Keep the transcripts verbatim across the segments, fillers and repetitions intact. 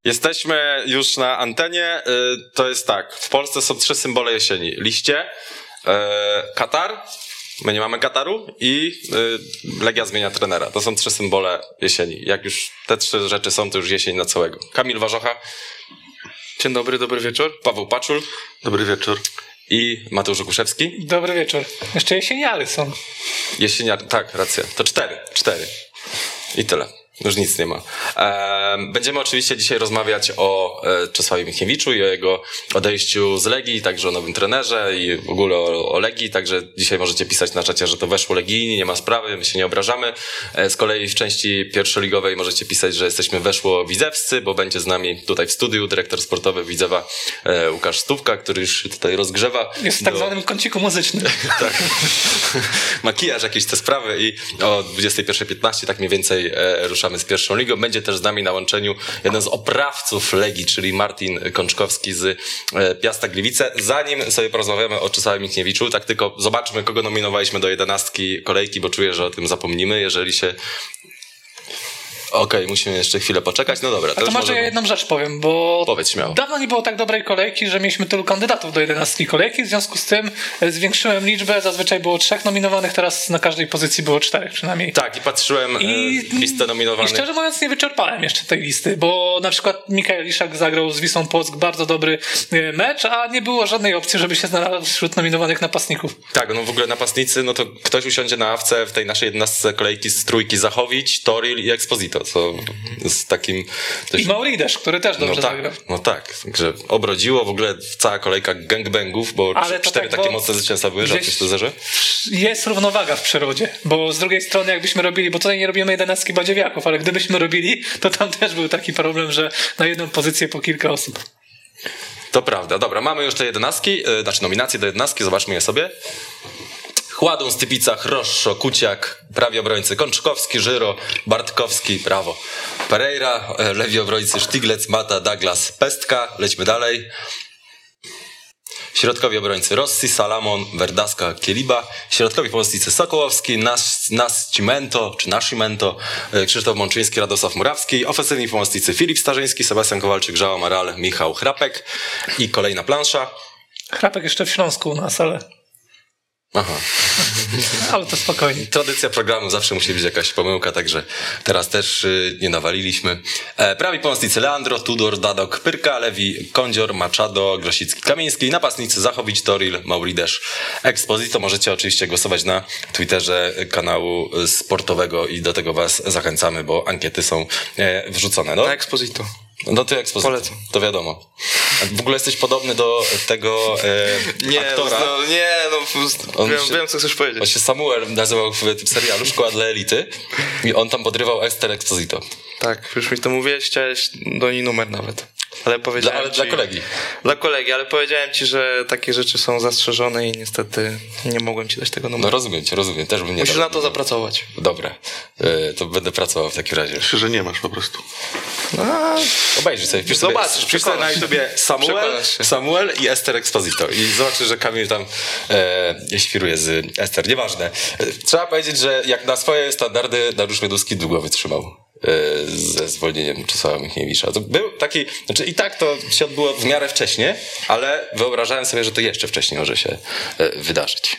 Jesteśmy już na antenie. To jest tak, w Polsce są trzy symbole jesieni. Liście, Katar, my nie mamy Kataru i Legia zmienia trenera. To są trzy symbole jesieni. Jak już te trzy rzeczy są, to już jesień na całego. Kamil Warzocha. Dzień dobry, dobry wieczór. Paweł Paczul. Dobry wieczór. I Mateusz Okuszewski. Dobry wieczór. Jeszcze jesieniary są. Jesieniary, tak, racja. To cztery, cztery. I tyle. Już nic nie ma. Będziemy oczywiście dzisiaj rozmawiać o Czesławie Michniewiczu i o jego odejściu z Legii, także o nowym trenerze i w ogóle o, o Legii, także dzisiaj możecie pisać na czacie, że to weszło legijni, nie ma sprawy, my się nie obrażamy. Z kolei w części pierwszoligowej możecie pisać, że jesteśmy weszło widzewscy, bo będzie z nami tutaj w studiu dyrektor sportowy Widzewa Łukasz Stówka, który już tutaj rozgrzewa. Jest w tak do... zwanym kąciku muzycznym. Tak. Makijaż, jakieś te sprawy i o dwudziestej pierwszej piętnaście tak mniej więcej ruszamy z pierwszą ligą. Będzie też z nami na łączeniu jeden z oprawców Legii, czyli Martin Kączkowski z Piasta Gliwice. Zanim sobie porozmawiamy o Czesławie Michniewiczu, tak tylko zobaczmy, kogo nominowaliśmy do jedenastki kolejki, bo czuję, że o tym zapomnimy, jeżeli się... Okej, okay, musimy jeszcze chwilę poczekać. No dobra. To, A to może możemy... ja jedną rzecz powiem, bo Powiedz śmiało. Dawno nie było tak dobrej kolejki, że mieliśmy tylu kandydatów do jedenastki kolejki, w związku z tym zwiększyłem liczbę, zazwyczaj było trzech nominowanych, teraz na każdej pozycji było czterech przynajmniej. Tak, i patrzyłem I, listę nominowanych. I szczerze mówiąc nie wyczerpałem jeszcze tej listy, bo na przykład Mikael Liszak zagrał z Wisłą Płock bardzo dobry mecz, a nie było żadnej opcji, żeby się znalazł wśród nominowanych napastników. Tak, no w ogóle napastnicy, no to ktoś usiądzie na ławce w tej naszej jedenastce kolejki z trójki Zachowicz, Toril i Exposito. Co z takim... Dość... I Maurides, który też dobrze no tak, zagrał. No tak, także obrodziło w ogóle cała kolejka gangbangów, bo Ale cztery tak, takie mocne zwycięstwa były, że to zerze. Jest równowaga w przyrodzie, bo z drugiej strony jakbyśmy robili, bo tutaj nie robimy jedenastki badziewiaków, ale gdybyśmy robili, to tam też był taki problem, że na jedną pozycję po kilka osób. To prawda, dobra, mamy już te jedenastki, yy, znaczy nominacje do jedenastki, zobaczmy je sobie. Chładun, Stypica, Chroszczo, Kuciak, prawi obrońcy Kączkowski, Żyro, Bartkowski, brawo. Pereira, lewi obrońcy Sztyglec, Mata, Douglas, Pestka, lećmy dalej. Środkowi obrońcy Rossi, Salamon, Verdaska, Kieliba. Środkowi pomocnicy Sokołowski, Nas, Nascimento, czy Nascimento, Krzysztof Mączyński, Radosław Murawski. Ofensywni pomocnicy Filip Starzyński, Sebastian Kowalczyk, Żała Maral, Michał Chrapek. I kolejna plansza. Chrapek jeszcze w Śląsku u nas, ale... Aha. Ale to spokojnie. Tradycja programu, zawsze musi być jakaś pomyłka, także teraz też y, nie nawaliliśmy. E, prawi pomocnicy Leandro, Tudor, Dadok, Pyrka, Lewi, Kądzior, Machado, Grosicki, Kamiński, napastnicy Zachowicz, Toril, Maurides, Exposito. Możecie oczywiście głosować na Twitterze kanału sportowego i do tego was zachęcamy, bo ankiety są e, wrzucone. No? Na Exposito. No ty Exposito, Polecam. To wiadomo. W ogóle jesteś podobny do tego e, nie, aktora. No, nie, no on wiem, się, wiem, co chcesz powiedzieć. On się Samuel nazywał w tym serialu Szkoła dla Elity i on tam podrywał Esther Exposito. Tak, już mi to mówiłeś, chciałeś do niej numer nawet. Ale powiedziałem dla, ale ci, dla kolegi. Dla kolegi, ale powiedziałem ci, że takie rzeczy są zastrzeżone i niestety nie mogłem ci dać tego numeru. No rozumiem cię, rozumiem. Też bym nie Musisz dał. na to zapracować. Dobra, yy, to będę pracował w takim razie. Myślę, że nie masz po prostu. No, obejrzyj sobie. Wpisz zobaczysz, sobie, wpisz sobie na YouTubie Samuel, Samuel i Esther Exposito i zobaczysz, że Kamil tam e, świruje z Esther. Nieważne. Trzeba powiedzieć, że jak na swoje standardy Dariusz Mioduski długo wytrzymał ze zwolnieniem Czesława Michniewicza. To był taki, znaczy i tak to się odbyło w miarę wcześnie, ale wyobrażałem sobie, że to jeszcze wcześniej może się wydarzyć.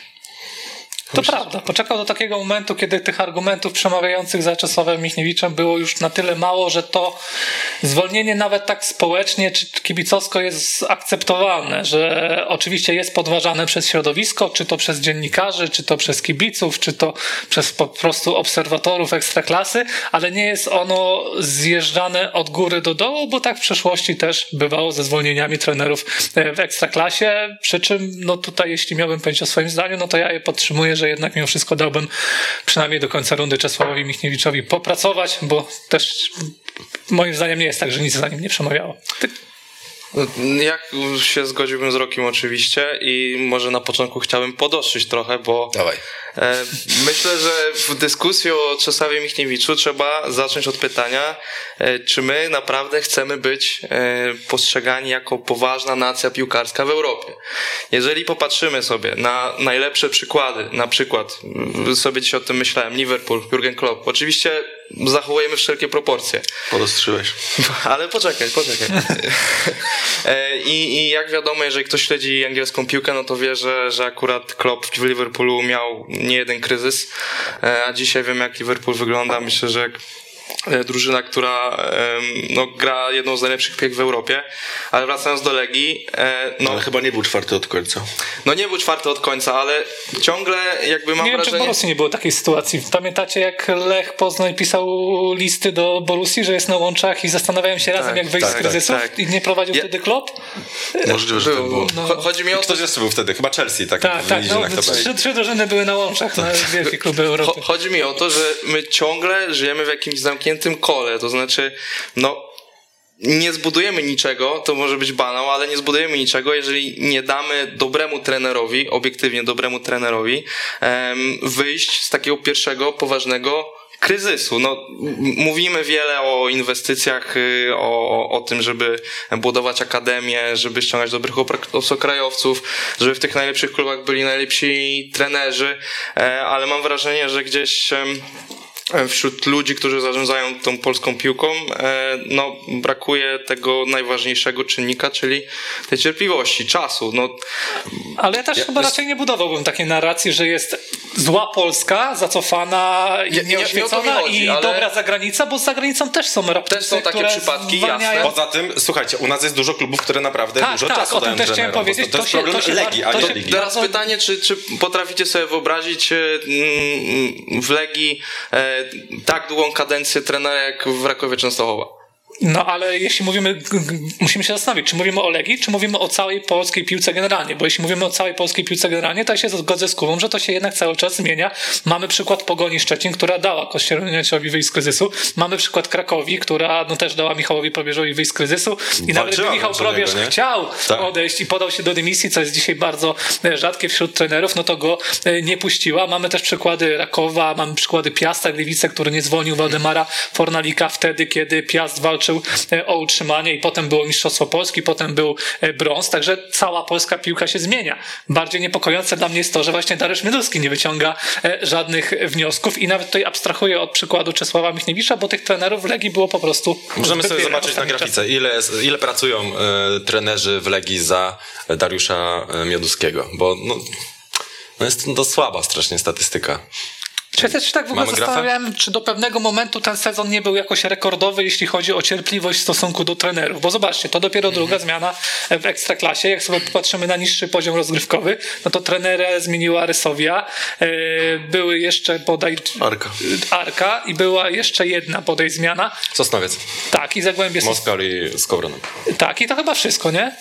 To prawda. Poczekał do takiego momentu, kiedy tych argumentów przemawiających za Czesławem Michniewiczem było już na tyle mało, że to zwolnienie nawet tak społecznie czy kibicowsko jest akceptowalne, że oczywiście jest podważane przez środowisko, czy to przez dziennikarzy, czy to przez kibiców, czy to przez po prostu obserwatorów ekstraklasy, ale nie jest ono zjeżdżane od góry do dołu, bo tak w przeszłości też bywało ze zwolnieniami trenerów w ekstraklasie, przy czym no tutaj jeśli miałbym powiedzieć o swoim zdaniu, no to ja je podtrzymuję, że jednak mimo wszystko dałbym przynajmniej do końca rundy Czesławowi Michniewiczowi popracować, bo też moim zdaniem nie jest tak, że nic za nim nie przemawiało. Ty... Ja się zgodziłbym z Rokim oczywiście i może na początku chciałbym podostrzyć trochę, bo Dawaj. E, myślę, że w dyskusji o Czesławie Michniewiczu trzeba zacząć od pytania, e, czy my naprawdę chcemy być e, postrzegani jako poważna nacja piłkarska w Europie. Jeżeli popatrzymy sobie na najlepsze przykłady, na przykład sobie dzisiaj o tym myślałem, Liverpool, Jurgen Klopp, oczywiście zachowujemy wszelkie proporcje. Podostrzyłeś. Ale poczekaj, poczekaj. I, I jak wiadomo, jeżeli ktoś śledzi angielską piłkę, no to wie, że, że akurat Klopp w Liverpoolu miał nie jeden kryzys, a dzisiaj wiem, jak Liverpool wygląda. Myślę, że jak drużyna, która no, gra jedną z najlepszych piłek w Europie, ale wracając do Legii, no ale chyba nie był czwarty od końca. No nie był czwarty od końca, ale ciągle jakby mam nie wrażenie... Nie wiem, czy w Borussii nie było takiej sytuacji. Pamiętacie, jak Lech Poznań pisał listy do Borussii, że jest na łączach i zastanawiałem się razem, tak, jak wyjść tak, z kryzysów tak, tak. i nie prowadził Ja... wtedy Klopp? Możliwe, że tak było. No. Chodzi mi o to... Ktoś jeszcze był wtedy, chyba Chelsea, tak? Tak, tak. No, na trzy, trzy drużyny były na łączach, na wielkie kluby Europy. Chodzi mi o to, że my ciągle żyjemy w jakimś zamkniętym kole, to znaczy no nie zbudujemy niczego, to może być banał, ale nie zbudujemy niczego, jeżeli nie damy dobremu trenerowi, obiektywnie dobremu trenerowi um, wyjść z takiego pierwszego, poważnego kryzysu. No, mówimy wiele o inwestycjach, o, o tym, żeby budować akademię, żeby ściągać dobrych obcokrajowców, żeby w tych najlepszych klubach byli najlepsi trenerzy, ale mam wrażenie, że gdzieś wśród ludzi, którzy zarządzają tą polską piłką, no brakuje tego najważniejszego czynnika, czyli tej cierpliwości, czasu. No, ale ja też ja, chyba wiesz, raczej nie budowałbym takiej narracji, że jest zła Polska, zacofana i nie, nieoświecona nie chodzi, i dobra zagranica, bo za granicą też są raptusy, też są takie przypadki, jasne. Poza tym, słuchajcie, u nas jest dużo klubów, które naprawdę tak, dużo tak, czasu dają też trenerom. Powiedzieć, to, to, to jest problem to się, Legii, a nie to, Ligi. Teraz bardzo... pytanie, czy, czy potraficie sobie wyobrazić w Legii tak długą kadencję trenera jak w Rakowie Częstochowa? No ale jeśli mówimy, musimy się zastanowić, czy mówimy o Legii, czy mówimy o całej polskiej piłce generalnie, bo jeśli mówimy o całej polskiej piłce generalnie, to ja się zgodzę z Kubą, że to się jednak cały czas zmienia. Mamy przykład Pogoni Szczecin, która dała Kościelniowi wyjść z kryzysu. Mamy przykład Krakowi, która no, też dała Michałowi Probierzowi wyjść z kryzysu i nawet gdy Michał Probierz niego, chciał tak. odejść i podał się do dymisji, co jest dzisiaj bardzo rzadkie wśród trenerów, no to go nie puściła. Mamy też przykłady Rakowa, mamy przykłady Piasta Gliwice, który nie zwolnił Waldemara Fornalika wtedy, kiedy Piast walczył o utrzymanie i potem było Mistrzostwo Polski, potem był brąz, także cała polska piłka się zmienia. Bardziej niepokojące dla mnie jest to, że właśnie Dariusz Mioduski nie wyciąga żadnych wniosków i nawet tutaj abstrahuję od przykładu Czesława Michniewicza, bo tych trenerów w Legii było po prostu... Możemy sobie zobaczyć na grafice, ile, ile pracują y, trenerzy w Legii za Dariusza Mioduskiego, bo no, no jest to słaba strasznie statystyka. Czy ja też tak w ogóle zastanawiałem, czy do pewnego momentu ten sezon nie był jakoś rekordowy, jeśli chodzi o cierpliwość w stosunku do trenerów. Bo zobaczcie, to dopiero mm-hmm. druga zmiana w Ekstraklasie. Jak sobie popatrzymy na niższy poziom rozgrywkowy, no to trenerę zmieniła Rysowia. Były jeszcze bodaj... Arka. Arka i była jeszcze jedna bodaj zmiana. Sosnowiec. Tak, i Zagłębie... Moskal i Skowronek. Tak, i to chyba wszystko, nie?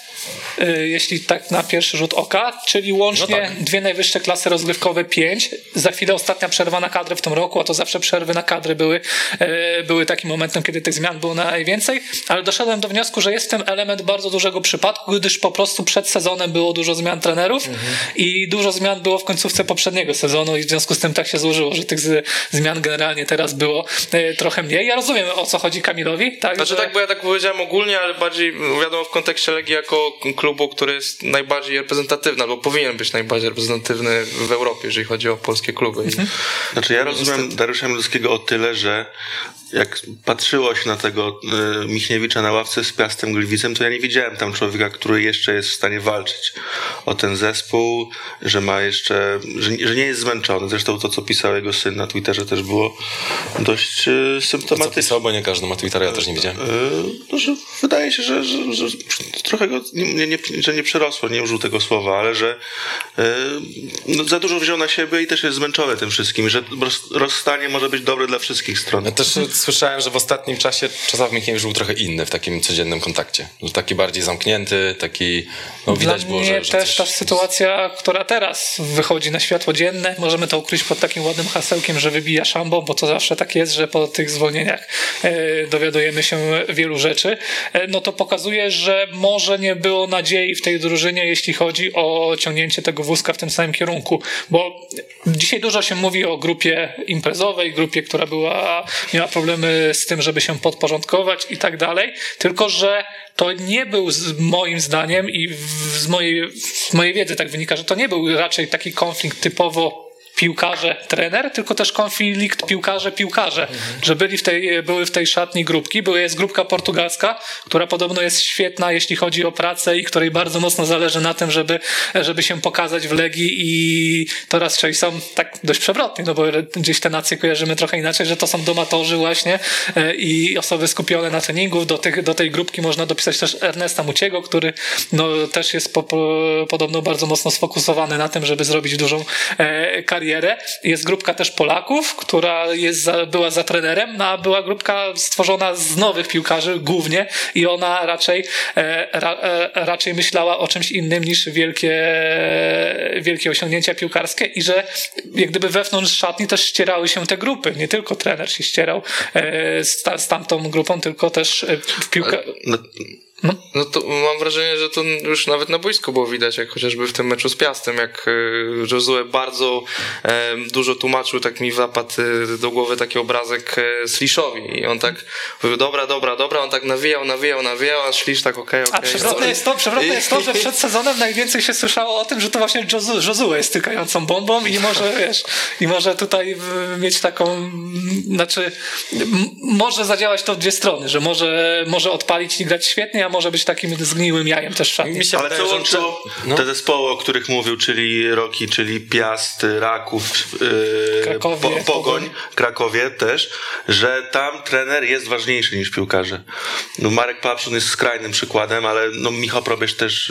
Jeśli tak na pierwszy rzut oka, czyli łącznie no tak. dwie najwyższe klasy rozgrywkowe, pięć. Za chwilę ostatnia przerwa na kadrę w tym roku, a to zawsze przerwy na kadry były, były takim momentem, kiedy tych zmian było najwięcej, ale doszedłem do wniosku, że jest w tym element bardzo dużego przypadku, gdyż po prostu przed sezonem było dużo zmian trenerów mhm. i dużo zmian było w końcówce poprzedniego sezonu i w związku z tym tak się złożyło, że tych z, zmian generalnie teraz było trochę mniej. Ja rozumiem, o co chodzi Kamilowi. Tak, znaczy że... tak, bo ja tak powiedziałem ogólnie, ale bardziej wiadomo w kontekście Legii jako klubu, który jest najbardziej reprezentatywny, albo powinien być najbardziej reprezentatywny w Europie, jeżeli chodzi o polskie kluby. Mhm. Znaczy ja rozumiem Dariusza Mioduskiego o tyle, że jak patrzyło się na tego y, Michniewicza na ławce z Piastem Gliwicem, to ja nie widziałem tam człowieka, który jeszcze jest w stanie walczyć o ten zespół, że ma jeszcze, że, że nie jest zmęczony. Zresztą to, co pisał jego syn na Twitterze, też było dość y, symptomatyczne. Co pisał, bo nie każdy ma Twittera, ja też nie widziałem. Y, no, że wydaje się, że, że, że trochę go nie, nie, że nie przerosło, nie użył tego słowa, ale że y, no, za dużo wziął na siebie i też jest zmęczony tym wszystkim, że rozstanie może być dobre dla wszystkich stron. Ja też słyszałem, że w ostatnim czasie Czesław Michniewicz był trochę inny w takim codziennym kontakcie. Że taki bardziej zamknięty, taki, no widać było, że... Dla mnie też ta sytuacja, która teraz wychodzi na światło dzienne, możemy to ukryć pod takim ładnym hasełkiem, że wybija szambo, bo to zawsze tak jest, że po tych zwolnieniach e, dowiadujemy się wielu rzeczy, e, no to pokazuje, że może nie było nadziei w tej drużynie, jeśli chodzi o ciągnięcie tego wózka w tym samym kierunku, bo dzisiaj dużo się mówi o grupie imprezowej, grupie, która była, miała problemy z tym, żeby się podporządkować i tak dalej, tylko że to nie był z moim zdaniem i z mojej, z mojej wiedzy tak wynika, że to nie był raczej taki konflikt typowo piłkarze, trener, tylko też konflikt piłkarze, piłkarze, mhm. że byli w tej, były w tej szatni grupki. Była, jest grupka portugalska, która podobno jest świetna, jeśli chodzi o pracę i której bardzo mocno zależy na tym, żeby, żeby się pokazać w Legii i to raczej są tak dość przewrotni, no bo gdzieś te nacje kojarzymy trochę inaczej, że to są domatorzy właśnie i osoby skupione na treningu. Do, tych, do tej grupki można dopisać też Ernesta Muciego, który no, też jest po, po, podobno bardzo mocno sfokusowany na tym, żeby zrobić dużą e, karierę. Jest grupka też Polaków, która jest za, była za trenerem, no, a była grupka stworzona z nowych piłkarzy głównie i ona raczej, e, ra, e, raczej myślała o czymś innym niż wielkie, wielkie osiągnięcia piłkarskie i że jak gdyby wewnątrz szatni też ścierały się te grupy. Nie tylko trener się ścierał e, z, ta, z tamtą grupą, tylko też e, w piłkę... No. No. no to mam wrażenie, że to już nawet na boisku było widać, jak chociażby w tym meczu z Piastem, jak Josue bardzo e, dużo tłumaczył, tak mi zapadł do głowy taki obrazek e, Sliszowi i on tak mówił, dobra, dobra, dobra, on tak nawijał, nawijał, nawijał, a Slisz tak okej, okay, okej. Okay. A przewrotne jest to, przewrotne jest to, że przed sezonem najwięcej się słyszało o tym, że to właśnie Josue jest tykającą bombą i może, wiesz, i może tutaj mieć taką, znaczy m- może zadziałać to w dwie strony, że może, może odpalić i grać świetnie, może być takim zgniłym jajem też w szatni. Ale co łączyło no? te zespoły, o których mówił, czyli Roki, czyli Piast, Raków, yy, Krakowie, po, Pogoń, Pogoń, Krakowie też, że tam trener jest ważniejszy niż piłkarze. No Marek Papszun jest skrajnym przykładem, ale no Michał Probierz też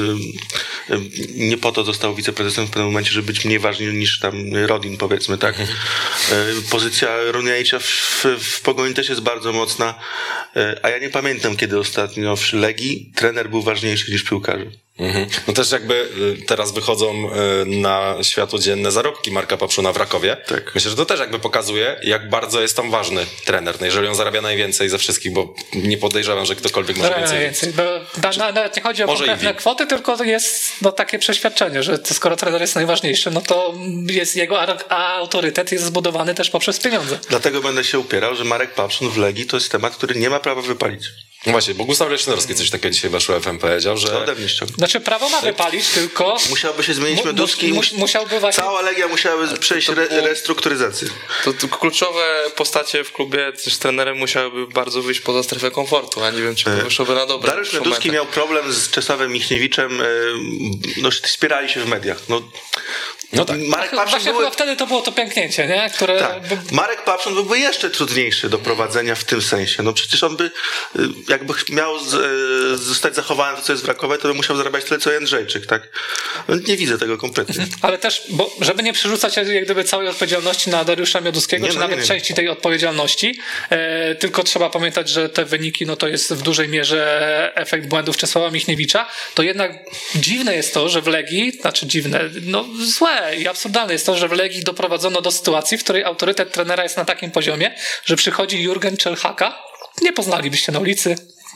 yy, yy, nie po to został wiceprezesem w pewnym momencie, żeby być mniej ważny niż tam Rodin, powiedzmy, tak. Yy, pozycja Runiajcia w, w, w Pogoni też jest bardzo mocna, yy, a ja nie pamiętam, kiedy ostatnio w Legii trener był ważniejszy niż piłkarze. Mhm. No też jakby teraz wychodzą na światło dzienne zarobki Marka Papszuna w Rakowie. Tak. Myślę, że to też jakby pokazuje, jak bardzo jest tam ważny trener. No jeżeli on zarabia najwięcej ze wszystkich, bo nie podejrzewam, że ktokolwiek może więcej. najwięcej. Bo na, na, nawet nie chodzi o konkretne kwoty, tylko jest no, takie przeświadczenie, że to skoro trener jest najważniejszy, no to jest jego autorytet jest zbudowany też poprzez pieniądze. Dlatego będę się upierał, że Marek Papszun w Legii to jest temat, który nie ma prawa wypalić. No właśnie, Bogusław Leszczynorski coś takiego dzisiaj weszło F M powiedział, że... To ode mnie ściągnął. Znaczy prawo ma wypalić, tylko... Musiałby się zmienić Mioduski. Mu, musiałby właśnie... Cała Legia musiałaby przejść to, to re, restrukturyzację. To, to kluczowe postacie w klubie też trenerem musiałyby bardzo wyjść poza strefę komfortu, a nie wiem, czy to wyszłoby na dobre. Dariusz Mioduski miał problem z Czesławem Michniewiczem, no wspierali się w mediach. No, No tak. Marek Papszun właśnie były... chyba wtedy to było to pęknięcie, nie? Które... Tak. Marek Papszun byłby jeszcze trudniejszy do prowadzenia w tym sensie. No przecież on by, jakby miał z, zostać zachowany to, co jest w Rakowie, to by musiał zarabiać tyle, co Jędrzejczyk, tak? No, nie widzę tego kompletnie. Ale też, bo żeby nie przerzucać jak gdyby całej odpowiedzialności na Dariusza Mioduskiego, nie, czy no, nawet nie, nie. części tej odpowiedzialności, e, tylko trzeba pamiętać, że te wyniki, no to jest w dużej mierze efekt błędów Czesława Michniewicza, to jednak dziwne jest to, że w Legii, znaczy dziwne, no złe i absurdalne jest to, że w Legii doprowadzono do sytuacji, w której autorytet trenera jest na takim poziomie, że przychodzi Jurgen Czelhaka, nie poznalibyście na ulicy,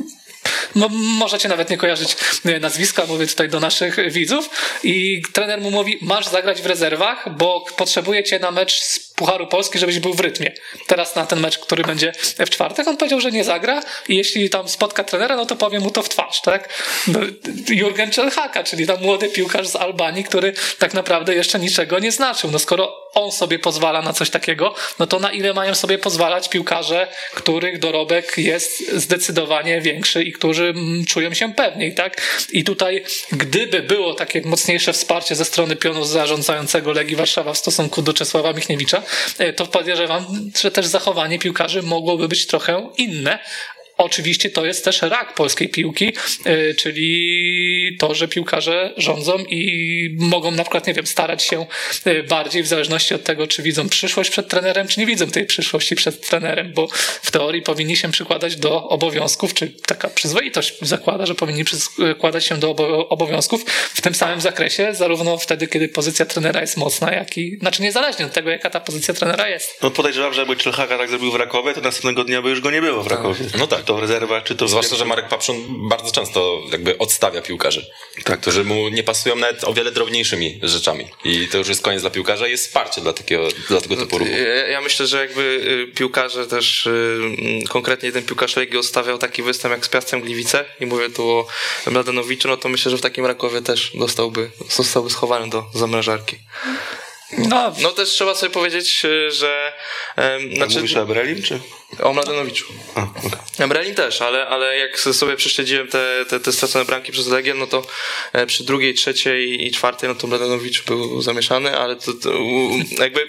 no, możecie nawet nie kojarzyć nazwiska, mówię tutaj do naszych widzów i trener mu mówi, masz zagrać w rezerwach, bo potrzebuję cię na mecz z Pucharu Polski, żebyś był w rytmie. Teraz na ten mecz, który będzie w czwartek, on powiedział, że nie zagra i jeśli tam spotka trenera, no to powie mu to w twarz, tak? No, Jurgen Czelhaka, czyli tam młody piłkarz z Albanii, który tak naprawdę jeszcze niczego nie znaczył. No skoro on sobie pozwala na coś takiego, no to na ile mają sobie pozwalać piłkarze, których dorobek jest zdecydowanie większy i którzy czują się pewniej, tak? I tutaj, gdyby było takie mocniejsze wsparcie ze strony pionu zarządzającego Legii Warszawa w stosunku do Czesława Michniewicza, to podejrzewam, że też zachowanie piłkarzy mogłoby być trochę inne. Oczywiście to jest też rak polskiej piłki, yy, czyli to, że piłkarze rządzą i mogą na przykład, nie wiem, starać się yy, bardziej w zależności od tego, czy widzą przyszłość przed trenerem, czy nie widzą tej przyszłości przed trenerem, bo w teorii powinni się przykładać do obowiązków, czy taka przyzwoitość zakłada, że powinni przykładać się do obowiązków w tym samym zakresie, zarówno wtedy, kiedy pozycja trenera jest mocna, jak i, znaczy niezależnie od tego, jaka ta pozycja trenera jest. No podejrzewam, że jakby Czelhaka tak zrobił w Rakowie, to następnego dnia by już go nie było w Rakowie. No tak. Czy to w rezerwach, czy to... Zwłaszcza, że Marek Papszun bardzo często jakby odstawia piłkarzy, tak, którzy mu nie pasują nawet o wiele drobniejszymi rzeczami. I to już jest koniec dla piłkarza i jest wsparcie dla takiego, dla tego typu ruchu. Ja, ja myślę, że jakby piłkarze też, konkretnie jeden piłkarz Legii odstawiał taki występ jak z Piastem Gliwice i mówię tu o Mladenowiczu, no to myślę, że w takim Rakowie też dostałby, zostałby schowany do zamrażarki. No, No też trzeba sobie powiedzieć, że... Um, znaczy, mówisz o Ebrelim, czy? O Mladenowiczu. A, okay. Ebrelim też, ale, ale jak sobie prześledziłem te, te, te stracone bramki przez Legię, no to przy drugiej, trzeciej i czwartej, no to Mladenowicz był zamieszany, ale to, to jakby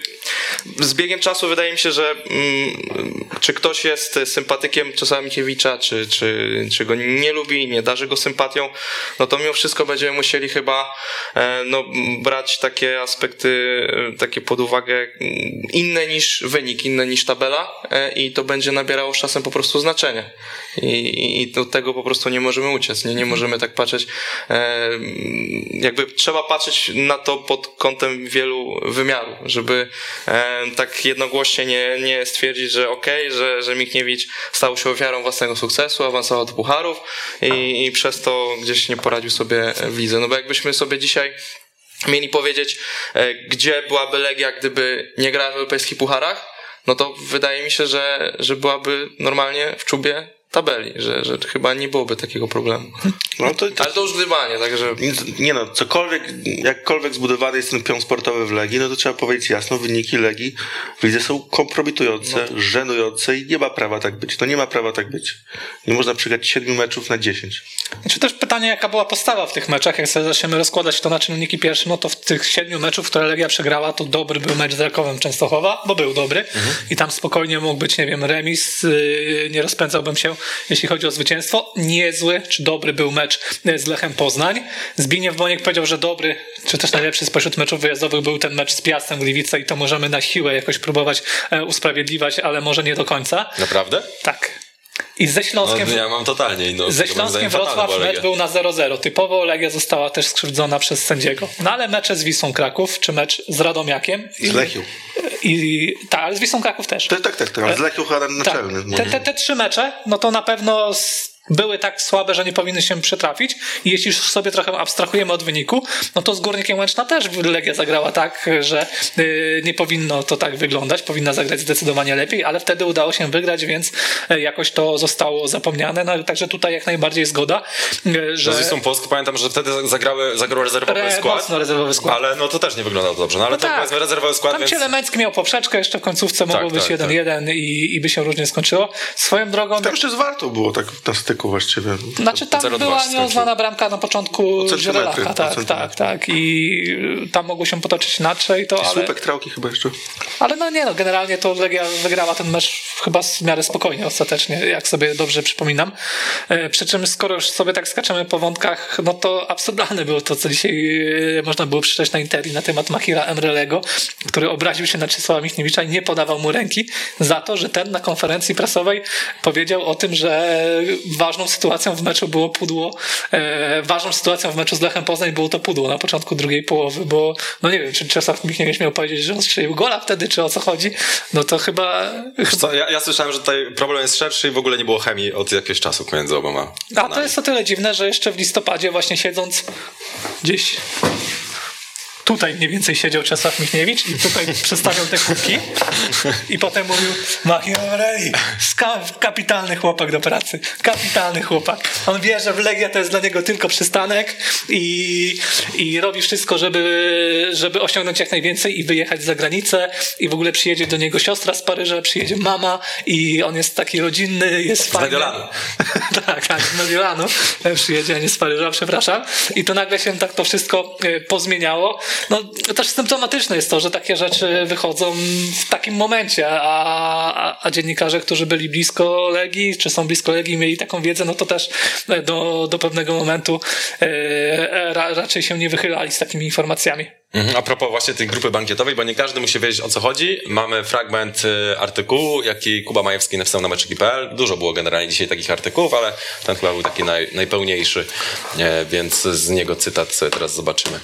z biegiem czasu wydaje mi się, że mm, czy ktoś jest sympatykiem Czesława Michniewicza, czy, czy, czy go nie lubi, nie darzy go sympatią, no to mimo wszystko będziemy musieli chyba no, brać takie aspekty, takie pod uwagę inne niż wynik, inne niż tabela i to będzie nabierało z czasem po prostu znaczenie. I, i, i do tego po prostu nie możemy uciec. Nie, nie możemy tak patrzeć. E, jakby trzeba patrzeć na to pod kątem wielu wymiarów, żeby e, tak jednogłośnie nie, nie stwierdzić, że okej, okay, że, że Michniewicz stał się ofiarą własnego sukcesu, awansował do pucharów i, i przez to gdzieś nie poradził sobie w lidze. No bo jakbyśmy sobie dzisiaj mieli powiedzieć, e, gdzie byłaby Legia, gdyby nie grała w europejskich pucharach, no to wydaje mi się, że, że byłaby normalnie w czubie tabeli, że, że chyba nie byłoby takiego problemu. No to, to, ale to już gdybanie, także... Nie no, cokolwiek, jakkolwiek zbudowany jest ten pion sportowy w Legii, no to trzeba powiedzieć jasno, wyniki Legii w lidze są kompromitujące, no. żenujące i nie ma prawa tak być. No nie ma prawa tak być. Nie można przegrać siedmiu meczów na dziesięć. Czy też pytanie, jaka była postawa w tych meczach, jak sobie zaczniemy rozkładać to na czynniki pierwsze, no to w tych siedmiu meczów, które Legia przegrała, to dobry był mecz z Rakowem Częstochowa, bo był dobry mhm. i tam spokojnie mógł być, nie wiem, remis, yy, nie rozpędzałbym się, jeśli chodzi o zwycięstwo. Niezły czy dobry był mecz z Lechem Poznań. Zbigniew Boniek powiedział, że dobry, czy też najlepszy spośród meczów wyjazdowych był ten mecz z Piastem Gliwice i to możemy na siłę jakoś próbować usprawiedliwiać, ale może nie do końca. Naprawdę? Tak. I ze Śląskiem... No, ja mam totalnie inną. Ze Śląskiem Wrocław mecz był na zero zero. Typowo Legia została też skrzywdzona przez sędziego. No ale mecze z Wisłą Kraków, czy mecz z Radomiakiem... Z Lechią. I, i, tak, ale z Wisłą Kraków też. Tak, tak, tak. tak. Z Lechią chyba naczelny. Tak. Te, te, te trzy mecze, no to na pewno... Z... były tak słabe, że nie powinny się przytrafić i jeśli już sobie trochę abstrahujemy od wyniku, no to z Górnikiem Łęczna też Legia zagrała tak, że yy, nie powinno to tak wyglądać, powinna zagrać zdecydowanie lepiej, ale wtedy udało się wygrać, więc jakoś to zostało zapomniane, no także tutaj jak najbardziej zgoda, yy, że... Z Wisłą Płocką pamiętam, że wtedy zagrały, zagrał rezerwowy Re, skład, mocno rezerwowy skład, ale no to też nie wyglądało dobrze, no ale no to tak. jest rezerwowy skład, tam więc... Cielemeński miał poprzeczkę, jeszcze w końcówce mogło tak, być tak, jeden jeden tak. i, i by się różnie skończyło. Swoją drogą... Tam jeszcze z Wartą było tak na styku właściwie. Znaczy tam zero była nieoznana bramka na początku Żyrelaka, tak, tak, tak i tam mogło się potoczyć inaczej to, I ale... słupek Trałki chyba jeszcze. Ale no nie no, generalnie to Legia wygrała ten mecz chyba w miarę spokojnie ostatecznie, jak sobie dobrze przypominam. E, przy czym skoro już sobie tak skaczemy po wątkach, no to absurdalne było to, co dzisiaj e, można było przeczytać na Interi na temat Mahira Emrelego, który obraził się na Czesława Michniewicza i nie podawał mu ręki za to, że ten na konferencji prasowej powiedział o tym, że ważną sytuacją w meczu było pudło. E, ważną sytuacją w meczu z Lechem Poznań było to pudło na początku drugiej połowy, bo no nie wiem, czy Czesław Michniewicz miał powiedzieć, że on strzelił gola wtedy, czy o co chodzi. No to chyba... Co, ja, ja słyszałem, że tutaj problem jest szerszy i w ogóle nie było chemii od jakiegoś czasu pomiędzy oboma. A to jest o tyle dziwne, że jeszcze w listopadzie właśnie siedząc gdzieś... Tutaj mniej więcej siedział Czesław Michniewicz i tutaj przedstawiał te kubki i potem mówił Mahir Emreli, kapitalny chłopak do pracy, kapitalny chłopak. On wie, że w Legia to jest dla niego tylko przystanek i, i robi wszystko, żeby, żeby osiągnąć jak najwięcej i wyjechać za granicę i w ogóle przyjedzie do niego siostra z Paryża, przyjedzie mama i on jest taki rodzinny, jest fajny. Z Mediolanu. tak, tak, z Mediolanu przyjedzie, a nie z Paryża, przepraszam. I to nagle się tak to wszystko pozmieniało. No też symptomatyczne jest to, że takie rzeczy wychodzą w takim momencie, a, a, a dziennikarze, którzy byli blisko Legii, czy są blisko Legii, mieli taką wiedzę, no to też do, do pewnego momentu e, ra, raczej się nie wychylali z takimi informacjami. A propos właśnie tej grupy bankietowej, bo nie każdy musi wiedzieć, o co chodzi. Mamy fragment artykułu, jaki Kuba Majewski napisał na meczyki kropka pe el. Dużo było generalnie dzisiaj takich artykułów, ale ten chyba był taki naj, najpełniejszy, więc z niego cytat sobie teraz zobaczymy.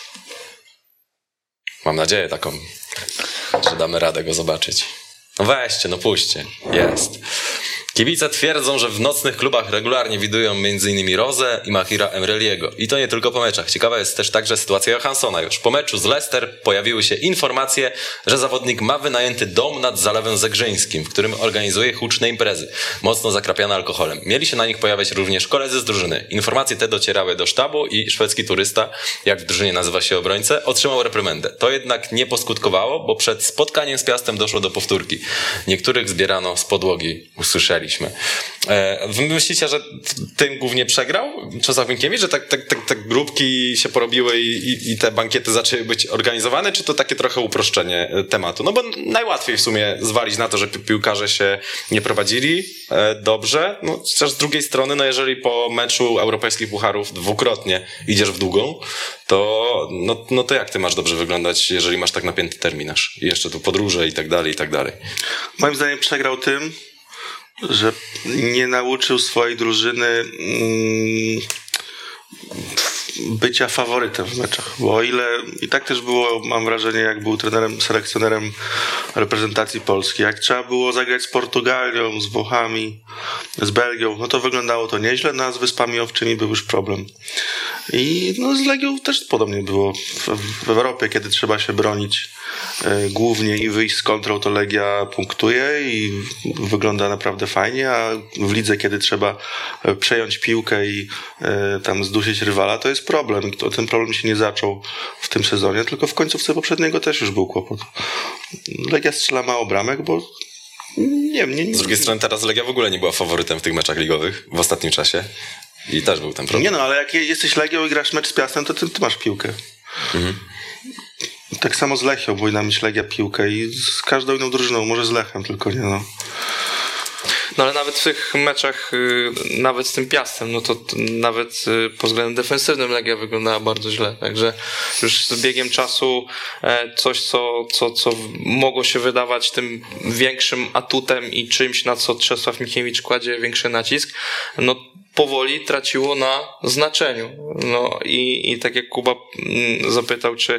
Mam nadzieję taką, że damy radę go zobaczyć. No weźcie, no puśćcie. Jest. Kibice twierdzą, że w nocnych klubach regularnie widują m.in. Rozę i Mahira Emreliego. I to nie tylko po meczach. Ciekawa jest też także sytuacja Johanssona. Już po meczu z Leicester pojawiły się informacje, że zawodnik ma wynajęty dom nad Zalewem Zegrzyńskim, w którym organizuje huczne imprezy, mocno zakrapiane alkoholem. Mieli się na nich pojawiać również koledzy z drużyny. Informacje te docierały do sztabu i szwedzki turysta, jak w drużynie nazywa się obrońcę, otrzymał reprymendę. To jednak nie poskutkowało, bo przed spotkaniem z Piastem doszło do powtórki. Niektórych zbierano z podłogi, usłyszeliśmy. Wy myślicie, że tym głównie przegrał Czesław Michniewicz, że tak, tak, tak, tak grupki się porobiły i, i, i te bankiety zaczęły być organizowane, czy to takie trochę uproszczenie tematu? No bo najłatwiej w sumie zwalić na to, że pi- piłkarze się nie prowadzili e, dobrze, no chociaż z drugiej strony, no jeżeli po meczu europejskich pucharów dwukrotnie idziesz w długą, to no, no to jak ty masz dobrze wyglądać, jeżeli masz tak napięty terminarz i jeszcze tu podróże i tak dalej, i tak dalej. Moim zdaniem przegrał tym, że nie nauczył swojej drużyny mm, bycia faworytem w meczach. Bo o ile i tak też było, mam wrażenie, jak był trenerem, selekcjonerem reprezentacji Polski, jak trzeba było zagrać z Portugalią, z Włochami, z Belgią, no to wyglądało to nieźle, no a z Wyspami Owczymi był już problem. I no z Legią też podobnie było w, w Europie, kiedy trzeba się bronić e, głównie i wyjść z kontrą, to Legia punktuje i wygląda naprawdę fajnie, a w lidze, kiedy trzeba przejąć piłkę i e, tam zdusić rywala, to jest problem. I to, ten problem się nie zaczął w tym sezonie, tylko w końcówce poprzedniego też już był kłopot. Legia strzela mało bramek, bo nie wiem. Nie, nie. Z drugiej strony teraz Legia w ogóle nie była faworytem w tych meczach ligowych w ostatnim czasie i też był ten problem. Nie no, ale jak jesteś Legią i grasz mecz z Piastem, to ty, ty masz piłkę. Mhm. Tak samo z Lechią powinna mieć Legia piłkę i z każdą inną drużyną, może z Lechem, tylko nie no. No ale nawet w tych meczach, nawet z tym Piastem, no to nawet pod względem defensywnym Legia wyglądała bardzo źle. Także już z biegiem czasu coś, co, co, co mogło się wydawać tym większym atutem i czymś, na co Czesław Michniewicz kładzie większy nacisk, no powoli traciło na znaczeniu. No i, i tak jak Kuba zapytał, czy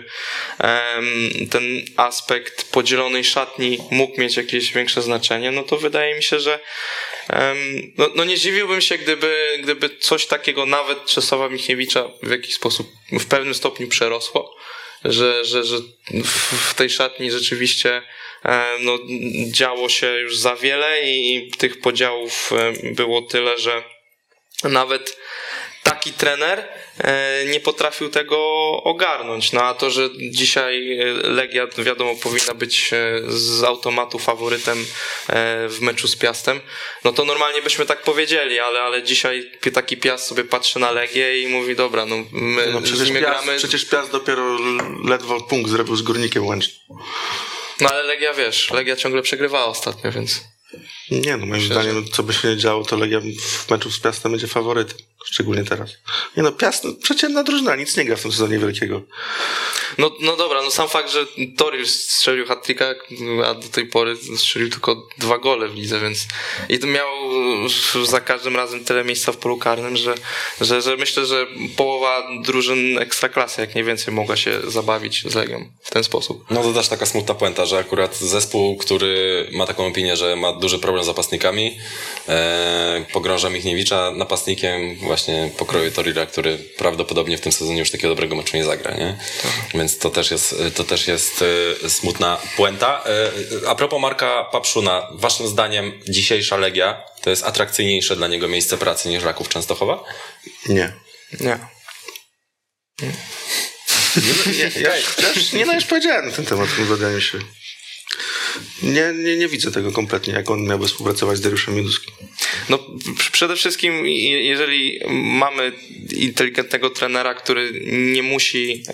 um, ten aspekt podzielonej szatni mógł mieć jakieś większe znaczenie, no to wydaje mi się, że um, no, no nie zdziwiłbym się, gdyby, gdyby coś takiego nawet Czesława Michniewicza w jakiś sposób w pewnym stopniu przerosło, że, że, że w tej szatni rzeczywiście no, działo się już za wiele i tych podziałów było tyle, że nawet taki trener nie potrafił tego ogarnąć. No a to, że dzisiaj Legia, wiadomo, powinna być z automatu faworytem w meczu z Piastem, no to normalnie byśmy tak powiedzieli, ale, ale dzisiaj taki Piast sobie patrzy na Legię i mówi, dobra, no my, no przecież, my Piast, gramy... przecież Piast dopiero ledwo punkt zrobił z Górnikiem Łęcznym. No ale Legia, wiesz, Legia ciągle przegrywała ostatnio, więc... Nie, no moim Myślę, zdaniem, że... co by się nie działo, to Legia w meczu z Piastem będzie faworytem. Szczególnie teraz. Nie no, Piast, no, przeciętna drużyna, nic nie gra w tym sezonie wielkiego. No, no dobra, no sam fakt, że Toril strzelił hat-tricka, a do tej pory strzelił tylko dwa gole w lidze, więc i to miał za każdym razem tyle miejsca w polu karnym, że, że, że myślę, że połowa drużyn ekstraklasy, jak nie więcej, mogła się zabawić z Legią w ten sposób. No to też taka smutna puenta, że akurat zespół, który ma taką opinię, że ma duży problem z napastnikami, e, pogrąża Michniewicza napastnikiem właśnie pokroju Torila, który prawdopodobnie w tym sezonie już takiego dobrego meczu nie zagra, nie? Tak. Więc to też jest, to też jest e, smutna puenta. E, a propos Marka Papszuna, waszym zdaniem dzisiejsza Legia to jest atrakcyjniejsze dla niego miejsce pracy niż Raków Częstochowa? Nie. Nie. Nie, nie, ja, ja, nie no, już powiedziałem na ten temat, wydaje mi się. Nie, nie, nie widzę tego kompletnie, jak on miałby współpracować z Dariuszem Mioduskim. No przede wszystkim, jeżeli mamy inteligentnego trenera, który nie musi,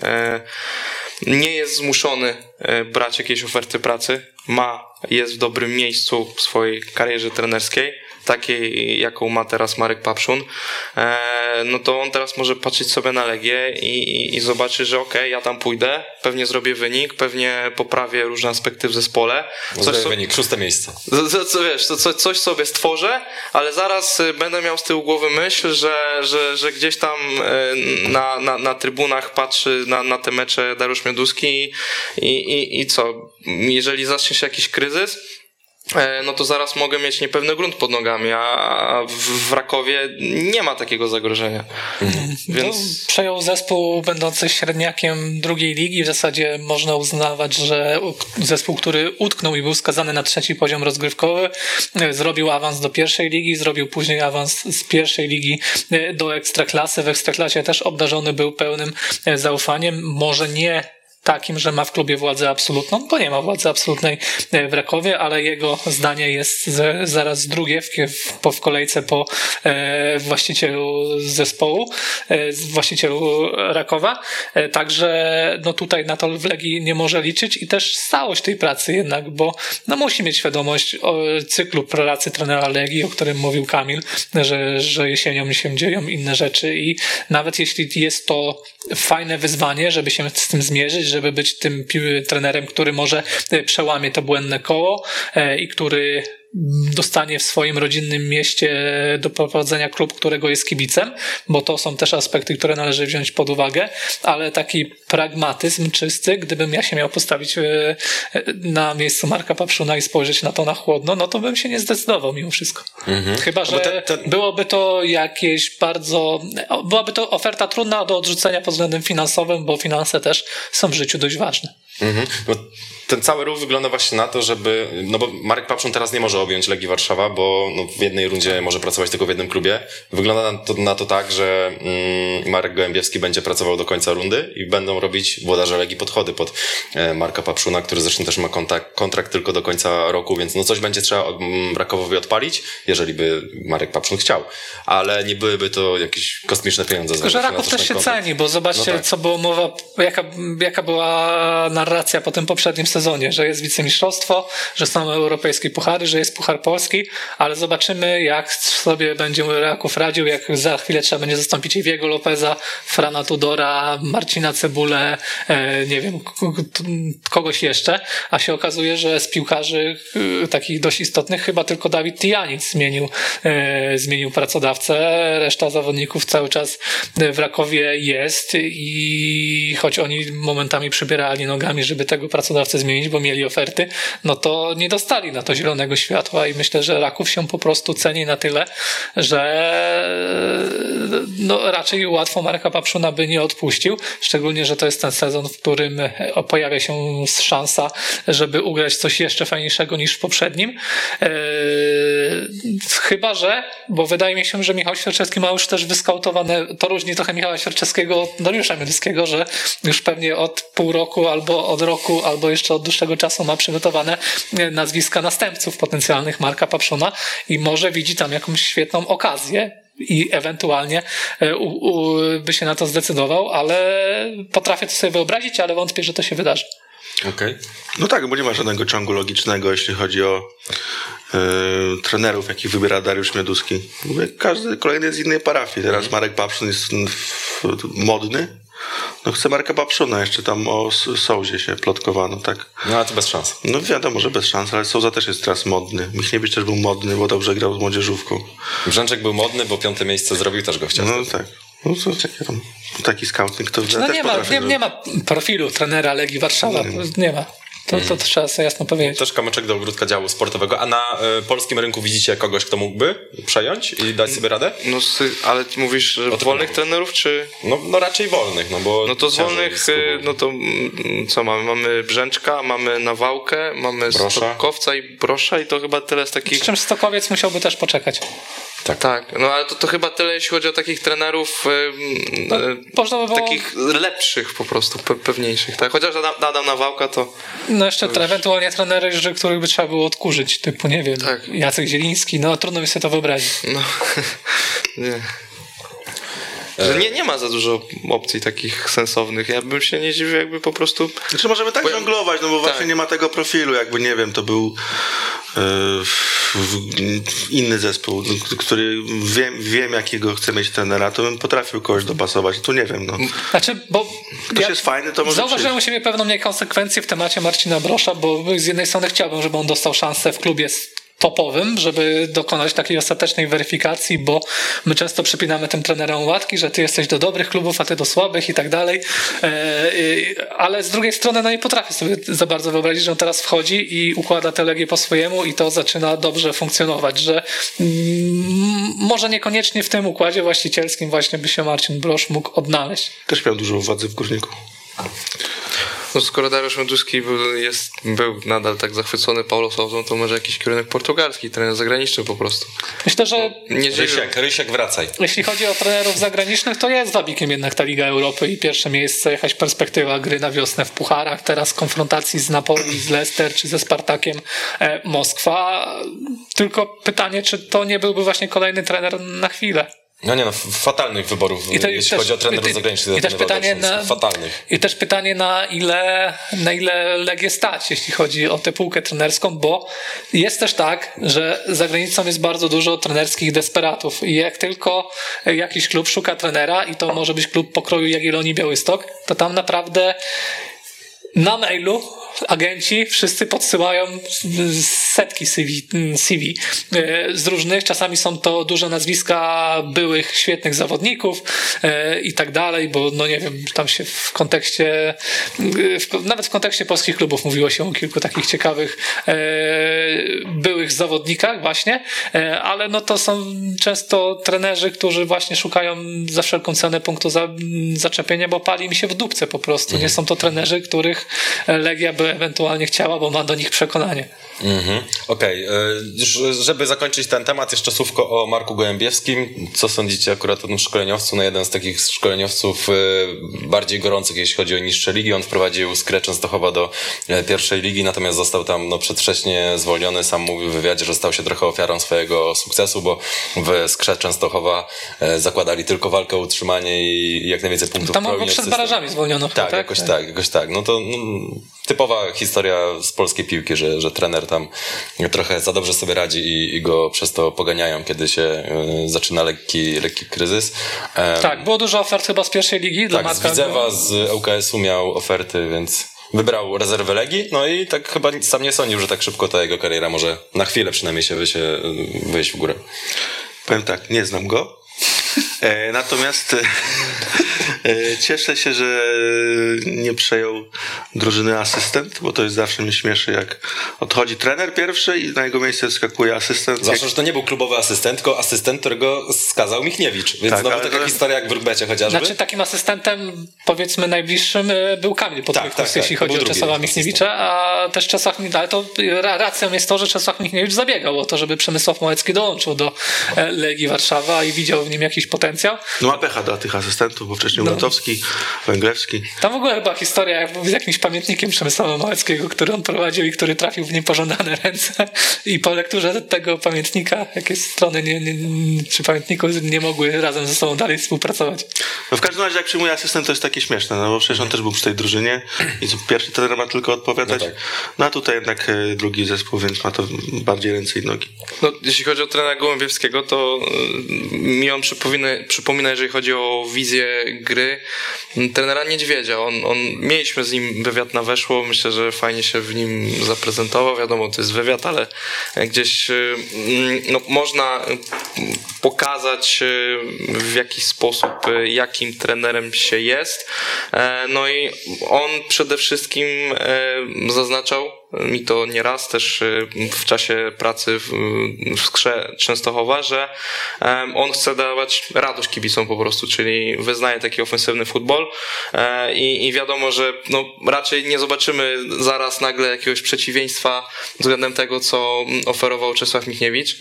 nie jest zmuszony brać jakiejś oferty pracy, ma, jest w dobrym miejscu w swojej karierze trenerskiej, takiej jaką ma teraz Marek Papszun, no to on teraz może patrzeć sobie na Legię i, i, i zobaczy, że okej, okay, ja tam pójdę, pewnie zrobię wynik, pewnie poprawię różne aspekty w zespole. Coś so, wynik, szóste miejsce. Co, co wiesz, to, co, coś sobie stworzę, ale zaraz będę miał z tyłu głowy myśl, że, że, że gdzieś tam na, na, na trybunach patrzy na, na te mecze Dariusz Mioduski i, i, i co? Jeżeli zacznie się jakiś kryzys, no to zaraz mogę mieć niepewny grunt pod nogami, a w Rakowie nie ma takiego zagrożenia. Mhm. Więc... No, przejął zespół będący średniakiem drugiej ligi. W zasadzie można uznawać, że zespół, który utknął i był skazany na trzeci poziom rozgrywkowy, zrobił awans do pierwszej ligi, zrobił później awans z pierwszej ligi do Ekstraklasy. W Ekstraklasie też obdarzony był pełnym zaufaniem. Może nie takim, że ma w klubie władzę absolutną, bo nie ma władzy absolutnej w Rakowie, ale jego zdanie jest z, zaraz drugie w, w, w kolejce po e, właścicielu zespołu, e, właścicielu Rakowa. E, także no tutaj na to w Legii nie może liczyć i też stałość tej pracy jednak, bo no musi mieć świadomość o cyklu pracy trenera Legii, o którym mówił Kamil, że, że jesienią się dzieją inne rzeczy i nawet jeśli jest to fajne wyzwanie, żeby się z tym zmierzyć, żeby być tym trenerem, który może przełamie to błędne koło i który dostanie w swoim rodzinnym mieście do prowadzenia klub, którego jest kibicem, bo to są też aspekty, które należy wziąć pod uwagę, ale taki pragmatyzm czysty, gdybym ja się miał postawić na miejscu Marka Papszuna i spojrzeć na to na chłodno, no to bym się nie zdecydował mimo wszystko. Mhm. Chyba, że ten, ten... byłoby to jakieś bardzo... byłaby to oferta trudna do odrzucenia pod względem finansowym, bo finanse też są w życiu dość ważne. Mhm. Bo ten cały ruch wygląda właśnie na to, żeby, no bo Marek Papszun teraz nie może objąć Legii Warszawa, bo no w jednej rundzie może pracować tylko w jednym klubie. Wygląda na to, na to tak, że mm, Marek Gołębiewski będzie pracował do końca rundy i będą robić włodarze Legii podchody pod e, Marka Papszuna, który zresztą też ma kontakt, kontrakt tylko do końca roku, więc no coś będzie trzeba od, m, Rakowowi odpalić, jeżeli by Marek Papszun chciał. Ale nie byłyby to jakieś kosmiczne pieniądze. Tylko, że Raków też się kontrakt. ceni, bo zobaczcie, no tak. co było mowa, jaka, jaka była narracja po tym poprzednim sezonie, że jest wicemistrzostwo, że są europejskie puchary, że jest Puchar Polski, ale zobaczymy, jak sobie będzie Raków radził, jak za chwilę trzeba będzie zastąpić Iwiego Lopeza, Frana Tudora, Marcina Cebulę, e, nie wiem, kogoś jeszcze, a się okazuje, że z piłkarzy e, takich dość istotnych chyba tylko Dawid Tijanic zmienił, e, zmienił pracodawcę, reszta zawodników cały czas w Rakowie jest i choć oni momentami przybierali nogami, żeby tego pracodawcę zmienić, bo mieli oferty, no to nie dostali na to zielonego światła i myślę, że Raków się po prostu ceni na tyle, że no raczej łatwo Marka Papszuna by nie odpuścił, szczególnie, że to jest ten sezon, w którym pojawia się szansa, żeby ugrać coś jeszcze fajniejszego niż w poprzednim. Eee, chyba, że, bo wydaje mi się, że Michał Świerczewski ma już też wyskautowane, to różni trochę Michała Świerczewskiego od Dariusza Mioduskiego, że już pewnie od pół roku albo od roku, albo jeszcze od dłuższego czasu ma przygotowane nazwiska następców potencjalnych Marka Papszuna i może widzi tam jakąś świetną okazję i ewentualnie u, u, by się na to zdecydował, ale potrafię to sobie wyobrazić, ale wątpię, że to się wydarzy. Okay. No tak, bo nie ma żadnego ciągu logicznego, jeśli chodzi o yy, trenerów, jakich wybiera Dariusz Mioduski. Mówię, każdy kolejny jest z innej parafii. Teraz mm. Marek Papszun jest w, w, modny. No chce Marka Papszuna, jeszcze tam o Souzie się plotkowano, tak? No ale to bez szans. No wiadomo, że bez szans, ale Souza też jest teraz modny. Michniewicz też był modny, bo dobrze grał z młodzieżówką. Brzęczek był modny, bo piąte miejsce zrobił, też go chciał. No tak. No co takie tam, taki scouting to no też nie ma, nie, nie ma profilu trenera Legii Warszawa, nie, nie ma. To, to, to trzeba sobie jasno powiedzieć. Też kamyczek do ogródka działu sportowego. A na y, polskim rynku widzicie kogoś, kto mógłby przejąć i dać sobie radę? No, ale ty mówisz, że wolnych trenerów, czy... No, no raczej wolnych, no bo... No to z wolnych, no to co mamy? Mamy Brzęczka, mamy Nawałkę, mamy Brosza. Stokowca i Brosza i to chyba tyle z takich... Z czym Stokowiec musiałby też poczekać. Tak, tak. No ale to, to chyba tyle, jeśli chodzi o takich trenerów no, można by było... takich lepszych po prostu, pe- pewniejszych, tak? Chociaż Adam, Adam Nawałka to... No jeszcze to już... ewentualnie trenerzy, których by trzeba było odkurzyć, typu, nie wiem, tak. Jacek Zieliński, no trudno mi sobie to wyobrazić. No, nie. Że nie, nie ma za dużo opcji takich sensownych. Ja bym się nie dziwił, jakby po prostu... Znaczy możemy tak żonglować, no bo tak. Właśnie nie ma tego profilu, jakby nie wiem, to był yy, inny zespół, który wiem, wiem jakiego chce mieć trenera, to bym potrafił kogoś dopasować. Tu nie wiem, no. Znaczy, bo ktoś ja jest fajny, to może zauważyłem u siebie pewną niekonsekwencję w temacie Marcina Brosza, bo z jednej strony chciałbym, żeby on dostał szansę w klubie topowym, żeby dokonać takiej ostatecznej weryfikacji, bo my często przypinamy tym trenerom łatki, że ty jesteś do dobrych klubów, a ty do słabych i tak dalej, ale z drugiej strony no nie potrafię sobie za bardzo wyobrazić, że on teraz wchodzi i układa tę Legię po swojemu i to zaczyna dobrze funkcjonować, że mm, może niekoniecznie w tym układzie właścicielskim właśnie by się Marcin Brosz mógł odnaleźć. Też miał dużą władzę w Górniku. No skoro Dariusz Mioduski był, jest, był nadal tak zachwycony Paulo Sousą, to może jakiś kierunek portugalski, trener zagraniczny po prostu. Myślę, że Nie Rysiek, Rysiek, wracaj. jeśli chodzi o trenerów zagranicznych, to jest wabikiem jednak ta Liga Europy i pierwsze miejsce, jakaś perspektywa gry na wiosnę w pucharach, teraz konfrontacji z Napoli, z Leicester czy ze Spartakiem e, Moskwa. Tylko pytanie, czy to nie byłby właśnie kolejny trener na chwilę. No nie no, fatalnych wyborów, I to, jeśli też, chodzi o trenerów i, zagranicznych. I też pytanie na, fatalnych. I też pytanie na ile, na ile Legię stać, jeśli chodzi o tę półkę trenerską, bo jest też tak, że za granicą jest bardzo dużo trenerskich desperatów i jak tylko jakiś klub szuka trenera i to może być klub pokroju Jagiellonii Białystok, to tam naprawdę na mailu agenci wszyscy podsyłają setki C V, C V z różnych, czasami są to duże nazwiska byłych świetnych zawodników i tak dalej, bo no nie wiem, tam się w kontekście w, nawet w kontekście polskich klubów mówiło się o kilku takich ciekawych byłych zawodnikach właśnie, ale no to są często trenerzy, którzy właśnie szukają za wszelką cenę punktu za, zaczepienia, bo pali mi się w dupce po prostu. Nie są to trenerzy, których Legia by ewentualnie chciała, bo ma do nich przekonanie. Mhm. Okej, okay. Żeby zakończyć ten temat, jeszcze słówko o Marku Gołębiewskim. Co sądzicie akurat o tym szkoleniowcu? No jeden z takich szkoleniowców bardziej gorących, jeśli chodzi o niższe ligi. On wprowadził Skrę Częstochowa do pierwszej ligi, natomiast został tam no, przedwcześnie zwolniony. Sam mówił w wywiadzie, że stał się trochę ofiarą swojego sukcesu, bo w Skrze Częstochowa zakładali tylko walkę o utrzymanie i jak najwięcej punktów. Tam go przed barażami zwolniono. Tak, tak, jakoś tak, tak, jakoś tak. No to no, typowa historia z polskiej piłki, że, że trener tam trochę za dobrze sobie radzi i, i go przez to poganiają, kiedy się y, zaczyna lekki, lekki kryzys. Um, tak, było dużo ofert chyba z pierwszej ligi. Tak, dla Marka. z Widzewa, z L K S u miał oferty, więc wybrał rezerwę Legii, no i tak chyba sam nie sądził, że tak szybko ta jego kariera może na chwilę przynajmniej się wyjść w górę. Powiem tak, nie znam go. E, natomiast e, cieszę się, że nie przejął drużyny asystent, bo to jest zawsze mnie śmieszy, jak odchodzi trener pierwszy i na jego miejsce skakuje asystent. Zwłaszcza, jak... że to nie był klubowy asystent, tylko asystent, którego skazał Michniewicz. Więc tak, znowu taka to... historia jak w Rugbecie chociażby. Znaczy takim asystentem powiedzmy najbliższym był Kamil Podrykus, tak, tak, jeśli tak, chodzi o Czesława Michniewicza, a też Czesław, ale to racją jest to, że Czesław Michniewicz zabiegał o to, żeby Przemysław Małecki dołączył do Legii Warszawa i widział w nim jakiś potencjał. No ma pecha do tych asystentów, bo wcześniej no. Latowski, Węgrewski. Tam w ogóle chyba historia jak z jakimś pamiętnikiem Przemysława Małeckiego, który on prowadził i który trafił w niepożądane ręce i po lekturze tego pamiętnika jakieś strony nie, nie, czy pamiętników nie mogły razem ze sobą dalej współpracować. No w każdym razie jak przyjmuje asystent, to jest takie śmieszne, no bo przecież on też był przy tej drużynie i pierwszy trener ma tylko odpowiadać, no, tak. No a tutaj jednak drugi zespół, więc ma to bardziej ręce i nogi. No, jeśli chodzi o trenera Gołębiewskiego, to mi on przypomina, przypomina, jeżeli chodzi o wizję gry trenera Niedźwiedzia. On, on, mieliśmy z nim wywiad na Weszło, myślę, że fajnie się w nim zaprezentował. Wiadomo, to jest wywiad, ale gdzieś no, można pokazać w jakiś sposób, jakim trenerem się jest. No i on przede wszystkim zaznaczał mi to nieraz też w czasie pracy w, w Skrze Częstochowa, że on chce dawać radość kibicom po prostu, czyli wyznaje taki ofensywny futbol i, i wiadomo, że no, raczej nie zobaczymy zaraz nagle jakiegoś przeciwieństwa względem tego, co oferował Czesław Michniewicz,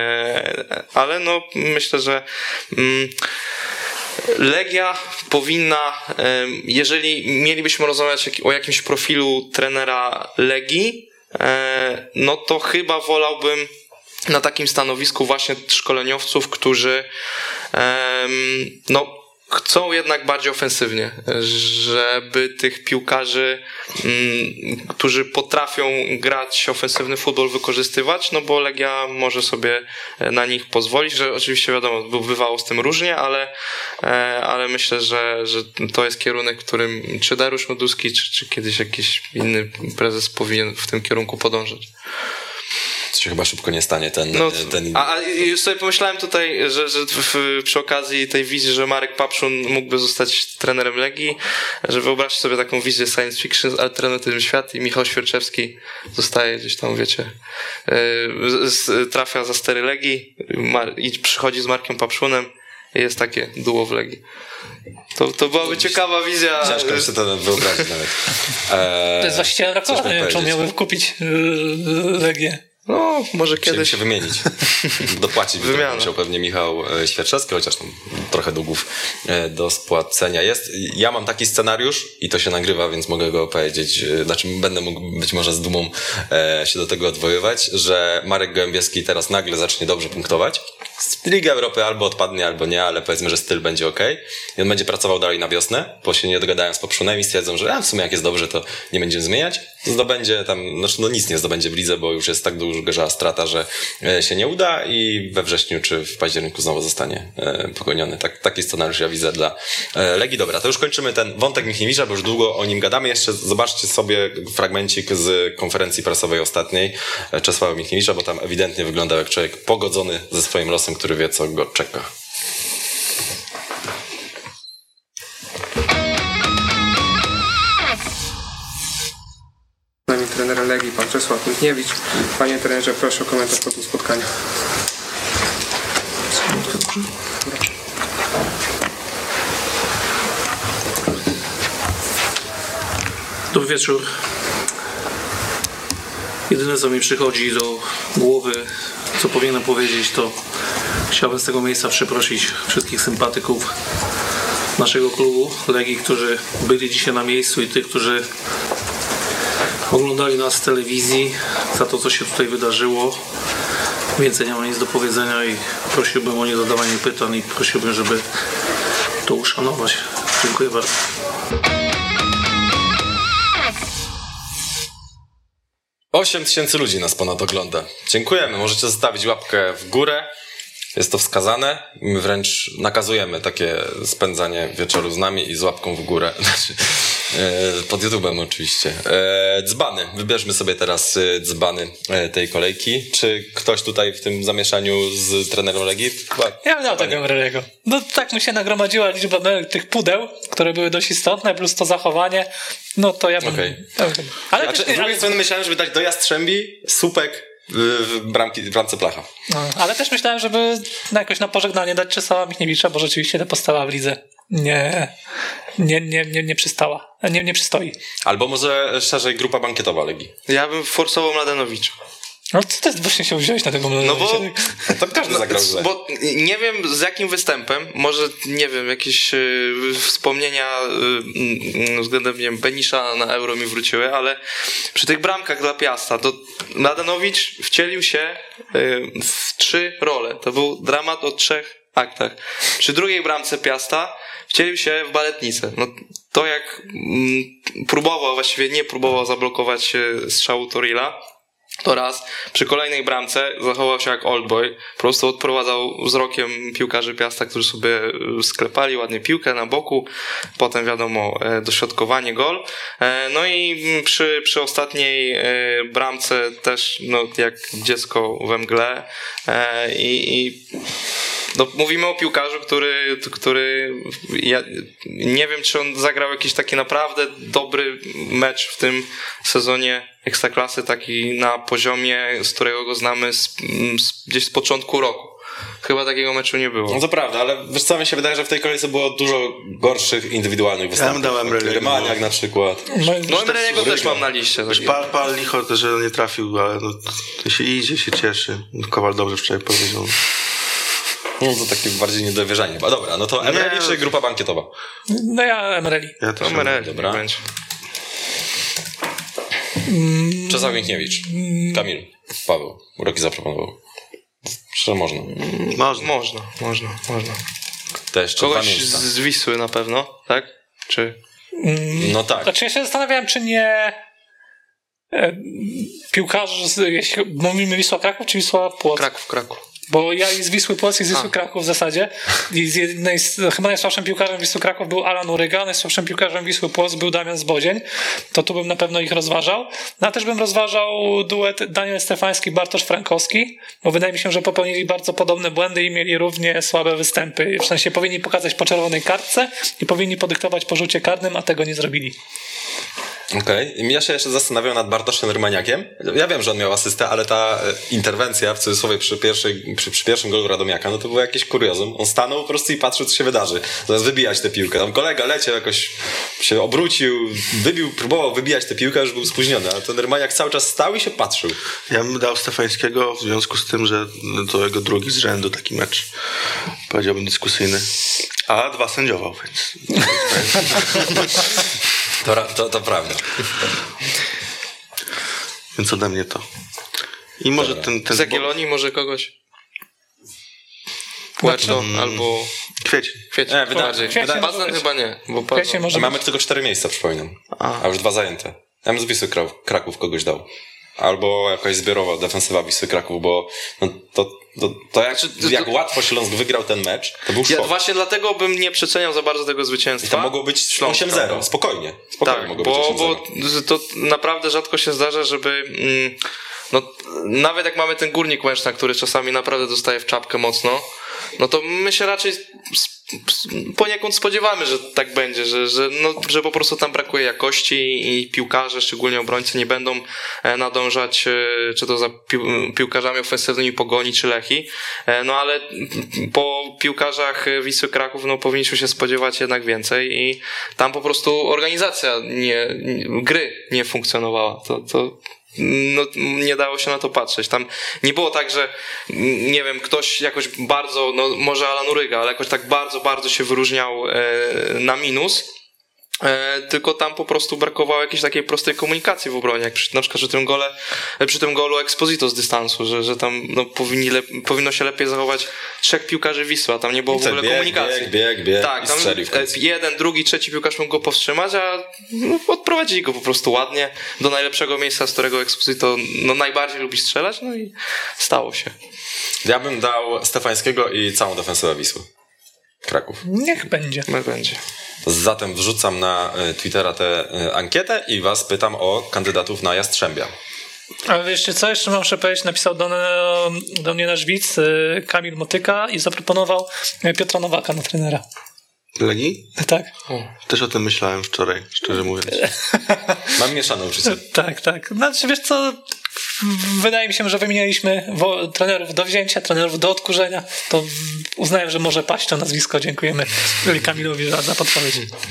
ale no myślę, że Legia powinna, jeżeli mielibyśmy rozmawiać o jakimś profilu trenera Legii, no to chyba wolałbym na takim stanowisku właśnie szkoleniowców, którzy no chcą jednak bardziej ofensywnie, żeby tych piłkarzy, którzy potrafią grać ofensywny futbol, wykorzystywać, no bo Legia może sobie na nich pozwolić, że oczywiście wiadomo, bywało z tym różnie, ale, ale myślę, że, że to jest kierunek, którym czy Dariusz Mioduski, czy, czy kiedyś jakiś inny prezes powinien w tym kierunku podążać. To się chyba szybko nie stanie ten... No, ten... A, a już sobie pomyślałem tutaj, że, że w, przy okazji tej wizji, że Marek Papszun mógłby zostać trenerem Legii, że wyobraźcie sobie taką wizję science fiction z alternatywnym świat i Michał Świerczewski zostaje gdzieś tam, wiecie, yy, z, trafia za stery Legii Mar- i przychodzi z Markiem Papszunem i jest takie duo w Legii. To, to byłaby ciekawa wizja. Ciężko mi sobie to wyobrazić nawet. Eee, To jest właścicielem Rakowa, nie wiem, czy miałby kupić yy, Legię. No, może Chcieli kiedyś się wymienić. Dopłacić by Wymiana. musiał pewnie Michał e, Świerczewski, chociaż tam trochę długów e, do spłacenia jest. Ja mam taki scenariusz i to się nagrywa, więc mogę go powiedzieć, e, znaczy będę mógł być może z dumą e, się do tego odwoływać, że Marek Gołębieski teraz nagle zacznie dobrze punktować. Z Ligi Europy albo odpadnie, albo nie, ale powiedzmy, że styl będzie okej. I on będzie pracował dalej na wiosnę, bo się nie dogadają z Popszunem i stwierdzą, że a, w sumie jak jest dobrze, to nie będziemy zmieniać. Zdobędzie tam, znaczy no nic nie zdobędzie w lidze, bo już jest tak duża strata, że się nie uda i we wrześniu czy w październiku znowu zostanie e, pogoniony. Tak, taki scenariusz ja widzę dla e, Legii. Dobra, to już kończymy ten wątek Michniewicza, bo już długo o nim gadamy. Jeszcze zobaczcie sobie fragmencik z konferencji prasowej ostatniej e, Czesława Michniewicza, bo tam ewidentnie wyglądał jak człowiek pogodzony ze swoim losem, który wie, co go czeka. Trener Legii, pan Czesław Michniewicz. Panie trenerze, proszę o komentarz po tym spotkaniu. Dobry wieczór. Jedyne, co mi przychodzi do głowy, co powinienem powiedzieć, to chciałbym z tego miejsca przeprosić wszystkich sympatyków naszego klubu Legii, którzy byli dzisiaj na miejscu i tych, którzy oglądali nas w telewizji, za to, co się tutaj wydarzyło. Więcej nie ma nic do powiedzenia i prosiłbym o niezadawanie pytań i prosiłbym, żeby to uszanować. Dziękuję bardzo. osiem tysięcy ludzi nas ponad ogląda. Dziękujemy. Możecie zostawić łapkę w górę. Jest to wskazane. My wręcz nakazujemy takie spędzanie wieczoru z nami i z łapką w górę. Znaczy, e, pod YouTube'em oczywiście. E, dzbany. Wybierzmy sobie teraz e, dzbany e, tej kolejki. Czy ktoś tutaj w tym zamieszaniu z trenerem Legii? Chyba, Ja bym dał tego Emreliego. No tak mi się nagromadziła liczba tych pudeł, które były dość istotne, plus to zachowanie. No to ja bym... Okej. Ja bym ale Znaczy, też, z drugiej ale, strony myślałem, żeby dać do Jastrzębi słupek w bramki, w bramce Placha. no, ale też myślałem, żeby na jakoś na pożegnanie dać Czesława Michniewicza, bo rzeczywiście ta postawa w lidze nie, nie, nie, nie, nie przystała. Nie, nie przystoi. Albo może szerzej grupa bankietowa Legii. Ja bym forsował Mladenowicza. No co ty właśnie się wziąłeś na tego No bo, To każdy zagrał źle. bo nie wiem z jakim występem, może nie wiem, jakieś y, wspomnienia y, względem nie wiem, Benisza na Euro mi wróciły, ale przy tych bramkach dla Piasta to Mladenowicz wcielił się y, w trzy role. To był dramat o trzech aktach. Przy drugiej bramce Piasta wcielił się w baletnicę. No, to jak mm, próbował, właściwie nie próbował zablokować y, strzału Torilla, to raz. Przy kolejnej bramce zachował się jak oldboy. Po prostu odprowadzał wzrokiem piłkarzy Piasta, którzy sobie sklepali ładnie piłkę na boku. Potem wiadomo, dośrodkowanie, gol. No i przy, przy ostatniej bramce też no, jak dziecko we mgle. I, i no, mówimy o piłkarzu, który, który ja nie wiem, czy on zagrał jakiś taki naprawdę dobry mecz w tym sezonie Ekstraklasy, taki na poziomie, z którego go znamy z, z, gdzieś z początku roku. Chyba takiego meczu nie było. No to prawda, ale wiesz co, mi się wydaje, że w tej kolejce było dużo gorszych indywidualnych występów. Ja bym dał Emreliego. Rymaniak na przykład. No Emreliego też mam na liście. Już pal, pal licho, to, że nie trafił, ale no, to się idzie, się cieszy. Kowal dobrze wczoraj powiedział. No to takie bardziej niedowierzanie. A dobra, no to Emreli czy grupa bankietowa? No ja Emreli. Ja To też Emreli Dobra. będzie. Czesław Michniewicz. Kamil. Paweł. Uroki zaproponował. Że można. Można. Można, można, można. To jeszcze dwa Kogoś miejsca. z Wisły na pewno, tak? Czy... No tak. Znaczy ja się zastanawiałem, czy nie e, piłkarz, z, jeśli mówimy Wisła Kraków, czy Wisła Płock? Kraków, Kraków. Bo ja i z Wisły Płock i z Wisły Kraków w zasadzie i z jednej z, chyba najsłabszym piłkarzem Wisły Kraków był Alan Uryga, najsłabszym piłkarzem Wisły Płock był Damian Zbodzień, to tu bym na pewno ich rozważał. No a też bym rozważał duet Daniel Stefański, Bartosz Frankowski, bo wydaje mi się, że popełnili bardzo podobne błędy i mieli równie słabe występy. W sensie powinni pokazać po czerwonej kartce i powinni podyktować po rzucie karnym, a tego nie zrobili. Okej. Okay. Ja się jeszcze zastanawiam nad Bartoszem Rymaniakiem. Ja wiem, że on miał asystę, ale ta interwencja w cudzysłowie przy, pierwszej, przy, przy pierwszym golu Radomiaka, no to było jakieś kuriozum. On stanął po prostu i patrzył, co się wydarzy. Zamiast wybijać tę piłkę. Tam kolega leciał jakoś, się obrócił, wybił, próbował wybijać tę piłkę, już był spóźniony, a ten Rymaniak cały czas stał i się patrzył. Ja bym dał Stefańskiego w związku z tym, że to jego drugi z rzędu taki mecz, powiedziałbym, dyskusyjny. A dwa sędziował, więc... To, to, to prawda. Więc ode mnie to. I może Dobra. ten... ten Z Jagiellonii może kogoś? Płeczno Hmm. albo... Kwiecień. Kwiecień. Nie, wydaje- bardziej. Kwiecień Bazan może być. chyba nie. Bo Kwiecień Bazan... może A mamy być. tylko cztery miejsca, przypominam. A. A już dwa zajęte. Ja bym z Wisły Kra- Kraków kogoś dał. Albo jakaś zbiorowa defensywa Wisły Kraków, bo no, to, to, to jak, Znaczy, to- jak to- łatwo Śląsk wygrał ten mecz, to był Ja szok. właśnie dlatego bym nie przeceniał za bardzo tego I zwycięstwa. to mogło być Śląska. osiem zero. Spokojnie. Spokojnie Tak, mogło być bo, osiem zero. bo to naprawdę rzadko się zdarza, żeby mm, no, nawet jak mamy ten Górnik Łęczna, który czasami naprawdę dostaje w czapkę mocno, no to my się raczej s- s- poniekąd spodziewamy, że tak będzie, że, że, no, że po prostu tam brakuje jakości i piłkarze, szczególnie obrońcy, nie będą e, nadążać e, czy to za pił- piłkarzami ofensywnymi Pogoni czy Lechii, e, no ale po piłkarzach Wisły Kraków no, powinniśmy się spodziewać jednak więcej i tam po prostu organizacja nie, gry nie funkcjonowała. To, to no, nie dało się na to patrzeć. Tam nie było tak, że nie wiem, ktoś jakoś bardzo, no może Alan Uryga, ale jakoś tak bardzo, bardzo się wyróżniał e, na minus. E, tylko tam po prostu brakowało jakiejś takiej prostej komunikacji w obronie, jak przy, na przykład przy tym gole, przy tym golu Exposito z dystansu, że, że tam no, powinni lep, powinno się lepiej zachować trzech piłkarzy Wisły, a tam nie było I w co, ogóle bieg, komunikacji. bieg, bieg, bieg tak, i tam strzelił w końcu. jeden, drugi, trzeci piłkarz mógł go powstrzymać, a no, odprowadzili go po prostu ładnie do najlepszego miejsca, z którego Exposito no, najbardziej lubi strzelać, no i stało się. Ja bym dał Stefańskiego i całą defensywę Wisły. Kraków. Niech będzie. No będzie. Zatem wrzucam na y, Twittera tę y, ankietę i was pytam o kandydatów na Jastrzębia. Ale wiecie co, jeszcze muszę powiedzieć, napisał do, do mnie nasz widz y, Kamil Motyka i zaproponował y, Piotra Nowaka na trenera. Legii? Tak, Też o tym myślałem wczoraj, szczerze mówiąc. Mam mieszane uczucia. tak, tak. Znaczy wiesz co, wydaje mi się, że wymienialiśmy wo- trenerów do wzięcia, trenerów do odkurzenia, to w- uznałem, że może paść to nazwisko. Dziękujemy Kamilowi za, za podpowiedź.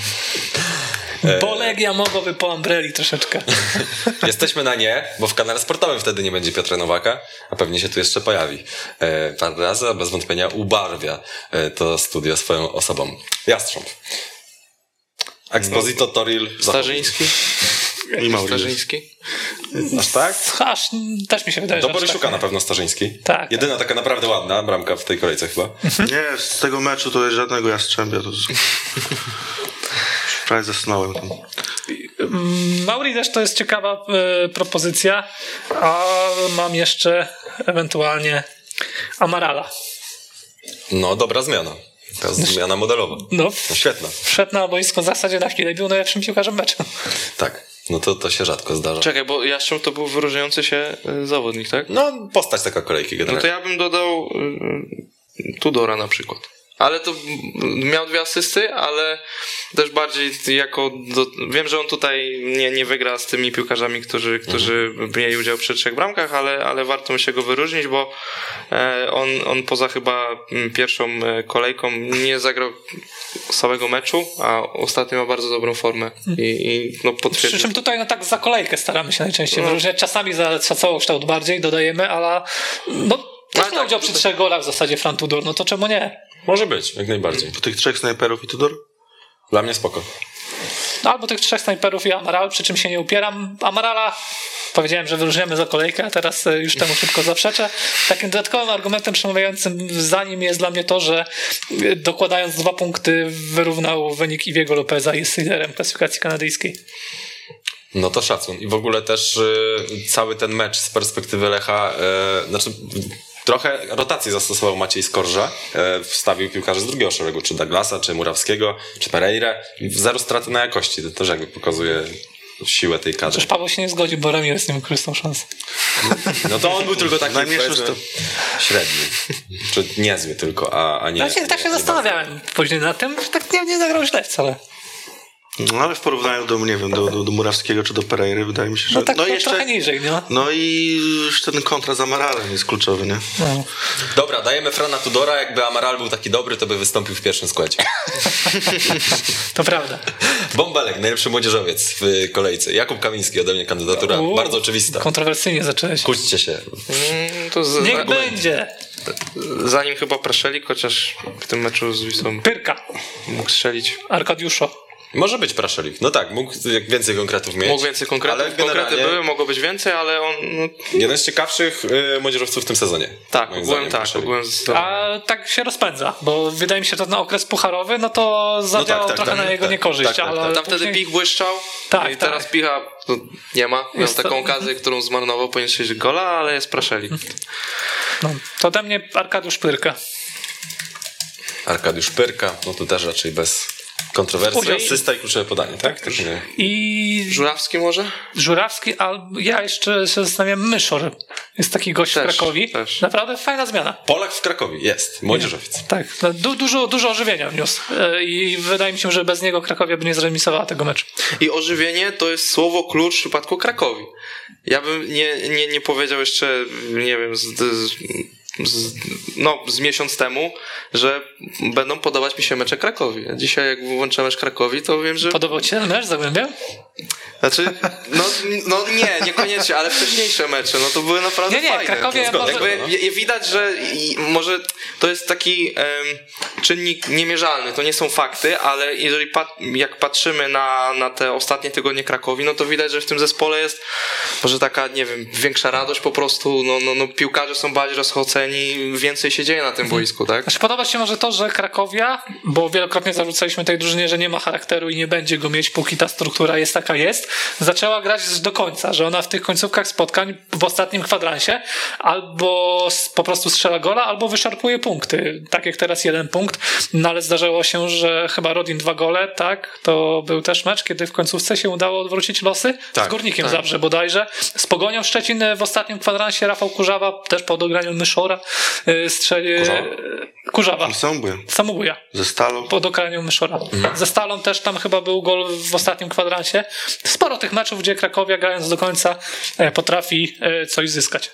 Bo Legia mogłaby po Umbrelli troszeczkę. Jesteśmy na nie, bo w kanale sportowym wtedy nie będzie Piotra Nowaka, a pewnie się tu jeszcze pojawi. E, parę razy, a bez wątpienia ubarwia e, to studio swoją osobą. Jastrząb. Exposito, Toril, Starzyński? I Maurice. Starzyński? Aż tak? Aż też mi się wydaje, Do że aż Boryszuka tak. na pewno Starzyński. Tak. Jedyna taka naprawdę ładna bramka w tej kolejce chyba. Nie, z tego meczu to jest żadnego Jastrzębia. To jest... Prawie zasnąłem tam. Mauri też to jest ciekawa y, propozycja, a mam jeszcze ewentualnie Amarala. No, dobra zmiana. Taka zmiana modelowa. No, No, świetna. wszedł na boisko w zasadzie na chwilę i był najlepszym piłkarzem meczu. Tak. No to, to się rzadko zdarza. Czekaj, bo Jastrząb to był wyróżniający się y, zawodnik, tak? No, postać taka kolejki No generalnie. to ja bym dodał y, Tudora na przykład. Ale to mm, miał dwie asysty, ale też bardziej jako... Do, wiem, że on tutaj nie, nie wygra z tymi piłkarzami, którzy, którzy mieli udział przy trzech bramkach, ale, ale warto mi się go wyróżnić, bo e, on, on poza chyba mm, pierwszą e, kolejką nie zagrał całego meczu, a ostatnio ma bardzo dobrą formę i, i no Przy potwierdził. czym tutaj no tak za kolejkę staramy się najczęściej No. wyróżniać. Czasami za, za całokształt bardziej dodajemy, ale no też Ale nie tak, udział przy tutaj- trzech golach w zasadzie Fran Tudor, no to czemu nie? Może być, jak najbardziej. Po tych trzech snajperów i Tudor? Dla mnie spoko. No, albo tych trzech snajperów i Amaral, przy czym się nie upieram. Amarala powiedziałem, że wyróżniamy za kolejkę, a teraz e, już temu szybko zaprzeczę. Takim dodatkowym argumentem przemawiającym za nim jest dla mnie to, że e, dokładając dwa punkty wyrównał wynik Iwiego Lopeza i jest liderem klasyfikacji kanadyjskiej. No to szacun. I w ogóle też y, cały ten mecz z perspektywy Lecha, y, znaczy Trochę rotacji zastosował Maciej Skorża, e, wstawił piłkarzy z drugiego szeregu, czy Douglasa, czy Murawskiego, czy Pereira. Zero straty na jakości, to też jakby pokazuje siłę tej kadry. Przecież Paweł się nie zgodzi, bo Ramirez nie wykorzystał szansy. No to on był tylko taki Najmniejszy powiedzmy, średni, czy niezły tylko, a, a nie... Ja się, tak się nie, zastanawiałem później na tym, że tak nie, nie zagrał źle wcale. No ale w porównaniu do, nie wiem, do, do, do Murawskiego czy do Pereiry wydaje mi się, że... No tak no to jeszcze, trochę niżej, no. no i już ten kontra z Amaralem jest kluczowy, nie? no. Dobra, dajemy Frana Tudora, jakby Amaral był taki dobry, to by wystąpił w pierwszym składzie. To prawda. Bąbelek, najlepszy młodzieżowiec w kolejce. Jakub Kamiński, ode mnie kandydatura, U, bardzo oczywista. Kontrowersyjnie zacząłeś. Kłóćcie się. Mm, to z, Niech za, będzie. zanim chyba Praszelik, chociaż w tym meczu z Wisłą Pyrka. mógł strzelić. Arkadiuszo. Może być Praszelik. No tak, mógł jak więcej konkretów mieć. Mógł więcej konkretów, ale konkrety generalnie były, mogło być więcej, ale on... No, jeden z ciekawszych y, młodzieżowców w tym sezonie. tak, moim ogółem zdaniem, tak, Praszelik. ogółem z... A tak się rozpędza, bo wydaje mi się, że ten okres pucharowy, no to zadziałał tak, trochę tak, na jego tak, niekorzyść, tak, tak, ale... tak. Tam wtedy później- Pich błyszczał Tak, i teraz tak. Picha no, nie ma. Miał Jest to- taką okazję, którą zmarnował, powinien strzelić gola, ale jest Praszelik. No, to ode mnie Arkadiusz Pyrka. Arkadiusz Pyrka, no to też raczej bez kontrowersji. Udział- Asysta i kluczowe podanie, tak? tak nie. I Żurawski może? Żurawski, albo ja jeszcze się zastanawiam, Myszor. Jest taki gość Też, w Krakowie. też. Naprawdę fajna zmiana. Polak w Krakowie, jest. Młodzieżowiec. Tak, no, du- dużo, dużo ożywienia wniósł. E, I wydaje mi się, że bez niego Krakowie by nie zremisowała tego meczu. I ożywienie to jest słowo klucz w przypadku Krakowi. Ja bym nie, nie, nie powiedział jeszcze, nie wiem, z, z, z, no, z miesiąc temu, że będą podobać mi się mecze Krakowi. A dzisiaj jak włączę mecz Krakowi, to wiem, że... Podobał ci się ten mecz z Zagłębiem? Znaczy, no, no nie, niekoniecznie, ale wcześniejsze mecze, no to były naprawdę Nie, nie, fajne. Krakowie To może- jakby je- je widać, że i, może to jest taki em, czynnik niemierzalny, to nie są fakty, ale jeżeli pat, jak patrzymy na, na te ostatnie tygodnie Krakowi, no to widać, że w tym zespole jest może taka, nie wiem, większa radość po prostu, no, no, no piłkarze są bardziej rozchoceni, więcej się dzieje na tym boisku, tak? Znaczy, podoba się może to, że Krakowia, bo wielokrotnie zarzucaliśmy tej drużynie, że nie ma charakteru i nie będzie go mieć, póki ta struktura jest taka jest, zaczęła grać do końca, że ona w tych końcówkach spotkań w ostatnim kwadransie albo s- po prostu strzela gola, albo wyszarpuje punkty. Tak jak teraz jeden punkt, no ale zdarzyło się, że chyba Rodin dwa gole, tak? To był też mecz, kiedy w końcówce się udało odwrócić losy Tak, z Górnikiem tak. Zabrze bodajże. Z Pogonią Szczecin w ostatnim kwadransie Rafał Kurzawa, też po dograniu Myszora, y, strzeli... Kurzawa? Kurzawa. Samobój. Samobuja. Ze Stalą. Po dograniu Myszora. Ze Stalą też tam chyba był gol w ostatnim kwadransie. Sporo tych meczów, gdzie Krakowia grając do końca e, potrafi e, coś zyskać.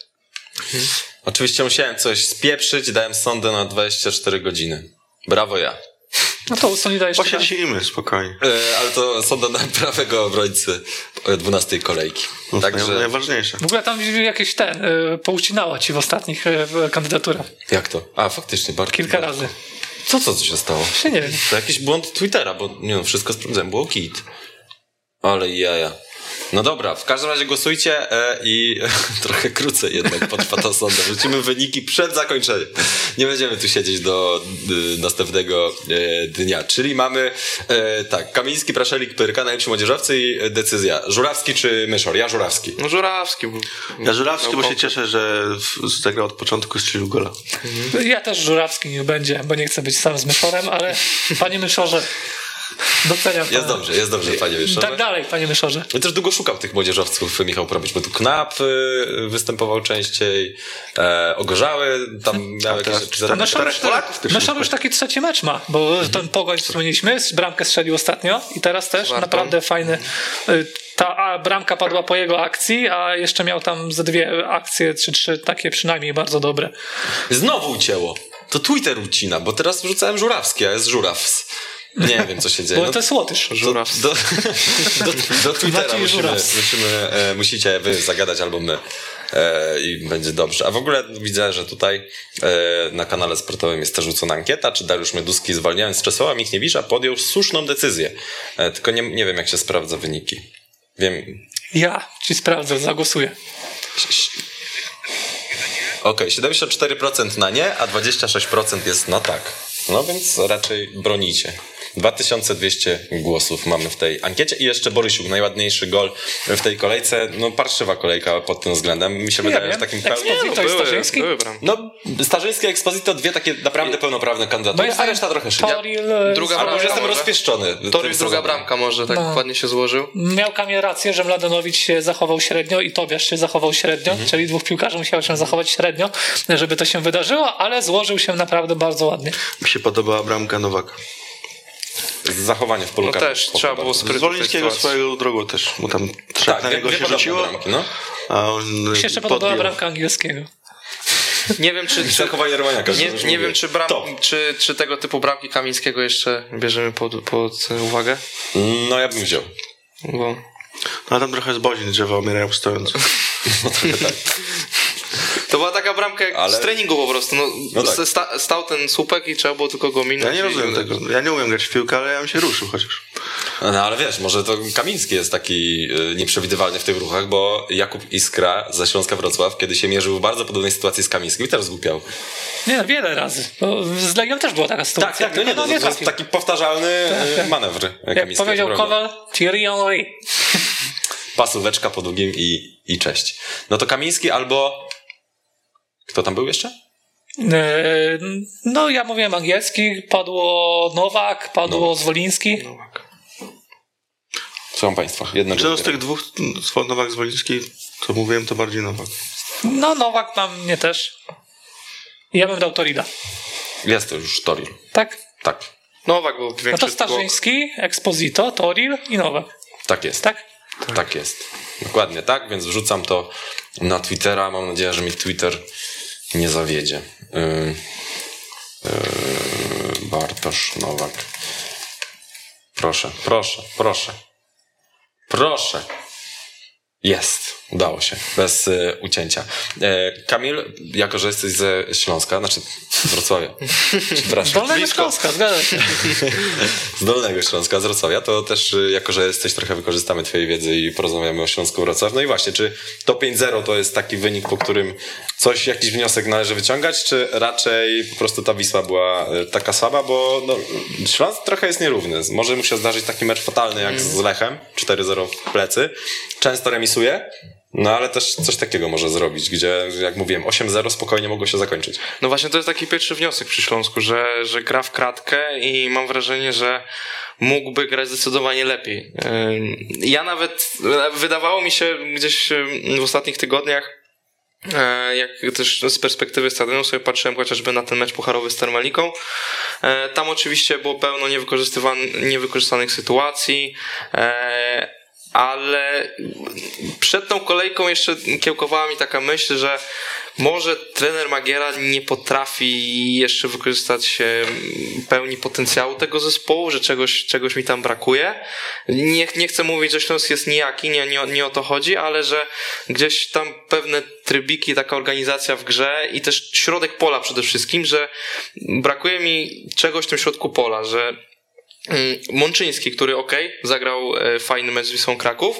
Oczywiście musiałem coś spieprzyć, dałem sondę na dwadzieścia cztery godziny. Brawo ja. No to Sonida jeszcze... Posiedzimy, spokojnie. E, ale to sonda na prawego obrońcy dwunastej kolejki. No, to Także najważniejsze. W ogóle tam jakieś ten, e, poucinała ci w ostatnich e, kandydaturach. jak to? A, faktycznie, bardzo. Kilka razy. Co, co, co się stało? Się nie wiem. To jakiś błąd Twittera, bo nie no, wszystko sprawdzałem, było kit. Ale jaja. No dobra, w każdym razie głosujcie e, i trochę krócej jednak potrwa ta sonda. Wrzucimy wyniki przed zakończeniem. Nie będziemy tu siedzieć do y, następnego y, dnia. Czyli mamy e, tak, Kamiński, Praszelik, Pyrka, najlepsi młodzieżowcy i e, decyzja. Żurawski czy Myszor? Ja Żurawski. No Żurawski był. Ja Żurawski, miał bo się kontrakt. cieszę, że w- zagrał od początku i strzelił gola. Ja też Żurawski nie będzie, bo nie chcę być sam z Myszorem, ale panie Myszorze, doceniam Jest pana. dobrze, jest dobrze, panie Myszorze. Tak dalej, panie Myszorze. Ja też długo szukał tych młodzieżowców Michał Probicz, bo tu Knap y, występował częściej, e, Ogorzały, tam miał jakieś teraz rzeczy. cztery- zadane. Myszor już, Polaków też Myszor nie już taki trzeci mecz ma, bo ten Pogoń wspomnieliśmy, bramkę strzelił ostatnio i teraz też Warto. naprawdę fajny. y, Ta a, bramka padła po jego akcji, a jeszcze miał tam ze dwie akcje, czy trzy takie przynajmniej bardzo dobre. Znowu ucięło. To Twitter ucina, bo teraz wrzucałem Żurawski, a jest Żuraws. Nie wiem, co się dzieje. Bo No, to jest Łotysz. Żuraw. do, do, do Twittera Maciej musimy, Żuraws. musimy e, musicie wy zagadać albo my e, i będzie dobrze. A w ogóle widzę, że tutaj e, na kanale sportowym jest też rzucona ankieta, czy Dariusz Mioduski, zwalniając Czesława Michniewicza, podjął słuszną decyzję. E, tylko nie, nie wiem, jak się sprawdza wyniki. Wiem. Ja ci sprawdzę, zagłosuję. Okej, siedemdziesiąt cztery procent na nie, a dwadzieścia sześć procent jest na tak. No więc raczej bronicie. dwa tysiące dwieście głosów mamy w tej ankiecie i jeszcze Borysiuk, najładniejszy gol w tej kolejce. No parszywa kolejka pod tym względem. Mi się Nie wydaje, wiem. że takim pełnym... Exposito i Starzyński? były bramki. No, Starzyński, Exposito, dwie takie naprawdę pełnoprawne kandydatury, Moim a reszta trochę szybciej. Toril Druga Albo już bramka jestem może. rozpieszczony. tym Toril druga sezonem. bramka może, tak No. ładnie się złożył. miał Kamil rację, że Mladenowicz się zachował średnio i Tobiasz się zachował średnio, Mhm. czyli dwóch piłkarzy musiało się zachować średnio, żeby to się wydarzyło, ale złożył się naprawdę bardzo ładnie. Mi się podobała bramka Nowaka. Zachowanie w polu No karnym. też, Spoko trzeba było bardzo. sprytnie. Z Wolińskiego swoją drogą też, bo tam trzech Tak, na dwie, niego dwie się podobne rzuciło, bramki, no. a on Mi się jeszcze podobała podbił. bramka angielskiego. Nie wiem, czy, czy, Zachowanie Romaniaka. nie, że już nie mówię. wiem czy, bram, Top. czy, czy tego typu bramki Kamińskiego jeszcze bierzemy pod, pod uwagę. No ja bym wziął. Bo... No a tam trochę z bozin drzewa umierają stojąc. No trochę tak. To była taka bramka jak Ale- z treningu po prostu. No, No tak. sta, stał ten słupek i trzeba było tylko go minąć. Ja nie i- rozumiem tego. Ja nie umiem grać w piłkę, ale ja bym się ruszył chociaż. No ale wiesz, może to Kamiński jest taki y, nieprzewidywalny w tych ruchach, bo Jakub Iskra ze Śląska Wrocław, kiedy się mierzył w bardzo podobnej sytuacji z Kamińskim i też zgłupiał. Nie, no, wiele razy. Bo z Legią też była taka sytuacja. Tak, tak, no nie, tylko no, to jest trafił. taki powtarzalny y, manewr Jak Kamińskiego. powiedział prawda? Kowal, Thierry Henry. Pasóweczka po długim i, i cześć. No to Kamiński albo... Kto tam był jeszcze? E, No, ja mówiłem angielski, padło Nowak, padło Nowak. Zwoliński. Słucham państwa. Jednego Czy no z wybieram. tych dwóch, z Nowak z Woliński, co mówiłem, to bardziej Nowak. No, Nowak na mnie też. Ja bym dał Torida. Jest to już Toril. Tak? Tak. Nowak był No większy to Starzyński, Exposito, Toril i Nowak. Tak jest. Tak? Tak jest. Dokładnie tak, więc wrzucam to na Twittera. Mam nadzieję, że mi Twitter nie zawiedzie. Yy, yy, Bartosz Nowak. Proszę, proszę, proszę. Proszę. Jest. Udało się. Bez y, ucięcia. E, Kamil, jako że jesteś ze Śląska, znaczy z Wrocławia. Przepraszam. Dolnego Śląska, zgadza się. Z Dolnego Śląska, z Wrocławia, to też y, jako, że jesteś, trochę wykorzystamy twojej wiedzy i porozmawiamy o Śląsku Wrocław. No i właśnie, czy to pięć zero to jest taki wynik, po którym coś, jakiś wniosek należy wyciągać, czy raczej po prostu ta Wisła była y, taka słaba, bo no, Śląsk trochę jest nierówny. Może mu się zdarzyć taki mecz fatalny jak z Lechem, cztery zero w plecy. Często remisuje, no ale też coś takiego może zrobić, gdzie, jak mówiłem, osiem zero spokojnie mogło się zakończyć. No właśnie to jest taki pierwszy wniosek przy Śląsku, że, że gra w kratkę i mam wrażenie, że mógłby grać zdecydowanie lepiej. Ym, Ja nawet, wydawało mi się gdzieś ym, w ostatnich tygodniach, e, jak też z perspektywy stadionu sobie patrzyłem chociażby na ten mecz pucharowy z Termaliką. E, Tam oczywiście było pełno niewykorzystywan- niewykorzystanych sytuacji, e, ale przed tą kolejką jeszcze kiełkowała mi taka myśl, że może trener Magiera nie potrafi jeszcze wykorzystać pełni potencjału tego zespołu, że czegoś, czegoś mi tam brakuje. Nie, nie chcę mówić, że Śląsk jest nijaki, nie, nie, nie o to chodzi, ale że gdzieś tam pewne trybiki, taka organizacja w grze i też środek pola przede wszystkim, że brakuje mi czegoś w tym środku pola, że Mączyński, który okej, okay, zagrał fajny mecz z Wisłą Kraków.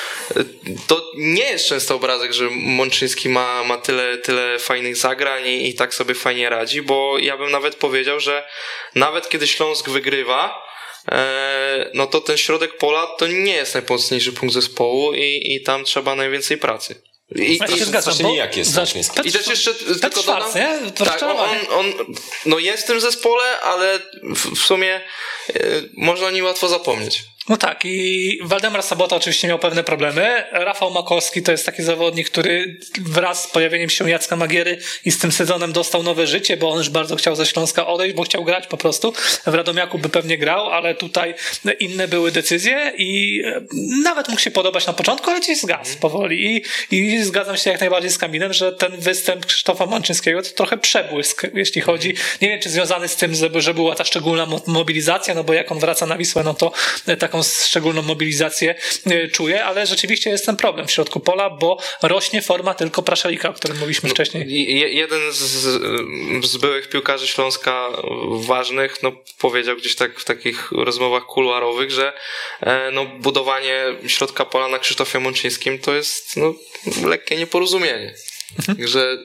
To nie jest często obrazek, że Mączyński ma, ma tyle, tyle fajnych zagrań i, i tak sobie fajnie radzi, bo ja bym nawet powiedział, że nawet kiedy Śląsk wygrywa, e, no to ten środek pola to nie jest najmocniejszy punkt zespołu i, i tam trzeba najwięcej pracy. I, Ja się i, zgadzam, strasznie bo nijak jest za- Mączyński. Petr- I też jeszcze Petr tylko Schwarz, dodam, nie? To tak, on, rozczarowanie. on, no jest w tym zespole, ale w, w sumie y, można o nim łatwo zapomnieć. No tak, i Waldemar Sabota oczywiście miał pewne problemy. Rafał Makowski to jest taki zawodnik, który wraz z pojawieniem się Jacka Magiery i z tym sezonem dostał nowe życie, bo on już bardzo chciał ze Śląska odejść, bo chciał grać po prostu. W Radomiaku by pewnie grał, ale tutaj inne były decyzje i nawet mógł się podobać na początku, ale gdzieś zgasł powoli. I, i zgadzam się jak najbardziej z Kamilem, że ten występ Krzysztofa Mączyńskiego to trochę przebłysk, jeśli chodzi. Nie wiem, czy związany z tym, że była ta szczególna mobilizacja, no bo jak on wraca na Wisłę, no to tak taką szczególną mobilizację czuje, ale rzeczywiście jest ten problem w środku pola, bo rośnie forma tylko Praszelika, o którym mówiliśmy No, wcześniej. je, jeden z, z byłych piłkarzy Śląska ważnych, no powiedział gdzieś tak w takich rozmowach kuluarowych, że no, budowanie środka pola na Krzysztofie Mączyńskim to jest no, lekkie nieporozumienie. Mhm. Że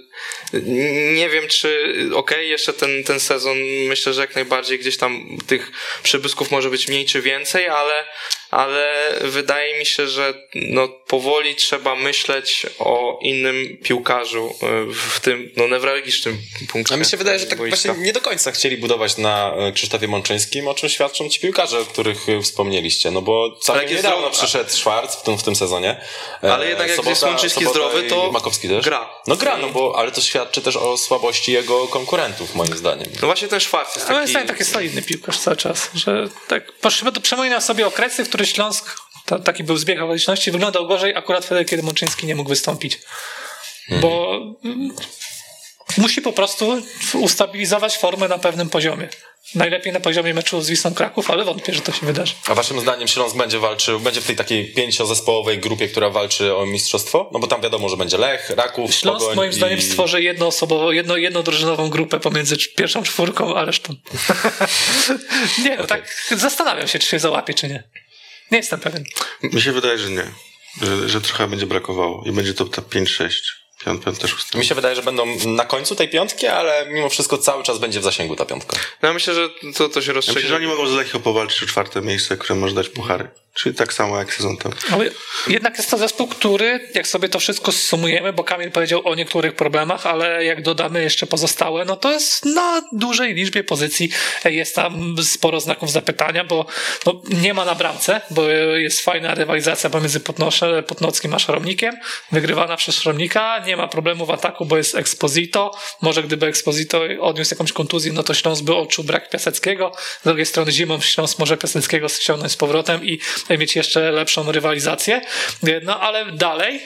nie wiem, czy okej, okay, jeszcze ten, ten sezon myślę, że jak najbardziej gdzieś tam tych przybysków może być mniej czy więcej, ale, ale wydaje mi się, że no, powoli trzeba myśleć o innym piłkarzu w tym no, newralgicznym punkcie. A mi się wydaje, że tak boiska. właśnie nie do końca chcieli budować na Krzysztofie Mączyńskim, o czym świadczą ci piłkarze, o których wspomnieliście, no bo całkiem niedawno przyszedł Schwarz w tym, w tym sezonie. Ale jednak jak jest Mączyński zdrowy, to Makowski też gra. No gra, no bo, ale to świadczy też o słabości jego konkurentów, moim zdaniem. No właśnie ten Schwarz jest Ale taki... jest taki solidny piłkarz cały czas, że tak przypominam sobie okresy, w których Śląsk, to, taki był zbieg okoliczności, wyglądał gorzej akurat wtedy, kiedy Mączyński nie mógł wystąpić. Hmm. Bo mm, musi po prostu ustabilizować formę na pewnym poziomie. Najlepiej na poziomie meczu z Wisłą Kraków, ale wątpię, że to się wydarzy. A waszym zdaniem Śląsk będzie walczył, będzie w tej takiej pięciozespołowej grupie, która walczy o mistrzostwo? No bo tam wiadomo, że będzie Lech, Raków, Śląsk Pogoń moim i... zdaniem stworzy jednoosobową, jedno, jednodrużynową grupę pomiędzy pierwszą czwórką a resztą. nie, no okay. Tak zastanawiam się, czy się załapie, czy nie. Nie jestem pewien. Mi się wydaje, że nie. Że, że trochę będzie brakowało i będzie to ta pięć sześć. Piątka, szóstka. Mi się wydaje, że będą na końcu tej piątki, ale mimo wszystko cały czas będzie w zasięgu ta piątka. No ja myślę, że to, to się rozstrzygnie. Ja myślę, że oni mogą z Lechią powalczyć o czwarte miejsce, które może dać puchary. Czyli tak samo jak sezon temu. Ale jednak jest to zespół, który, jak sobie to wszystko zsumujemy, bo Kamil powiedział o niektórych problemach, ale jak dodamy jeszcze pozostałe, no to jest na dużej liczbie pozycji. Jest tam sporo znaków zapytania, bo no, nie ma na bramce, bo jest fajna rywalizacja pomiędzy Podnosze, Podnockim a Szromnikiem, wygrywana przez Szromnika. Nie ma problemu w ataku, bo jest Exposito. Może gdyby Exposito odniósł jakąś kontuzję, no to Śląsk by odczuł brak Piaseckiego. Z drugiej strony zimą Śląsk może Piaseckiego ściągnąć z powrotem i mieć jeszcze lepszą rywalizację. No ale dalej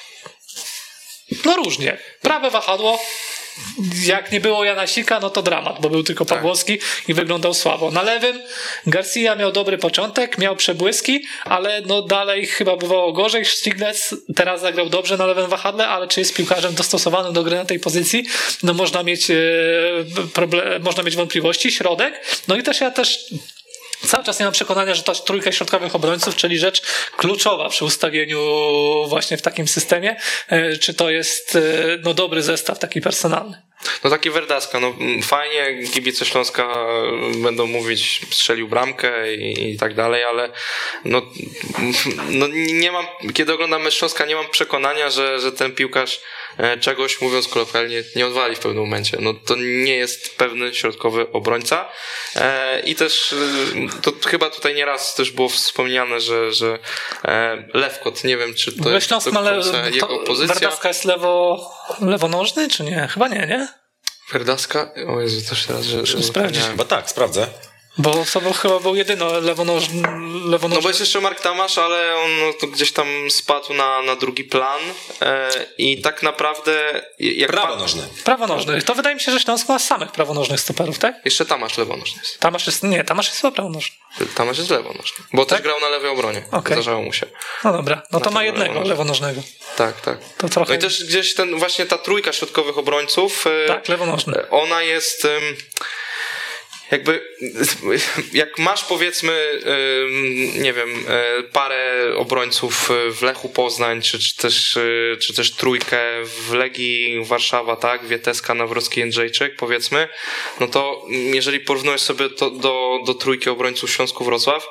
no różnie. Prawe wahadło, jak nie było Janasika, no to dramat, bo był tylko Pawłowski tak. I wyglądał słabo. Na lewym Garcia miał dobry początek, miał przebłyski, ale no dalej chyba bywało gorzej. Stiglitz teraz zagrał dobrze na lewym wahadle, ale czy jest piłkarzem dostosowanym do gry na tej pozycji? No można mieć e, problem, można mieć wątpliwości. Środek, no i też ja też cały czas nie mam przekonania, że ta trójka środkowych obrońców, czyli rzecz kluczowa przy ustawieniu właśnie w takim systemie, czy to jest no, dobry zestaw taki personalny. No taki Verdaska, no fajnie, kibice Śląska będą mówić, strzelił bramkę i, i tak dalej, ale no, no nie mam, kiedy oglądam mecz Śląska, nie mam przekonania, że, że ten piłkarz czegoś, mówiąc kolokwialnie, nie odwali w pewnym momencie. No to nie jest pewny środkowy obrońca e, i też to chyba tutaj nieraz też było wspomniane, że, że e, Lewkot, nie wiem, czy to jest do końca jego pozycja. Verdaska jest lewo, lewonożny, czy nie? Chyba nie, nie? Verdaska? O Jezu, też teraz, że... że sprawdzić. Chyba tak, sprawdzę. Bo Sobol chyba był jedyny lewonożny, lewonożny. No bo jest jeszcze Mark Tamasz, ale on no, to gdzieś tam spadł na, na drugi plan e, i tak naprawdę... Jak prawonożny. Pa... Prawonożny. To wydaje mi się, że Śląsk ma samych prawonożnych stoperów, tak? Jeszcze Tamasz lewonożny jest. Tamasz jest... Nie, Tamasz jest chyba prawonożny. Tamasz jest lewonożny. Bo tak? też grał na lewej obronie. Okay. Zdarzało mu się. No dobra, no to ma jednego lewonożnego. Tak, tak. To trochę... No i też gdzieś ten, właśnie ta trójka środkowych obrońców... Tak, lewonożny. Ona jest... Jakby, jak masz powiedzmy, nie wiem, parę obrońców w Lechu Poznań, czy, czy, też, czy też trójkę w Legii Warszawa, tak, Wieteska, Nawrocki, Jędrzejczyk, powiedzmy, no to jeżeli porównujesz sobie to do, do trójki obrońców Śląsku Wrocław,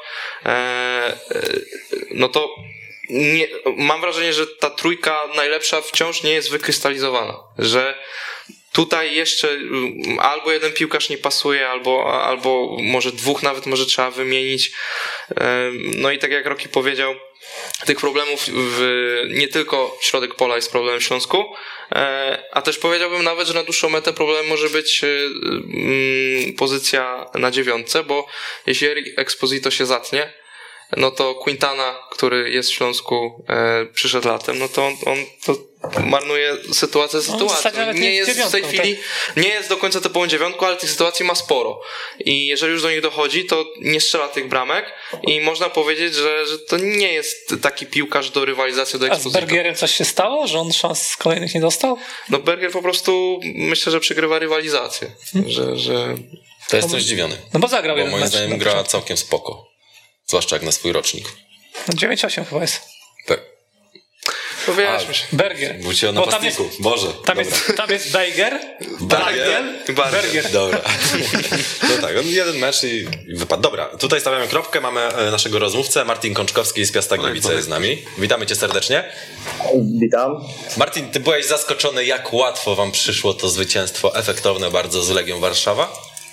no to nie, mam wrażenie, że ta trójka najlepsza wciąż nie jest wykrystalizowana, że tutaj jeszcze albo jeden piłkarz nie pasuje, albo, albo może dwóch nawet może trzeba wymienić. No i tak jak Roki powiedział, tych problemów w, nie tylko środek pola jest problemem w Śląsku, a też powiedziałbym nawet, że na dłuższą metę problemem może być pozycja na dziewiątce, bo jeśli Erik Exposito się zatnie, no to Quintana, który jest w Śląsku, e, przyszedł latem, no to on, on to marnuje sytuację z sytuacją. Nie jest w tej chwili, nie jest do końca typową dziewiątką, ale tych sytuacji ma sporo. I jeżeli już do nich dochodzi, to nie strzela tych bramek i można powiedzieć, że, że to nie jest taki piłkarz do rywalizacji do Exposito. A z Bergierem coś się stało? Że on szans kolejnych nie dostał? No Bergier po prostu myślę, że przegrywa rywalizację. Hmm. Że, że... To jestem zdziwiony. No bo zagrał bo jeden moim mecz. zdaniem gra całkiem spoko. Zwłaszcza jak na swój rocznik. No dziewięć osiem chyba jest. Tak. Powiedzmy się. Berger. Mówicie o Bo tam napastniku. jest, Boże. tam dobra. jest, tam jest Bejger, Bargiel, Berger. Dobra. No tak, on jeden mecz i wypadł. Dobra, tutaj stawiamy kropkę. Mamy e, naszego rozmówcę. Martin Kączkowski z Piasta Gliwice jest z nami. Witamy cię serdecznie. Witam. Martin, ty byłeś zaskoczony, jak łatwo wam przyszło to zwycięstwo efektowne bardzo z Legią Warszawa?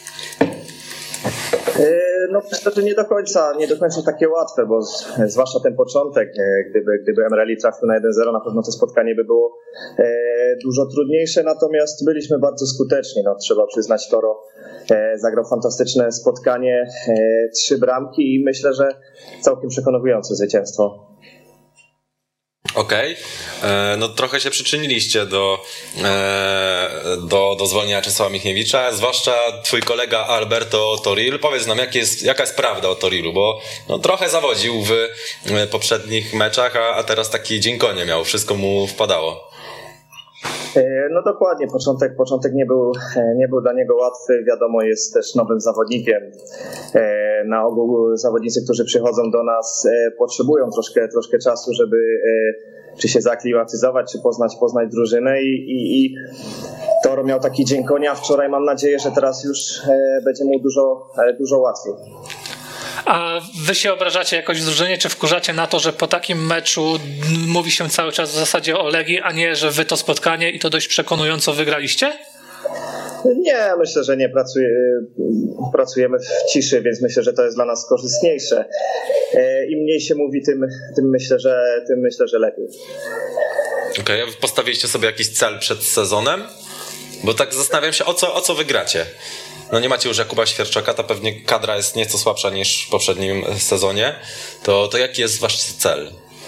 No myślę, że nie do końca, nie do końca takie łatwe, bo z, zwłaszcza ten początek, gdyby, gdyby Emreli trafił na jeden zero, na pewno to spotkanie by było e, dużo trudniejsze, natomiast byliśmy bardzo skuteczni, no trzeba przyznać, Toro e, zagrał fantastyczne spotkanie, e, trzy bramki i myślę, że całkiem przekonujące zwycięstwo. Okej, okay. No trochę się przyczyniliście do, do, do zwolnienia Czesława Michniewicza, zwłaszcza twój kolega Alberto Toril. Powiedz nam, jak jest, jaka jest prawda o Torilu, bo no, trochę zawodził w poprzednich meczach, a, a teraz taki dzień konia miał, wszystko mu wpadało. No dokładnie, początek, początek nie był, nie był dla niego łatwy, wiadomo, jest też nowym zawodnikiem. Na ogół zawodnicy, którzy przychodzą do nas, potrzebują troszkę, troszkę czasu, żeby czy się zaaklimatyzować, czy poznać, poznać drużynę i, i, i Toro miał taki dzień konia wczoraj, mam nadzieję, że teraz już będzie mu dużo, dużo łatwiej. A wy się obrażacie jakoś w drużynie, czy wkurzacie na to, że po takim meczu mówi się cały czas w zasadzie o Legii, a nie, że wy to spotkanie i to dość przekonująco wygraliście? Nie, myślę, że nie pracuje, pracujemy w ciszy, więc myślę, że to jest dla nas korzystniejsze. Im mniej się mówi, tym, tym, myślę, że, tym myślę, że lepiej. Okej, okay, postawiliście sobie jakiś cel przed sezonem? Bo tak zastanawiam się, o co, o co wygracie? No nie macie już Jakuba Świerczaka, to pewnie kadra jest nieco słabsza niż w poprzednim sezonie. To, to jaki jest wasz cel?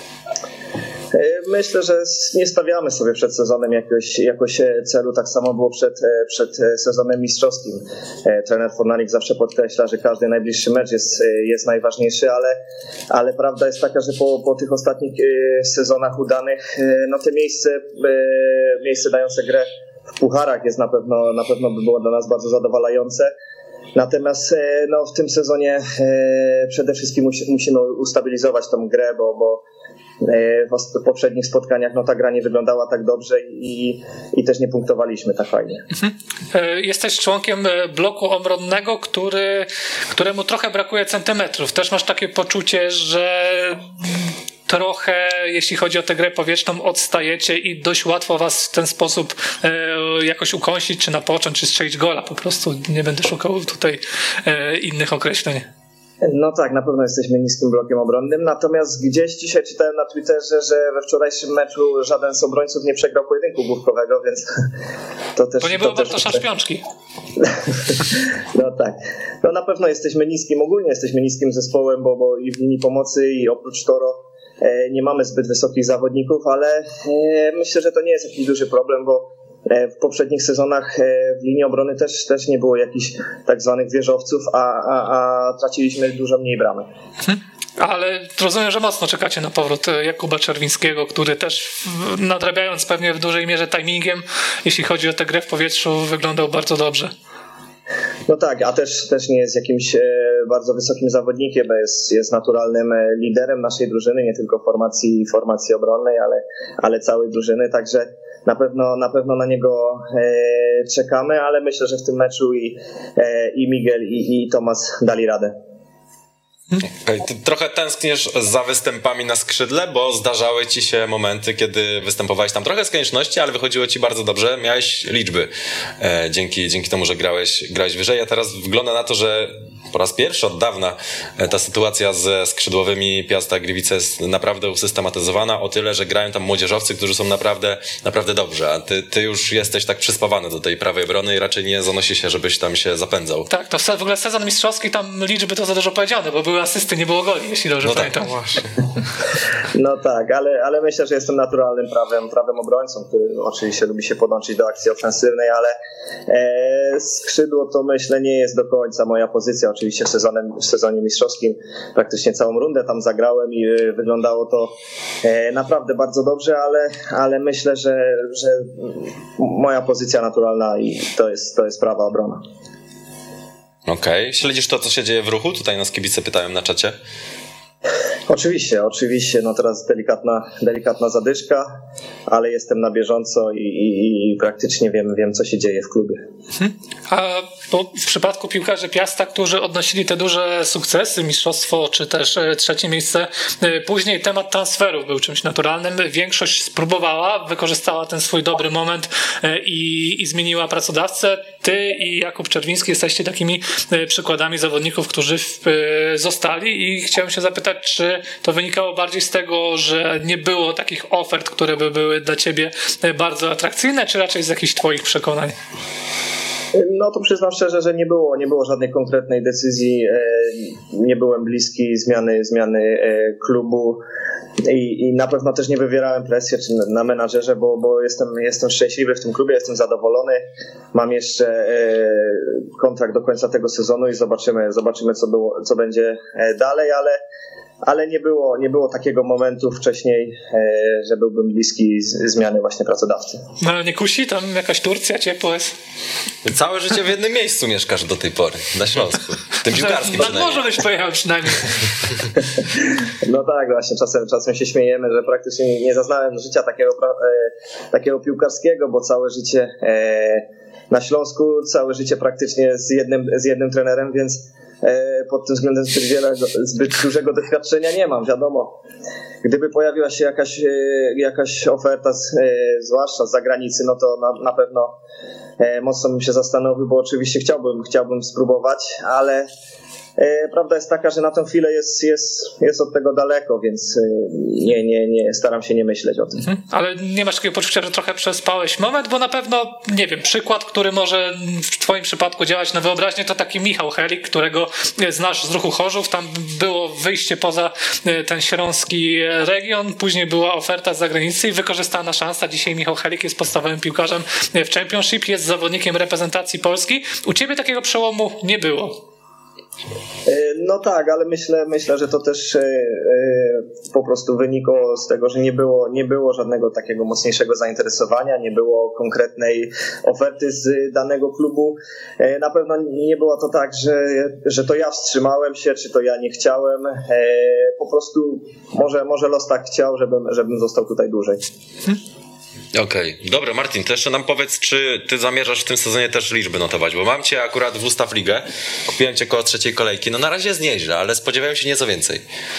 Myślę, że nie stawiamy sobie przed sezonem jakiegoś, jakoś celu, tak samo było przed, przed sezonem mistrzowskim. Trener Fornalik zawsze podkreśla, że każdy najbliższy mecz jest, jest najważniejszy, ale, ale prawda jest taka, że po, po tych ostatnich sezonach udanych, no te miejsce, miejsce dające grę w pucharach jest na pewno, na pewno by było dla nas bardzo zadowalające. Natomiast no, w tym sezonie przede wszystkim musimy ustabilizować tą grę, bo, bo w poprzednich spotkaniach no, ta gra nie wyglądała tak dobrze i, i też nie punktowaliśmy tak fajnie. Jesteś członkiem bloku obronnego, który, któremu trochę brakuje centymetrów. Też masz takie poczucie, że trochę, jeśli chodzi o tę grę powietrzną, odstajecie i dość łatwo was w ten sposób e, jakoś ukąsić, czy napocząć, czy strzelić gola. Po prostu nie będę szukał tutaj e, innych określeń. No tak, na pewno jesteśmy niskim blokiem obronnym, natomiast gdzieś dzisiaj czytałem na Twitterze, że we wczorajszym meczu żaden z obrońców nie przegrał pojedynku główkowego, więc to też... To nie było Bartosza Szpiączki. No tak, no na pewno jesteśmy niskim, ogólnie jesteśmy niskim zespołem, bo, bo i w linii pomocy i oprócz Toro nie mamy zbyt wysokich zawodników, ale myślę, że to nie jest jakiś duży problem, bo w poprzednich sezonach w linii obrony też, też nie było jakichś tak zwanych wieżowców, a, a, a traciliśmy dużo mniej bramek. Hmm. Ale rozumiem, że mocno czekacie na powrót Jakuba Czerwińskiego, który też nadrabiając pewnie w dużej mierze timingiem, jeśli chodzi o tę grę w powietrzu, wyglądał bardzo dobrze. No tak, a też, też nie jest jakimś bardzo wysokim zawodnikiem, jest, jest naturalnym liderem naszej drużyny, nie tylko formacji, formacji obronnej, ale, ale całej drużyny, także na pewno, na pewno na niego e, czekamy, ale myślę, że w tym meczu i, e, i Miguel i, i Tomas dali radę. Okay. Ty trochę tęskniesz za występami na skrzydle, bo zdarzały ci się momenty, kiedy występowałeś tam trochę z konieczności, ale wychodziło ci bardzo dobrze, miałeś liczby e, dzięki, dzięki temu, że grałeś, grałeś wyżej, a teraz wygląda na to, że po raz pierwszy od dawna ta sytuacja ze skrzydłowymi Piasta Gliwice jest naprawdę usystematyzowana o tyle, że grają tam młodzieżowcy, którzy są naprawdę, naprawdę dobrze, a ty, ty już jesteś tak przyspawany do tej prawej obrony i raczej nie zanosi się, żebyś tam się zapędzał. Tak, to w ogóle sezon mistrzowski, tam liczby to za dużo powiedziane, bo były asysty, nie było goli, jeśli dobrze no pamiętam. Tak, właśnie. No tak, ale, ale myślę, że jestem naturalnym prawym, prawym obrońcą, który oczywiście lubi się podłączyć do akcji ofensywnej, ale e, skrzydło to myślę nie jest do końca moja pozycja. Oczywiście w, sezonem, w sezonie mistrzowskim praktycznie całą rundę tam zagrałem i e, wyglądało to e, naprawdę bardzo dobrze, ale, ale myślę, że, że moja pozycja naturalna i to jest, to jest prawa obrona. Okej. Okay. Śledzisz to, co się dzieje w Ruchu? Tutaj nas kibice pytają na czacie. Oczywiście, oczywiście, no teraz delikatna, delikatna zadyszka, ale jestem na bieżąco i, i, i praktycznie wiem, wiem, co się dzieje w klubie. Hmm. A bo w przypadku piłkarzy Piasta, którzy odnosili te duże sukcesy, mistrzostwo czy też trzecie miejsce, później temat transferów był czymś naturalnym. Większość spróbowała, wykorzystała ten swój dobry moment i, i zmieniła pracodawcę. Ty i Jakub Czerwiński jesteście takimi przykładami zawodników, którzy zostali i chciałem się zapytać, czy to wynikało bardziej z tego, że nie było takich ofert, które by były dla ciebie bardzo atrakcyjne, czy raczej z jakichś twoich przekonań? No to przyznam szczerze, że nie było, nie było żadnej konkretnej decyzji, nie byłem bliski zmiany, zmiany klubu i, i na pewno też nie wywierałem presji czy na menadżerze, bo, bo jestem, jestem szczęśliwy w tym klubie, jestem zadowolony. Mam jeszcze kontrakt do końca tego sezonu i zobaczymy, zobaczymy co, było, co będzie dalej, ale ale nie było, nie było takiego momentu wcześniej, że byłbym bliski zmiany właśnie pracodawcy. No ale nie kusi? Tam jakaś Turcja, ciepło jest? Całe życie w jednym miejscu mieszkasz do tej pory, na Śląsku. Tym piłkarskim przynajmniej. Może byś pojechał przynajmniej. No tak, właśnie czasem, czasem się śmiejemy, że praktycznie nie zaznałem życia takiego, takiego piłkarskiego, bo całe życie na Śląsku, całe życie praktycznie z jednym, z jednym trenerem, więc pod tym względem zbyt, wiele, zbyt dużego doświadczenia nie mam, wiadomo. Gdyby pojawiła się jakaś, jakaś oferta, z, zwłaszcza z zagranicy, no to na, na pewno mocno bym się zastanowił, bo oczywiście chciałbym, chciałbym spróbować, ale prawda jest taka, że na tę chwilę jest, jest, jest od tego daleko, więc nie, nie, nie, staram się nie myśleć o tym. Mhm. Ale nie masz takiego poczucia, że trochę przespałeś moment, bo na pewno, nie wiem, przykład, który może w twoim przypadku działać na wyobraźnię, to taki Michał Helik, którego znasz z ruchu Chorzów. Tam było wyjście poza ten śląski region, później była oferta z zagranicy i wykorzystana szansa. Dzisiaj Michał Helik jest podstawowym piłkarzem w Championship, jest zawodnikiem reprezentacji Polski. U ciebie takiego przełomu nie było. No tak, ale myślę, myślę, że to też po prostu wynikło z tego, że nie było, nie było żadnego takiego mocniejszego zainteresowania, nie było konkretnej oferty z danego klubu. Na pewno nie było to tak, że, że to ja wstrzymałem się, czy to ja nie chciałem. Po prostu może, może los tak chciał, żebym, żebym został tutaj dłużej. Hmm. Okej, okay. Dobra, Martin, to jeszcze nam powiedz, czy ty zamierzasz w tym sezonie też liczby notować, bo mam cię akurat w Ustaw Ligę, kupiłem cię koło trzeciej kolejki, no na razie jest nieźle, ale spodziewałem się nieco więcej.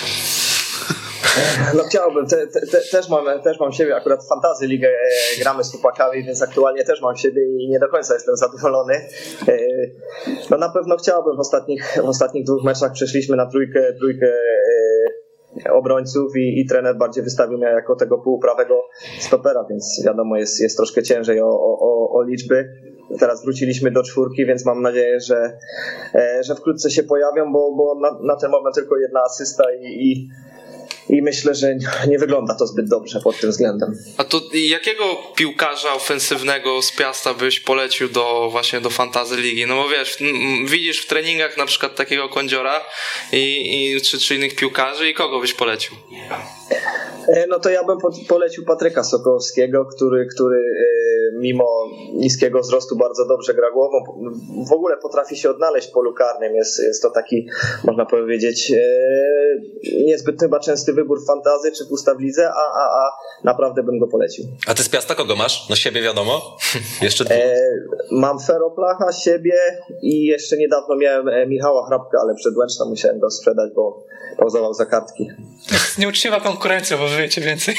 No chciałbym, te, te, te, też, mam, też mam siebie, akurat w Fantasy Ligę e, gramy z chłopakami, więc aktualnie też mam siebie i nie do końca jestem zadowolony. E, no na pewno chciałbym, w ostatnich, w ostatnich dwóch meczach przeszliśmy na trójkę, trójkę e, obrońców i, i trener bardziej wystawił mnie jako tego półprawego stopera, więc wiadomo jest, jest troszkę ciężej o, o, o liczby. Teraz wróciliśmy do czwórki, więc mam nadzieję, że, że wkrótce się pojawią, bo, bo na, na ten moment tylko jedna asysta i, i I myślę, że nie wygląda to zbyt dobrze pod tym względem. A to jakiego piłkarza ofensywnego z Piasta byś polecił do właśnie do Fantasy Ligi? No bo wiesz, widzisz w treningach na przykład takiego Kądziora i, i, czy, czy innych piłkarzy i kogo byś polecił? No to ja bym polecił Patryka Sokołowskiego, który, który mimo niskiego wzrostu bardzo dobrze gra głową. W ogóle potrafi się odnaleźć w polu karnym. Jest, jest to taki, można powiedzieć, niezbyt chyba częsty wybór w fantasy czy w Ustaw Lidze, a, a, a naprawdę bym go polecił. A ty z Piasta kogo masz? No siebie wiadomo. Jeszcze dwóch. E, mam Feroplacha, siebie i jeszcze niedawno miałem Michała Hrabka, ale przed Łęczną musiałem go sprzedać, bo pauzował za kartki. Nieuczciwa konkurencja, bo wy wiecie więcej.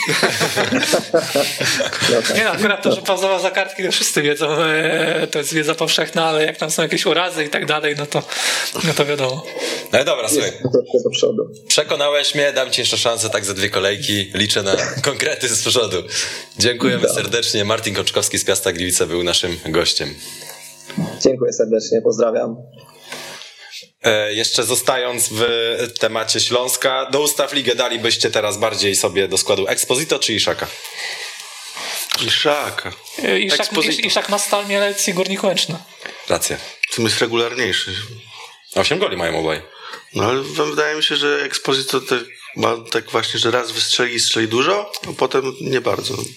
No tak. Nie no, akurat to, że pauzował za kartki, to wszyscy wiedzą, to jest wiedza powszechna, ale jak tam są jakieś urazy i tak dalej, no to, no to wiadomo. No dobra, słuchaj. Do przodu. Przekonałeś mnie, dam ci jeszcze szansę tak za dwie kolejki, liczę na konkrety z przodu. Dziękujemy no. serdecznie. Martin Koczkowski z Piasta Gliwice był naszym gościem. Dziękuję serdecznie, pozdrawiam. E, jeszcze zostając w temacie Śląska, do Ustaw Ligę dalibyście teraz bardziej sobie do składu Exposito czy Iszaka? Iszaka. Iszak, Iszak ma Stal Mielec i Górnik Łęczna. Racja. Tym jest regularniejszy. Osiem goli mają obaj. No ale wydaje mi się, że Exposito tak ma tak właśnie, że raz wystrzeli i strzeli dużo, a potem nie bardzo.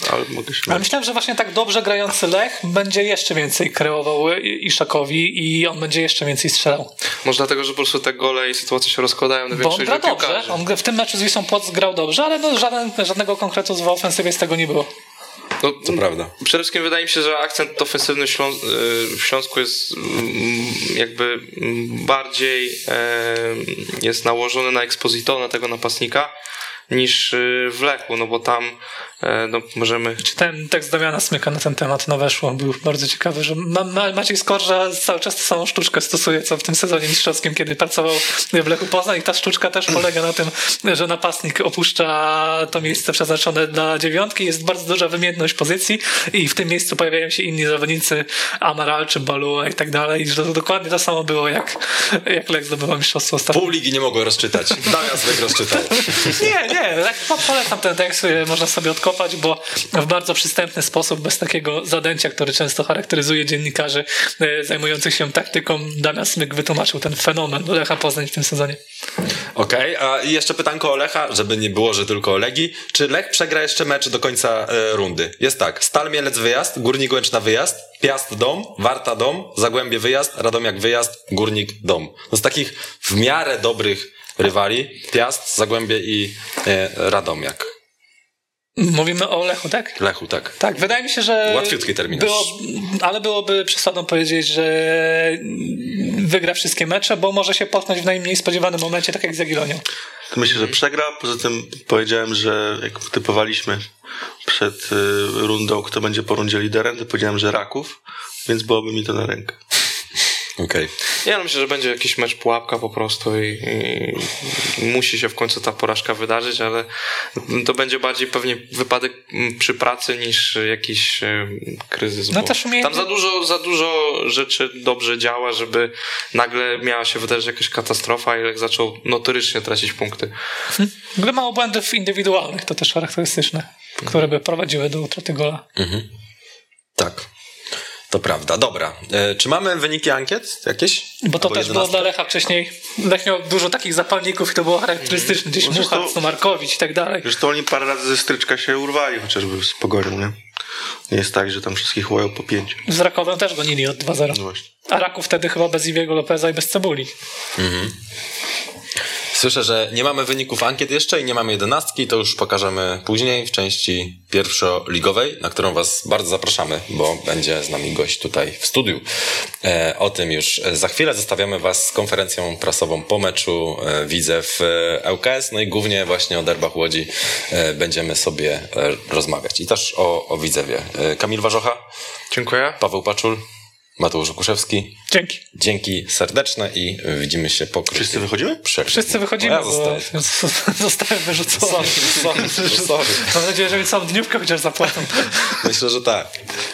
ale mogę się... Ale myślałem, że właśnie tak dobrze grający Lech będzie jeszcze więcej kreował Iszakowi i on będzie jeszcze więcej strzelał. Może dlatego, że po prostu te gole i sytuacje się rozkładają na Bo on większość gra dobrze. piłkarzy. On w tym meczu z Wisłą Płock grał dobrze, ale no żaden, żadnego konkretu w ofensywie z tego nie było. No, To prawda. Przede wszystkim wydaje mi się, że akcent ofensywny w, Śląs- w Śląsku jest mm, jakby mm, bardziej e, jest nałożony na Exposito, na tego napastnika, niż y, w Lechu, no bo tam e, no, możemy... Czytałem tekst Damiana Smyka na ten temat, no weszło, był bardzo ciekawy, że Ma- Ma- Maciej Skorża cały czas tę samą sztuczkę stosuje, co w tym sezonie mistrzowskim, kiedy pracował w Lechu Poznań i ta sztuczka też polega na tym, że napastnik opuszcza to miejsce przeznaczone dla dziewiątki, jest bardzo duża wymienność pozycji i w tym miejscu pojawiają się inni zawodnicy, Amaral czy Balua i tak dalej, i że to dokładnie to samo było, jak, jak Lech zdobywał mistrzostwo ostatnio. Pół ligi nie mogłem rozczytać. Damian Smyk rozczytał. Nie, nie, Lech, polecam ten tekst, można sobie odkopać, bo w bardzo przystępny sposób, bez takiego zadęcia, który często charakteryzuje dziennikarzy e, zajmujących się taktyką, Damian Smyk wytłumaczył ten fenomen Lecha Poznań w tym sezonie. Okej, okay, a jeszcze pytanko o Lecha, żeby nie było, że tylko o Legii. Czy Lech przegra jeszcze mecz do końca e, rundy? Jest tak, Stal Mielec wyjazd, Górnik Łęczna wyjazd, Piast dom, Warta dom, Zagłębie wyjazd, Radomiak wyjazd, Górnik dom. No z takich w miarę dobrych rywali, Piast, Zagłębie i e, Radomiak. Mówimy o Lechu, tak? Lechu, tak. Tak, wydaje mi się, że Łatwiutki terminarz. było, ale byłoby przesadą powiedzieć, że wygra wszystkie mecze, bo może się potknąć w najmniej spodziewanym momencie, tak jak z Jagiellonią. Myślę, że przegra. Poza tym powiedziałem, że jak typowaliśmy przed y, rundą, kto będzie po rundzie liderem, to powiedziałem, że Raków, więc byłoby mi to na rękę. Okej. Ja myślę, że będzie jakiś mecz pułapka po prostu i, i musi się w końcu ta porażka wydarzyć, ale to będzie bardziej pewnie wypadek przy pracy niż jakiś e, kryzys. No bo też umiejętnie- tam za dużo, za dużo rzeczy dobrze działa, żeby nagle miała się wydarzyć jakaś katastrofa i Lech zaczął notorycznie tracić punkty. W ogóle mało błędów indywidualnych, to też charakterystyczne, które by prowadziły do utraty gola. Mhm. Tak. To prawda. Dobra. E, czy mamy wyniki ankiet jakieś? Bo to Albo też było jedenastka? dla Lecha wcześniej. Lech miał dużo takich zapalników i to było charakterystyczne. Gdzieś No zresztą- Muchac, Markowicz i tak dalej. Zresztą oni parę razy ze stryczka się urwali, chociażby z Pogonią, nie? Nie jest tak, że tam wszystkich łają po pięć. Z Rakowem też gonili od dwa zero. No właśnie. A Raków wtedy chyba bez Iwiego Lopeza i bez Cebuli. Słyszę, że nie mamy wyników ankiet jeszcze i nie mamy jedenastki, to już pokażemy później w części pierwszoligowej, na którą was bardzo zapraszamy, bo będzie z nami gość tutaj w studiu. E, o tym już za chwilę. Zostawiamy was z konferencją prasową po meczu e, Widzew L K S, no i głównie właśnie o derbach Łodzi e, będziemy sobie e, rozmawiać. I też o, o Widzewie. E, Kamil Warzocha, Dziękuję. Paweł Paczul, Mateusz Okuszewski. Dzięki. Dzięki serdeczne i widzimy się po krótkiej Wszyscy wychodzimy? przerwie. Wszyscy wychodzimy, Ja bo zostaję. zostałem wyrzucony. Sorry, sorry, sorry. Mam nadzieję, że mi całą dniówkę chociaż zapłacą. Myślę, że tak.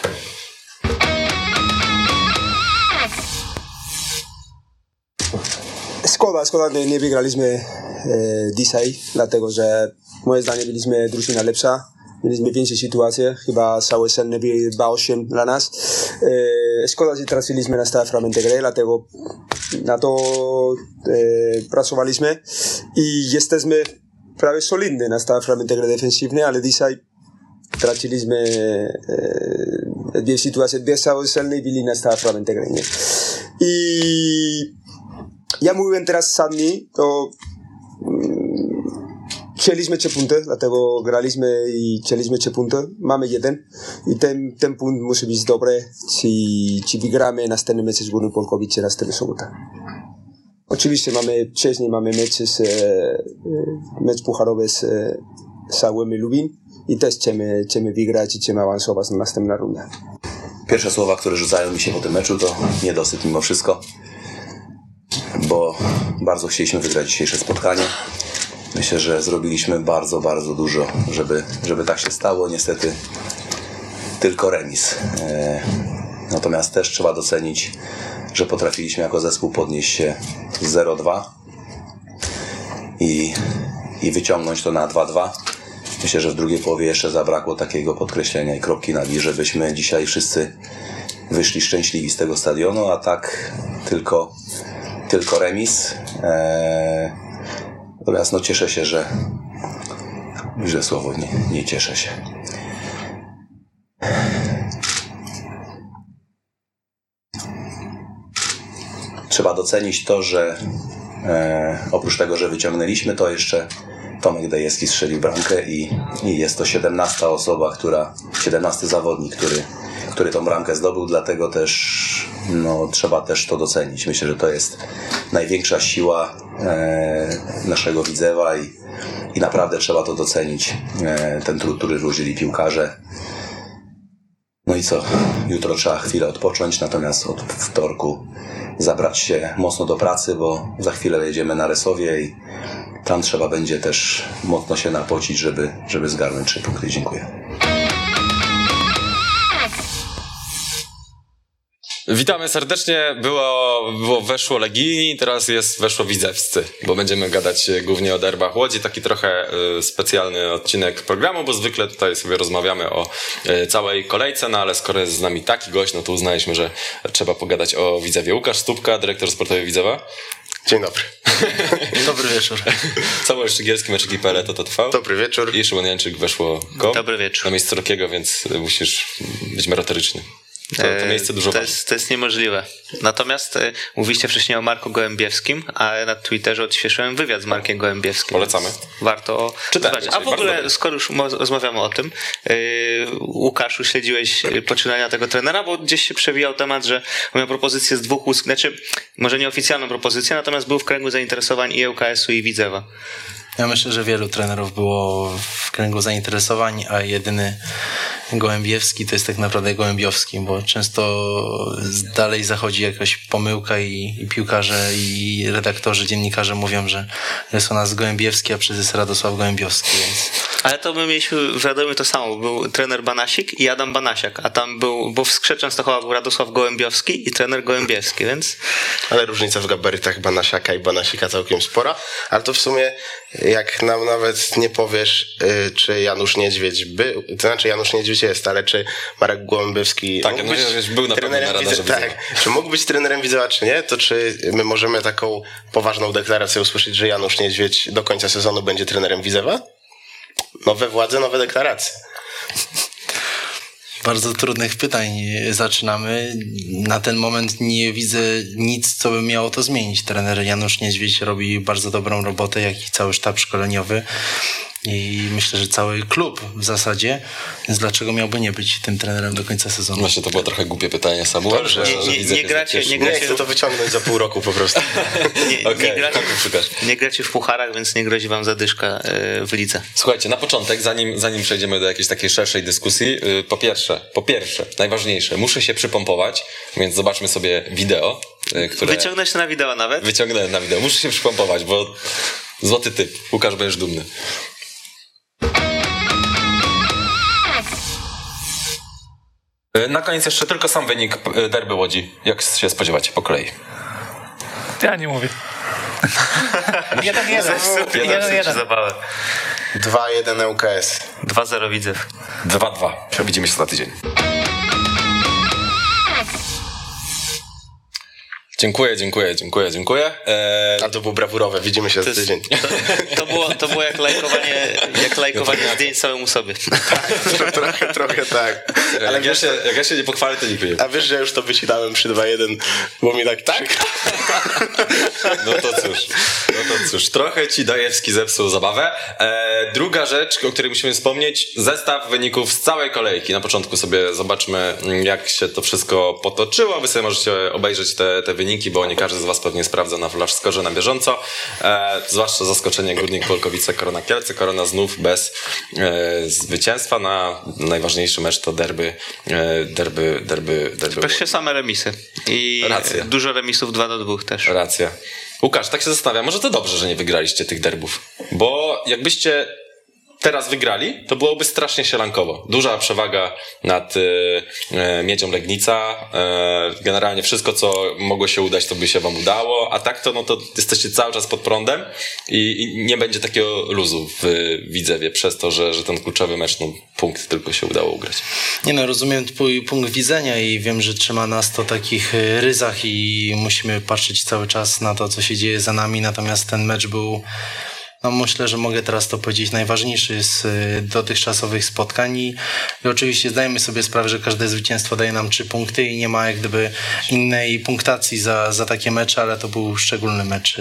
Szkoda, szkoda, że nie wygraliśmy e, dzisiaj, dlatego że moim zdaniem byliśmy drużyna lepsza. Mieliśmy więcej sytuacji, chyba całe celne były dwa osiem dla nas. E, szkoda, że traciliśmy na stałe fragmenty gry, dlatego na to e, pracowaliśmy i jesteśmy prawie solidni na stałe fragmenty gry defensywne, ale dzisiaj traciliśmy e, dwie sytuacje, dwie całe celne i byli na stałe fragmenty gry. Nie? I ja mówiłem teraz sami, to chcieliśmy trzy punkty, dlatego graliśmy i chcieliśmy trzy punkty. Mamy jeden i ten, ten punkt musi być dobry, czy, czy wygramy następny mecz z Górnym Polkowice następną sobotę. Oczywiście mamy, wcześniej mamy mecz, z, mecz pucharowy z Zagłębiem Lubin i też chcemy, chcemy wygrać i chcemy awansować na następną rundę. Pierwsze słowa, które rzucają mi się po tym meczu, to niedosyt mimo wszystko, bo bardzo chcieliśmy wygrać dzisiejsze spotkanie. Myślę, że zrobiliśmy bardzo, bardzo dużo, żeby, żeby tak się stało. Niestety tylko remis. E, natomiast też trzeba docenić, że potrafiliśmy jako zespół podnieść się z zero dwa i, i wyciągnąć to na dwa dwa. Myślę, że w drugiej połowie jeszcze zabrakło takiego podkreślenia i kropki nad i, żebyśmy dzisiaj wszyscy wyszli szczęśliwi z tego stadionu, a tak tylko, tylko remis. E, natomiast no cieszę się, że źle słowo, nie, nie cieszę się. trzeba docenić to, że e, oprócz tego, że wyciągnęliśmy, to jeszcze Tomek Dejewski strzelił bramkę i, i jest to siedemnasta osoba, która, siedemnasty zawodnik, który, który tą bramkę zdobył, dlatego też no, trzeba też to docenić. Myślę, że to jest największa siła e, naszego Widzewa i, i naprawdę trzeba to docenić, e, ten trud, który włożyli piłkarze. No i co? Jutro trzeba chwilę odpocząć, natomiast od wtorku zabrać się mocno do pracy, bo za chwilę jedziemy na Resowie i tam trzeba będzie też mocno się napocić, żeby, żeby zgarnąć trzy punkty. Dziękuję. Witamy serdecznie. Było, było weszło Legii, teraz jest weszło Widzewscy, bo będziemy gadać głównie o derbach Łodzi. Taki trochę y, specjalny odcinek programu, bo zwykle tutaj sobie rozmawiamy o y, całej kolejce, no ale skoro jest z nami taki gość, no to uznaliśmy, że trzeba pogadać o Widzewie. Łukasz Stupka, dyrektor sportowy Widzewa. Dzień dobry. Dobry wieczór. Samuel Szczygielski, Meczek I P L E, to T V. Dobry wieczór. I Szymon Jańczyk, weszło kop kropka com. Dobry wieczór. Na miejscu Rokiego, więc musisz być merytoryczny. To, to miejsce dużo to jest, to jest niemożliwe. Natomiast e, mówiliście wcześniej o Marku Gołębiewskim, a na Twitterze odświeżyłem wywiad z Markiem Gołębiewskim. Polecamy. Warto czytać. A w ogóle, skoro już rozmawiamy o tym, e, Łukaszu, śledziłeś poczynania tego trenera, bo gdzieś się przewijał temat, że miał propozycję z dwóch łusk, znaczy może nieoficjalną propozycję, natomiast był w kręgu zainteresowań i ŁKS-u i Widzewa. Ja myślę, że wielu trenerów było w kręgu zainteresowań, a jedyny Gołębiewski to jest tak naprawdę Gołębiowski, bo często dalej zachodzi jakaś pomyłka i, i piłkarze i redaktorzy, dziennikarze mówią, że jest u nas Gołębiewski, a przez jest Radosław Gołębiowski. Więc... Ale to my mieliśmy w Radomiu to samo. Był trener Banasik i Adam Banasiak, a tam był, bo w Skrze Częstochowa był Radosław Gołębiowski i trener Gołębiewski, więc... Ale różnica w gabarytach Banasiaka i Banasika całkiem spora, ale to w sumie jak nam nawet nie powiesz, yy, czy Janusz Niedźwiedź był, to znaczy Janusz Niedźwiedź jest, ale czy Marek Gołębiewski tak, mógł no, być był na trenerem pewno na radarze Widzewa, tak, czy mógł być trenerem Widzewa, czy nie, to czy my możemy taką poważną deklarację usłyszeć, że Janusz Niedźwiedź do końca sezonu będzie trenerem Widzewa? Nowe władze, nowe deklaracje. Bardzo trudnych pytań zaczynamy. Na ten moment nie widzę nic, co by miało to zmienić. Trener Janusz Niedźwiedź robi bardzo dobrą robotę, jak i cały sztab szkoleniowy. I myślę, że cały klub w zasadzie, więc dlaczego miałby nie być tym trenerem do końca sezonu? Właśnie to było trochę głupie pytanie, Samuel. Dobrze, że, nie, że nie, nie, gracie, nie, gracie, nie chcę to wyciągnąć za pół roku po prostu. nie, okay, nie, gracie, nie gracie w pucharach, więc nie grozi wam zadyszka w lidze. Słuchajcie, na początek, zanim, zanim przejdziemy do jakiejś takiej szerszej dyskusji, po pierwsze, po pierwsze, najważniejsze, muszę się przypompować, więc zobaczmy sobie wideo, które... Wyciągnąć na wideo nawet? Wyciągnę na wideo, muszę się przypompować, bo złoty typ, Łukasz, będziesz dumny. Na koniec jeszcze tylko sam wynik derby Łodzi. Jak się spodziewacie? Po kolei. Ja nie mówię. jeden jeden. jeden jeden. dwa jeden ŁKS. dwa zero Widzew. dwa dwa. Widzimy się za tydzień. Dziękuję, dziękuję, dziękuję, dziękuję. Eee... A to było brawurowe, widzimy się za tydzień. To, to, było, to było jak lajkowanie, jak lajkowanie ja zdjęć samemu sobie. Tak, trochę, trochę tak. Ale jak, wiesz, ja się, jak ja się nie pochwalę, to nikt nie. A wiesz, że ja już to wycinałem przy dwa jeden, bo mi tak... Tak? No to cóż, no to cóż. Trochę ci Dajewski zepsuł zabawę. Eee, druga rzecz, o której musimy wspomnieć, zestaw wyników z całej kolejki. Na początku sobie zobaczmy, jak się to wszystko potoczyło. Wy sobie możecie obejrzeć te, te wyniki, bo nie każdy z was pewnie sprawdza na Flash Score na bieżąco. E, zwłaszcza zaskoczenie Górnik Polkowice, Korona Kielce. Korona znów bez e, zwycięstwa na najważniejszy mecz to derby e, derby, derby, derby. Też się same remisy. I Racja. Dużo remisów dwa do dwóch też. Racja. Łukasz, tak się zastanawiam, może to dobrze, że nie wygraliście tych derbów. Bo jakbyście teraz wygrali, to byłoby strasznie sielankowo. Duża przewaga nad y, y, Miedzią Legnica. Y, generalnie wszystko, co mogło się udać, to by się wam udało. A tak to, no to jesteście cały czas pod prądem i, i nie będzie takiego luzu w Widzewie przez to, że, że ten kluczowy mecz, no punkt tylko się udało ugrać. Nie no, rozumiem twój punkt widzenia i wiem, że trzyma nas to takich ryzach i musimy patrzeć cały czas na to, co się dzieje za nami. Natomiast ten mecz był no myślę, że mogę teraz to powiedzieć, najważniejszy z dotychczasowych spotkań i, i oczywiście zdajemy sobie sprawę, że każde zwycięstwo daje nam trzy punkty i nie ma jak gdyby innej punktacji za, za takie mecze, ale to był szczególny mecz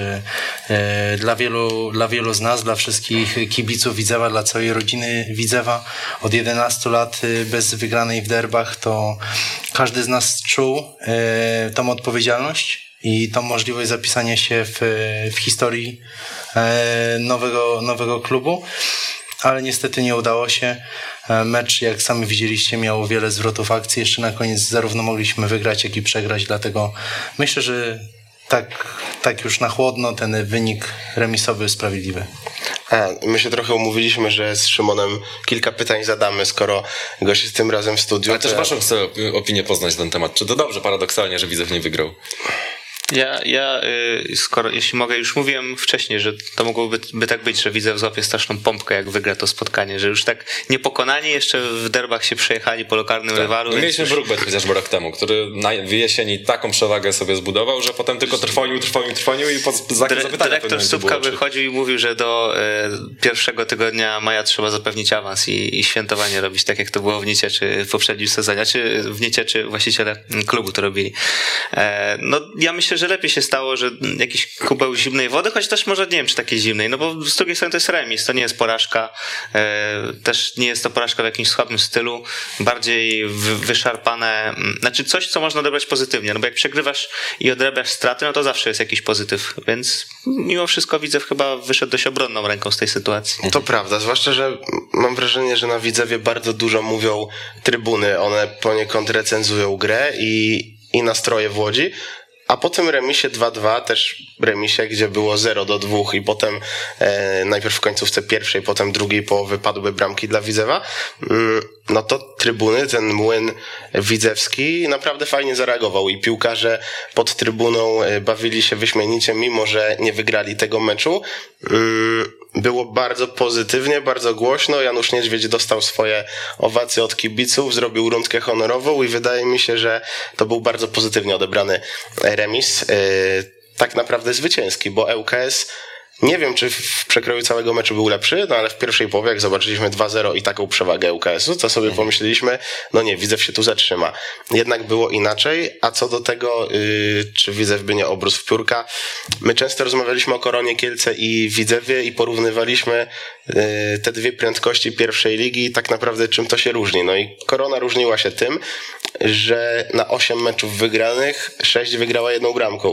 e, dla wielu, dla wielu z nas, dla wszystkich kibiców Widzewa, dla całej rodziny Widzewa. Od jedenastu lat bez wygranej w derbach to każdy z nas czuł e, tą odpowiedzialność i tą możliwość zapisania się w, w historii e, nowego, nowego klubu, ale niestety nie udało się. E, mecz, jak sami widzieliście, miał wiele zwrotów akcji. Jeszcze na koniec zarówno mogliśmy wygrać, jak i przegrać, dlatego myślę, że tak, tak już na chłodno ten wynik remisowy jest sprawiedliwy. A, my się trochę umówiliśmy, że z Szymonem kilka pytań zadamy, skoro gość jest tym razem w studiu. Ale też waszą chcę opinię poznać na ten temat. Czy to dobrze paradoksalnie, że Widzew nie wygrał? Ja, ja skoro, jeśli mogę, już mówiłem wcześniej, że to mogłoby by tak być, że Widzew złapie straszną pompkę, jak wygra to spotkanie, że już tak niepokonani jeszcze w derbach się przejechali po lokalnym tak. rywalu. My mieliśmy już... Brookbet chociażby rok temu, który na, w jesieni taką przewagę sobie zbudował, że potem tylko trwonił, trwonił, trwonił i pod znakiem Dyre, zapytania. Dyrektor Słupka wychodził i mówił, że do e, pierwszego tygodnia maja trzeba zapewnić awans i, i świętowanie robić, tak jak to było w Niecieczy w poprzednim sezonie, czy w Niecieczy właściciele klubu to robili. E, no ja myślę, że lepiej się stało, że jakiś kubeł zimnej wody, choć też może nie wiem, czy takiej zimnej, no bo z drugiej strony to jest remis, to nie jest porażka, e, też nie jest to porażka w jakimś słabym stylu, bardziej w, wyszarpane, znaczy coś, co można odebrać pozytywnie, no bo jak przegrywasz i odrabiasz straty, no to zawsze jest jakiś pozytyw, więc mimo wszystko Widzew chyba wyszedł dość obronną ręką z tej sytuacji. To prawda, zwłaszcza, że mam wrażenie, że na Widzewie bardzo dużo mówią trybuny, one poniekąd recenzują grę i, i nastroje w Łodzi. A po tym remisie dwa dwa, też remisie, gdzie było zero do dwóch i potem e, najpierw w końcówce pierwszej, potem drugiej połowy padły bramki dla Widzewa, mm, no to trybuny, ten młyn widzewski naprawdę fajnie zareagował i piłkarze pod trybuną bawili się wyśmienicie, mimo że nie wygrali tego meczu. Mm, było bardzo pozytywnie, bardzo głośno. Janusz Niedźwiedź dostał swoje owacje od kibiców, zrobił rundkę honorową i wydaje mi się, że to był bardzo pozytywnie odebrany remis. Yy, tak naprawdę zwycięski, bo L K S nie wiem, czy w przekroju całego meczu był lepszy, no ale w pierwszej połowie, jak zobaczyliśmy dwa zero i taką przewagę L K S u, to sobie pomyśleliśmy, no nie, Widzew się tu zatrzyma. Jednak było inaczej, a co do tego, yy, czy Widzew by nie obrósł w piórka, my często rozmawialiśmy o Koronie Kielce i Widzewie i porównywaliśmy yy, te dwie prędkości pierwszej ligi i tak naprawdę czym to się różni. No i Korona różniła się tym, że na osiem meczów wygranych sześć wygrała jedną bramką.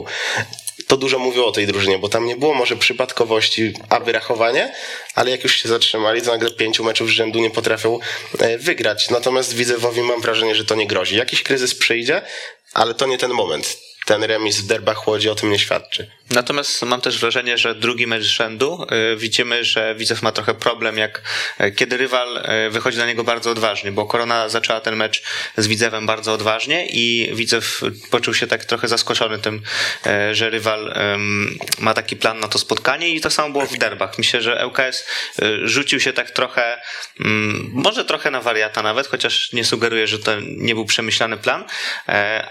To dużo mówiło o tej drużynie, bo tam nie było może przypadkowości, a wyrachowanie, ale jak już się zatrzymali, to nagle pięciu meczów z rzędu nie potrafią wygrać. Natomiast Widzewowi mam wrażenie, że to nie grozi. Jakiś kryzys przyjdzie, ale to nie ten moment. Ten remis w derbach Łodzi o tym nie świadczy. Natomiast mam też wrażenie, że drugi mecz z rzędu yy, widzimy, że Widzew ma trochę problem, jak yy, kiedy rywal yy, wychodzi na niego bardzo odważnie, bo Korona zaczęła ten mecz z Widzewem bardzo odważnie i Widzew poczuł się tak trochę zaskoczony tym, yy, że rywal yy, ma taki plan na to spotkanie i to samo było w derbach. Myślę, że L K S yy, rzucił się tak trochę, yy, może trochę na wariata nawet, chociaż nie sugeruję, że to nie był przemyślany plan, yy,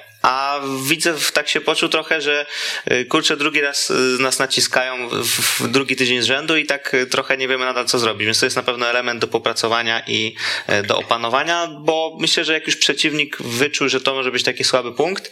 a Widzew tak się poczuł trochę, że kurczę, drugi raz nas naciskają w drugi tydzień z rzędu i tak trochę nie wiemy nadal co zrobić, więc to jest na pewno element do popracowania i do opanowania, bo myślę, że jak już przeciwnik wyczuł, że to może być taki słaby punkt,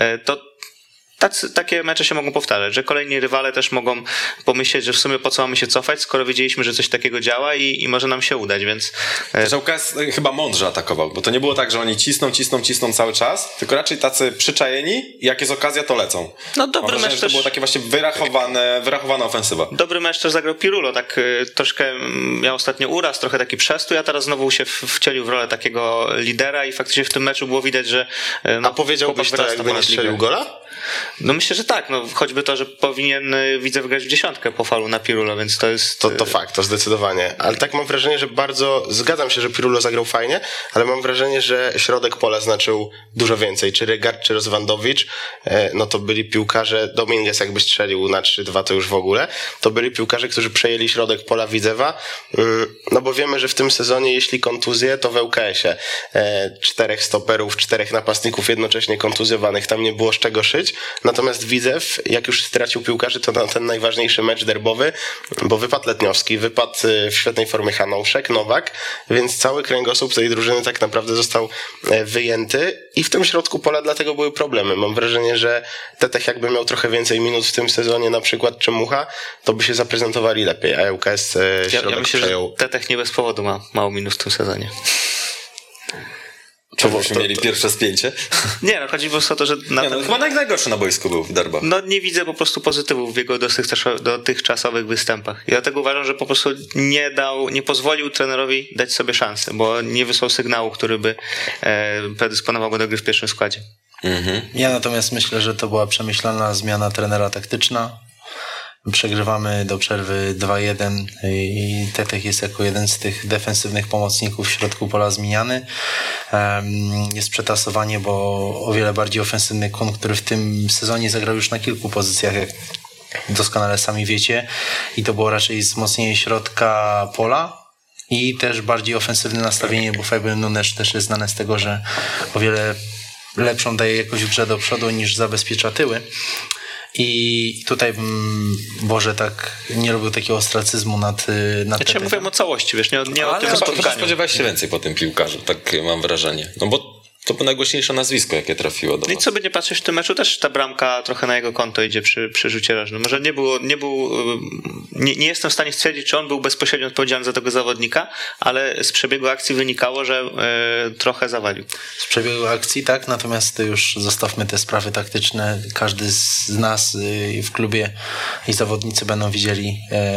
to Tacy, takie mecze się mogą powtarzać, że kolejni rywale też mogą pomyśleć, że w sumie po co mamy się cofać, skoro wiedzieliśmy, że coś takiego działa i, i może nam się udać, więc... L K S chyba mądrze atakował, bo to nie było tak, że oni cisną, cisną, cisną cały czas, tylko raczej tacy przyczajeni i jak jest okazja, to lecą. No dobry Mam mecz też... też... To było takie właśnie wyrachowane, wyrachowana ofensywa. Dobry mecz też zagrał Pirulo, tak y, troszkę miał ostatnio uraz, trochę taki przestój, a teraz znowu się w, wcielił w rolę takiego lidera i faktycznie w tym meczu było widać, że... Y, no, a powiedziałbyś to, jakby nie strzelił gola? No myślę, że tak, no choćby to, że powinien Widzew grać w dziesiątkę po faulu na Pirulo, więc to jest... To, to fakt, to zdecydowanie, ale tak mam wrażenie, że bardzo, zgadzam się, że Pirulo zagrał fajnie, ale mam wrażenie, że środek pola znaczył dużo więcej, czy Rygard, czy Rozwandowicz, no to byli piłkarze, Dominguez jakby strzelił na trzy dwa to już w ogóle, to byli piłkarze, którzy przejęli środek pola Widzewa, no bo wiemy, że w tym sezonie, jeśli kontuzje, to w L K S ie czterech stoperów, czterech napastników jednocześnie kontuzjowanych, tam nie było z czego szyć, walczyć. Natomiast Widzew, jak już stracił piłkarzy, to na ten najważniejszy mecz derbowy, bo wypadł Letniowski, wypadł w świetnej formie Hanouszek, Nowak, więc cały kręgosłup tej drużyny tak naprawdę został wyjęty i w tym środku pola dlatego były problemy. Mam wrażenie, że Tetech jakby miał trochę więcej minut w tym sezonie na przykład czy Mucha, to by się zaprezentowali lepiej, a ŁKS środek ja, ja myślę, przejął. że Tetech nie bez powodu ma mało minut w tym sezonie. Czy byśmy mieli to... pierwsze spięcie? Nie, no chodzi po prostu o to, że... Na nie, no, ten... chyba najgorszy na boisku był w derbach. No nie widzę po prostu pozytywów w jego dotychczasowych występach. Ja dlatego uważam, że po prostu nie dał, nie pozwolił trenerowi dać sobie szansę, bo nie wysłał sygnału, który by e, predysponował go do gry w pierwszym składzie. Mhm. Ja natomiast myślę, że to była przemyślana zmiana trenera taktyczna. Przegrywamy do przerwy dwa jeden i Tetech jest jako jeden z tych defensywnych pomocników w środku pola zmieniany. Jest przetasowanie, bo o wiele bardziej ofensywny Kun, który w tym sezonie zagrał już na kilku pozycjach, jak doskonale sami wiecie, i to było raczej wzmocnienie środka pola i też bardziej ofensywne nastawienie, bo Fabio Nunes też jest znany z tego, że o wiele lepszą daje jakoś w grze do przodu niż zabezpiecza tyły. I tutaj bym Boże tak nie robił takiego ostracyzmu nad, nad Ja cię mówię o całości, wiesz, nie, nie o ale tym spotkaniu. chyba spodziewałeś się więcej po tym piłkarzu, tak mam wrażenie. No bo to było najgłośniejsze nazwisko, jakie trafiło do was. No i co by nie patrzeć w tym meczu, też ta bramka trochę na jego konto idzie przy, przy rzucie rożnym. Może nie było, nie był, nie, nie jestem w stanie stwierdzić, czy on był bezpośrednio odpowiedzialny za tego zawodnika, ale z przebiegu akcji wynikało, że y, trochę zawalił. Z przebiegu akcji tak, natomiast już zostawmy te sprawy taktyczne. Każdy z nas y, w klubie i zawodnicy będą widzieli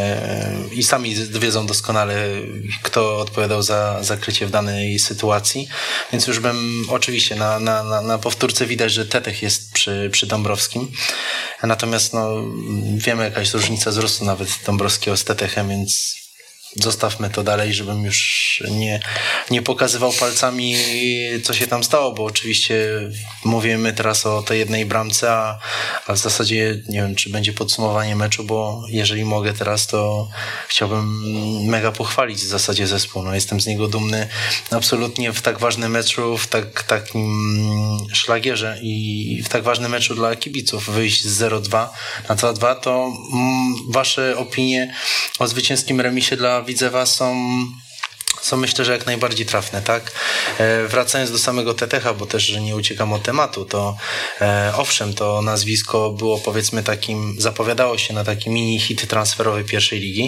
y, i sami wiedzą doskonale, kto odpowiadał za zakrycie w danej sytuacji, więc już bym oczywiście na, na, na, na powtórce widać, że Tetech jest przy, przy Dąbrowskim. Natomiast no, wiemy jakaś różnica wzrostu nawet Dąbrowskiego z Tetechem, więc zostawmy to dalej, żebym już nie, nie pokazywał palcami, co się tam stało, bo oczywiście mówimy teraz o tej jednej bramce, a, a w zasadzie nie wiem, czy będzie podsumowanie meczu, bo jeżeli mogę teraz, to chciałbym mega pochwalić w zasadzie zespół. No, jestem z niego dumny absolutnie w tak ważnym meczu, w tak, takim szlagierze i w tak ważnym meczu dla kibiców. Wyjść z zero dwa na dwa dwa, to mm, wasze opinie o zwycięskim remisie dla Widzewa są, są myślę, że jak najbardziej trafne, tak? E, wracając do samego Tetecha, bo też, że nie uciekam od tematu, to e, owszem, to nazwisko było powiedzmy takim, zapowiadało się na taki mini hit transferowy pierwszej ligi.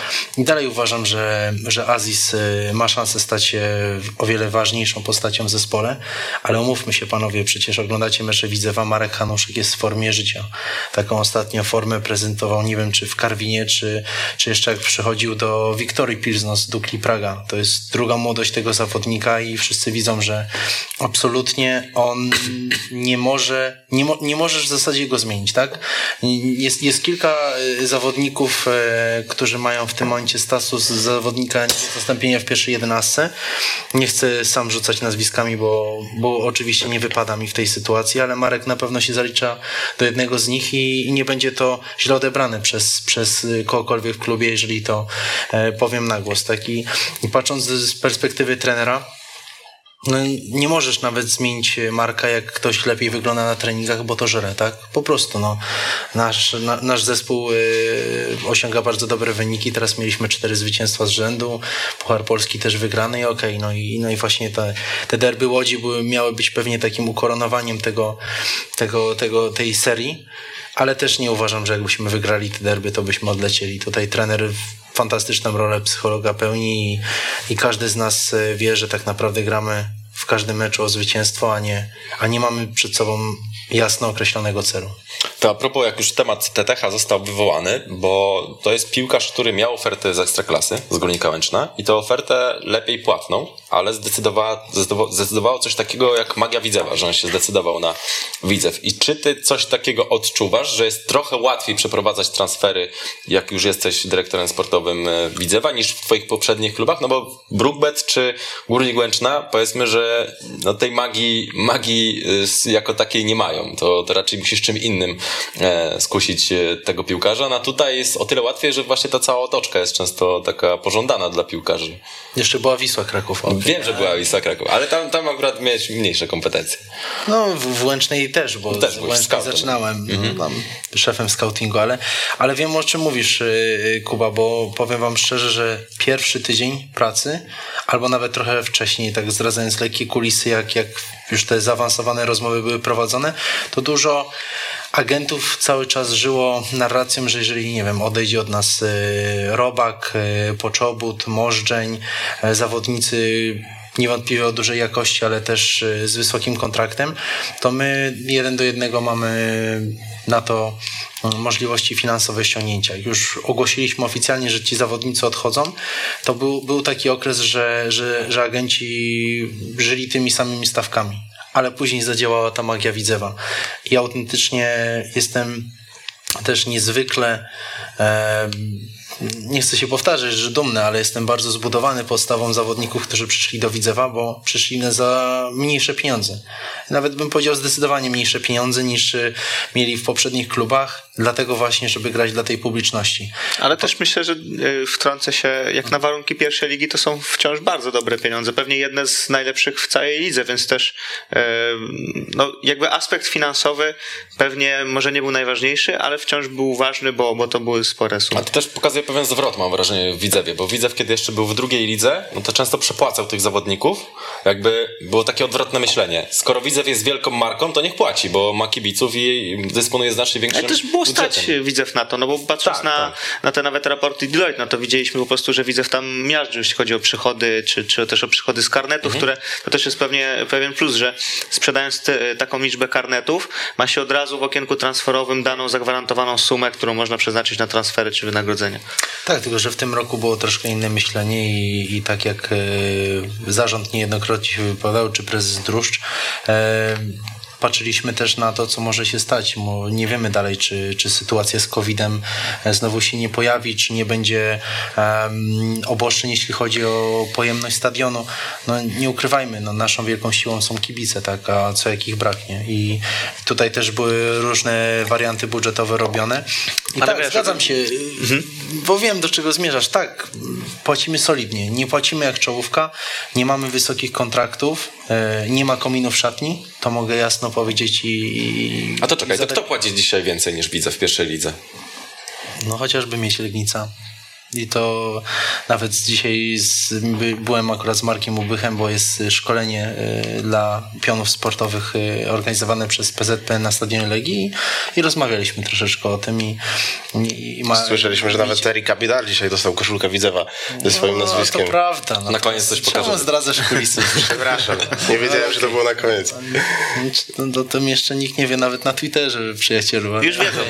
I dalej uważam, że, że Aziz ma szansę stać się o wiele ważniejszą postacią w zespole, ale umówmy się panowie, przecież oglądacie mecze Widzewa, Marek Hanouszek jest w formie życia. Taką ostatnią formę prezentował, nie wiem, czy w Karwinie, czy, czy jeszcze jak przychodził do Wiktorii Pilzno z Dukli Praga. To jest druga młodość tego zawodnika i wszyscy widzą, że absolutnie on nie może, nie, mo, nie możesz w zasadzie go zmienić, tak? Jest, jest kilka zawodników, e, którzy mają w tym momencie status zawodnika zastąpienia w pierwszej jedenastce. Nie chcę sam rzucać nazwiskami, bo, bo oczywiście nie wypada mi w tej sytuacji, ale Marek na pewno się zalicza do jednego z nich i, i nie będzie to źle odebrane przez, przez kogokolwiek w klubie, jeżeli to e, powiem na głos, tak? I, i patrząc z, z perspektywy trenera, no, nie możesz nawet zmienić Marka, jak ktoś lepiej wygląda na treningach, bo to żre, tak? Po prostu, no. Nasz, na, nasz zespół y, osiąga bardzo dobre wyniki. Teraz mieliśmy cztery zwycięstwa z rzędu. Puchar Polski też wygrany i okej, okay, no i, no i właśnie te, te derby Łodzi były, miały być pewnie takim ukoronowaniem tego, tego, tego, tej serii. Ale też nie uważam, że jakbyśmy wygrali te derby, to byśmy odlecieli. Tutaj trener fantastyczną rolę psychologa pełni i, i każdy z nas wie, że tak naprawdę gramy w każdym meczu o zwycięstwo, a nie, a nie mamy przed sobą jasno określonego celu. To a propos, jak już temat Tetecha został wywołany, bo to jest piłkarz, który miał ofertę z Ekstraklasy, z Górnika Łęczna i tę ofertę lepiej płatną, ale zdecydowała, zdecydowało coś takiego jak magia Widzewa, że on się zdecydował na Widzew. I czy ty coś takiego odczuwasz, że jest trochę łatwiej przeprowadzać transfery, jak już jesteś dyrektorem sportowym Widzewa, niż w twoich poprzednich klubach? No bo Brookbet czy Górnik Łęczna, powiedzmy, że no tej magii, magii jako takiej nie mają. To, to raczej musisz czym innym e, skusić e, tego piłkarza. No a tutaj jest o tyle łatwiej, że właśnie ta cała otoczka jest często taka pożądana dla piłkarzy. Jeszcze była Wisła Kraków. Okay. Wiem, że była Wisła Kraków, ale tam, tam akurat miałeś mniejsze kompetencje. No w, w Łęcznej też, bo też w Łęcznej scoutem. zaczynałem mm-hmm. no, tam, szefem scoutingu, ale, ale wiem, o czym mówisz, Kuba, bo powiem wam szczerze, że pierwszy tydzień pracy, albo nawet trochę wcześniej, tak zdradzając lekkie kulisy, jak, jak już te zaawansowane rozmowy były prowadzone, to dużo agentów cały czas żyło narracją, że jeżeli, nie wiem, odejdzie od nas Robak, Poczobut, Możdżeń, zawodnicy niewątpliwie o dużej jakości, ale też z wysokim kontraktem, to my jeden do jednego mamy na to możliwości finansowe ściągnięcia. Już ogłosiliśmy oficjalnie, że ci zawodnicy odchodzą. To był, był taki okres, że, że, że agenci żyli tymi samymi stawkami, ale później zadziałała ta magia Widzewa. I autentycznie jestem też niezwykle e, nie chcę się powtarzać, że dumny, ale jestem bardzo zbudowany podstawą zawodników, którzy przyszli do Widzewa, bo przyszli za mniejsze pieniądze. Nawet bym powiedział zdecydowanie mniejsze pieniądze niż mieli w poprzednich klubach, dlatego właśnie, żeby grać dla tej publiczności. Ale to... też myślę, że wtrącę się, jak na warunki pierwszej ligi, to są wciąż bardzo dobre pieniądze. Pewnie jedne z najlepszych w całej lidze, więc też no, jakby aspekt finansowy pewnie może nie był najważniejszy, ale wciąż był ważny, bo, bo to były spore sumy. A to też pokazuje pewien zwrot, mam wrażenie, w Widzewie, bo Widzew, kiedy jeszcze był w drugiej lidze, no to często przepłacał tych zawodników. Jakby było takie odwrotne myślenie. Skoro Widzew jest wielką marką, to niech płaci, bo ma kibiców i dysponuje znacznie większym budżetem. Ale też było budżetem. stać Widzew na to, no bo patrząc tak, na, tak. na te nawet raporty Deloitte, no to widzieliśmy po prostu, że Widzew tam miażdży, jeśli chodzi o przychody, czy, czy też o przychody z karnetów, mhm. które to też jest pewnie pewien plus, że sprzedając te, taką liczbę karnetów, ma się od razu w okienku transferowym daną zagwarantowaną sumę, którą można przeznaczyć na transfery czy wynagrodzenia. Tak, tylko że w tym roku było troszkę inne myślenie i, i tak jak e, zarząd niejednokrotnie się wypowiadał, czy prezes Druszcz, e, patrzyliśmy też na to, co może się stać, bo nie wiemy dalej, czy, czy sytuacja z kowidem znowu się nie pojawi, czy nie będzie um, obostrzeń, jeśli chodzi o pojemność stadionu. No nie ukrywajmy, no, naszą wielką siłą są kibice, tak, a co jak ich braknie. I tutaj też były różne warianty budżetowe robione. I ale tak, wiesz, zgadzam się, mhm. bo wiem, do czego zmierzasz. Tak, płacimy solidnie, nie płacimy jak czołówka, nie mamy wysokich kontraktów, nie ma kominu w szatni, to mogę jasno powiedzieć i... A to czekaj, i zadać... to kto płaci dzisiaj więcej niż Widzew w pierwszej lidze? No chociażby mieć Legnica. I to nawet dzisiaj z, byłem akurat z Markiem Ubychem, bo jest szkolenie y, dla pionów sportowych y, organizowane przez P Z P na stadionie Legii i, i rozmawialiśmy troszeczkę o tym i, i, i ma, słyszeliśmy, że nawet Terry Capital dzisiaj dostał koszulkę Widzewa ze swoim no, nazwiskiem. To prawda. No na koniec coś pokażę. Czemu zdradzasz kulisy? Przepraszam, nie wiedziałem, okay. że to było na koniec. No, to jeszcze nikt nie wie nawet na Twitterze, przyjacielu. Już wiedzą.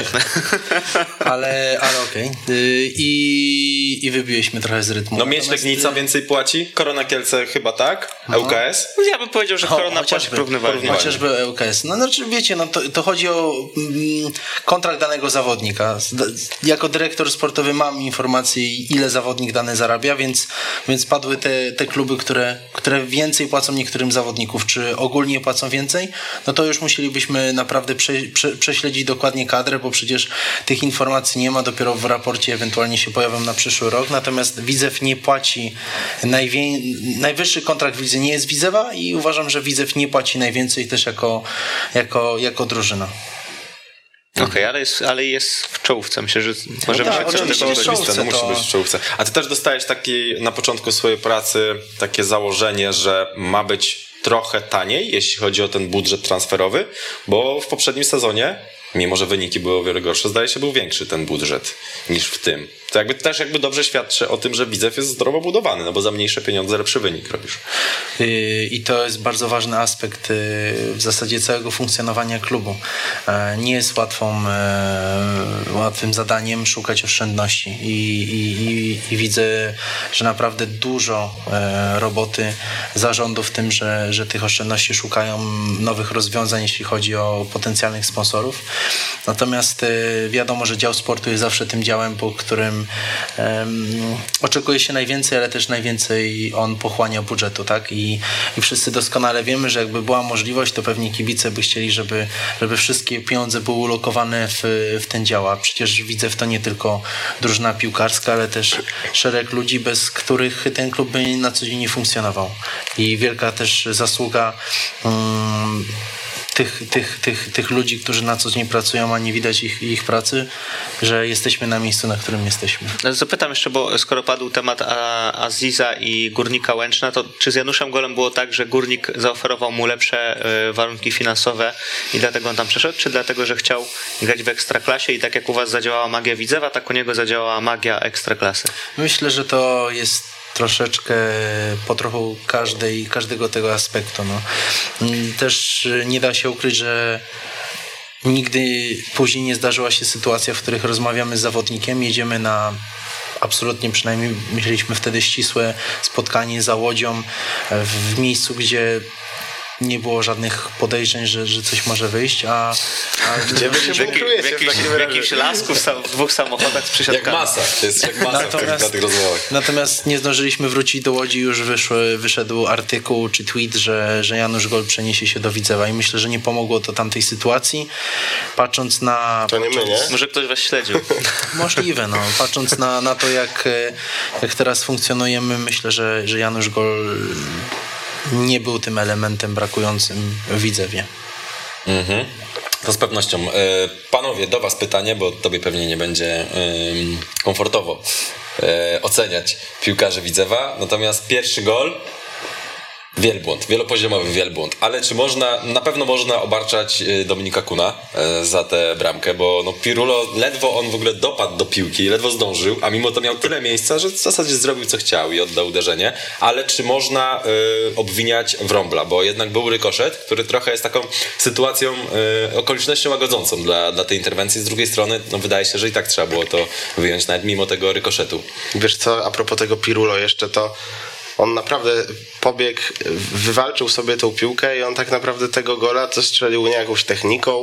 ale ale okej. Okay. I I wybiłeś trochę z rytmu. No mieć Legnica więcej płaci? Korona Kielce chyba tak? No. E U K S? Ja bym powiedział, że Korona płaci porównywalnie. Chociażby E U K S. No znaczy wiecie, no to, to chodzi o mm, kontrakt danego zawodnika. Jako dyrektor sportowy mam informację, ile zawodnik dany zarabia, więc, więc padły te, te kluby, które, które więcej płacą niektórym zawodników. Czy ogólnie płacą więcej? No to już musielibyśmy naprawdę prze, prze, prześledzić dokładnie kadrę, bo przecież tych informacji nie ma. Dopiero w raporcie ewentualnie się pojawią na przyszły rok, natomiast Widzew nie płaci najwię... najwyższy kontrakt w lidze nie jest Widzewa i uważam, że Widzew nie płaci najwięcej też jako, jako, jako drużyna. Okej, okay, ale, jest, ale jest w czołówce. Myślę, że możemy no się tak, coś tego oczywiste, no musi być w czołówce. A ty też dostałeś taki na początku swojej pracy takie założenie, że ma być trochę taniej, jeśli chodzi o ten budżet transferowy, bo w poprzednim sezonie, mimo że wyniki były o wiele gorsze, zdaje się, był większy ten budżet niż w tym. To jakby też jakby dobrze świadczy o tym, że Widzew jest zdrowo budowany, no bo za mniejsze pieniądze lepszy wynik robisz. I to jest bardzo ważny aspekt w zasadzie całego funkcjonowania klubu. Nie jest łatwą, łatwym zadaniem szukać oszczędności i, i, i widzę, że naprawdę dużo roboty zarządu w tym, że, że tych oszczędności szukają nowych rozwiązań, jeśli chodzi o potencjalnych sponsorów. Natomiast wiadomo, że dział sportu jest zawsze tym działem, po którym um, oczekuje się najwięcej, ale też najwięcej on pochłania budżetu, tak? I, i wszyscy doskonale wiemy, że jakby była możliwość, to pewnie kibice by chcieli, żeby, żeby wszystkie pieniądze były ulokowane w, w ten dział. A przecież widzę w to nie tylko drużyna piłkarska, ale też szereg ludzi, bez których ten klub by na co dzień nie funkcjonował. I wielka też zasługa um, Tych, tych, tych, tych ludzi, którzy na co dzień pracują, a nie widać ich, ich pracy, że jesteśmy na miejscu, na którym jesteśmy. Zapytam jeszcze, bo skoro padł temat Aziza i Górnika Łęczna, to czy z Januszem Golem było tak, że Górnik zaoferował mu lepsze warunki finansowe i dlatego on tam przeszedł, czy dlatego, że chciał grać w Ekstraklasie i tak jak u was zadziałała magia Widzewa, tak u niego zadziałała magia Ekstraklasy? Myślę, że to jest troszeczkę po trochu każdej, każdego tego aspektu. No. Też nie da się ukryć, że nigdy później nie zdarzyła się sytuacja, w których rozmawiamy z zawodnikiem, jedziemy na absolutnie, przynajmniej myśleliśmy wtedy ścisłe spotkanie za Łodzią w miejscu, gdzie nie było żadnych podejrzeń, że, że coś może wyjść, a... a gdzie wy się w, jakiś, w jakimś lasku, w dwóch samochodach z przysiadkami. Jak masa, to jest jak masa natomiast, w tych rozmowach. Natomiast nie zdążyliśmy wrócić do Łodzi, już wyszły, wyszedł artykuł czy tweet, że, że Janusz Gol przeniesie się do Widzewa i myślę, że nie pomogło to tamtej sytuacji. Patrząc na... To nie patrząc, my, nie? Może ktoś was śledził. Możliwe, no. Patrząc na, na to, jak, jak teraz funkcjonujemy, myślę, że, że Janusz Gol nie był tym elementem brakującym w Widzewie. Mhm. To z pewnością. Panowie, do was pytanie, bo tobie pewnie nie będzie komfortowo oceniać piłkarzy Widzewa. Natomiast pierwszy gol, wielbłąd, wielopoziomowy wielbłąd. Ale czy można, na pewno można obarczać Dominika Kuna za tę bramkę, bo no Pirulo, ledwo on w ogóle dopadł do piłki, ledwo zdążył, a mimo to miał tyle miejsca, że w zasadzie zrobił co chciał i oddał uderzenie. Ale czy można y, obwiniać Wrąbla, bo jednak był rykoszet, który trochę jest taką sytuacją, y, okolicznością łagodzącą dla, dla tej interwencji. Z drugiej strony, no wydaje się, że i tak trzeba było to wyjąć, nawet mimo tego rykoszetu. Wiesz co, a propos tego Pirulo jeszcze, to on naprawdę pobiegł, wywalczył sobie tą piłkę i on tak naprawdę tego gola to strzelił nie jakąś techniką,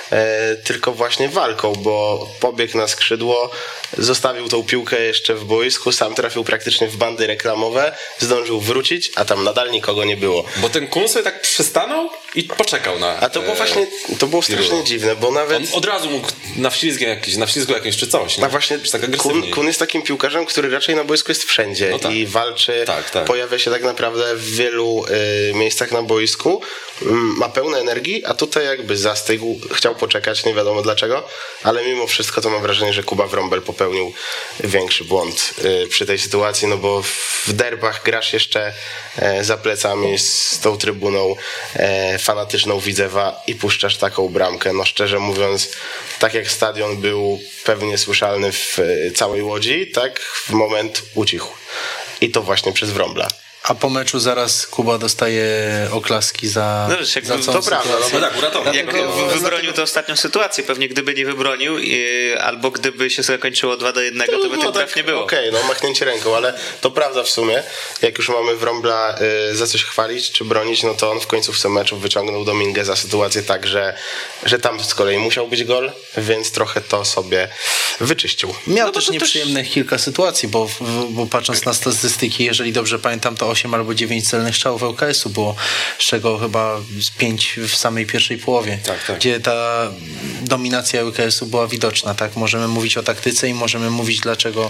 e, tylko właśnie walką, bo pobiegł na skrzydło, zostawił tą piłkę jeszcze w boisku, sam trafił praktycznie w bandy reklamowe, zdążył wrócić, a tam nadal nikogo nie było. Bo ten Kun sobie tak przystanął i poczekał na... A to było właśnie, to było strasznie dziwne, bo nawet... On od razu mógł na wślizgiem jakiś, na wślizgu jakimś czy coś. Nie? A właśnie tak Kun, Kun jest takim piłkarzem, który raczej na boisku jest wszędzie no tak. i walczy, tak, tak. pojawia się tak naprawdę w wielu y, miejscach na boisku, y, ma pełne energii, a tutaj jakby zastygł, chciał poczekać, nie wiadomo dlaczego, ale mimo wszystko to mam wrażenie, że Kuba Wrąbel popełnił większy błąd y, przy tej sytuacji, no bo w derbach grasz jeszcze y, za plecami z tą trybuną y, fanatyczną Widzewa i puszczasz taką bramkę. No szczerze mówiąc, tak jak stadion był pewnie słyszalny w y, całej Łodzi, tak w moment ucichł. I to właśnie przez Wrąbla. A po meczu zaraz Kuba dostaje oklaski za, no, wiesz, jak za to prawda. No tak, uratował. Jak wybronił tę ostatnią sytuację, pewnie gdyby nie wybronił yy, albo gdyby się zakończyło dwa do jednego, to, to by no, tych tak, braw nie było. Okej, okay, no machnięcie ręką, ale to prawda w sumie. Jak już mamy Wrąbla yy, za coś chwalić czy bronić, no to on w końcówce meczu wyciągnął Domingę za sytuację tak, że, że tam z kolei musiał być gol, więc trochę to sobie wyczyścił. Miał no też nieprzyjemnych też... kilka sytuacji, bo, bo patrząc na statystyki, jeżeli dobrze pamiętam, to osiem albo dziewięć celnych strzałów L K S-u było, z czego chyba pięć w samej pierwszej połowie, tak, tak. gdzie ta dominacja L K S-u była widoczna. Tak? Możemy mówić o taktyce i możemy mówić, dlaczego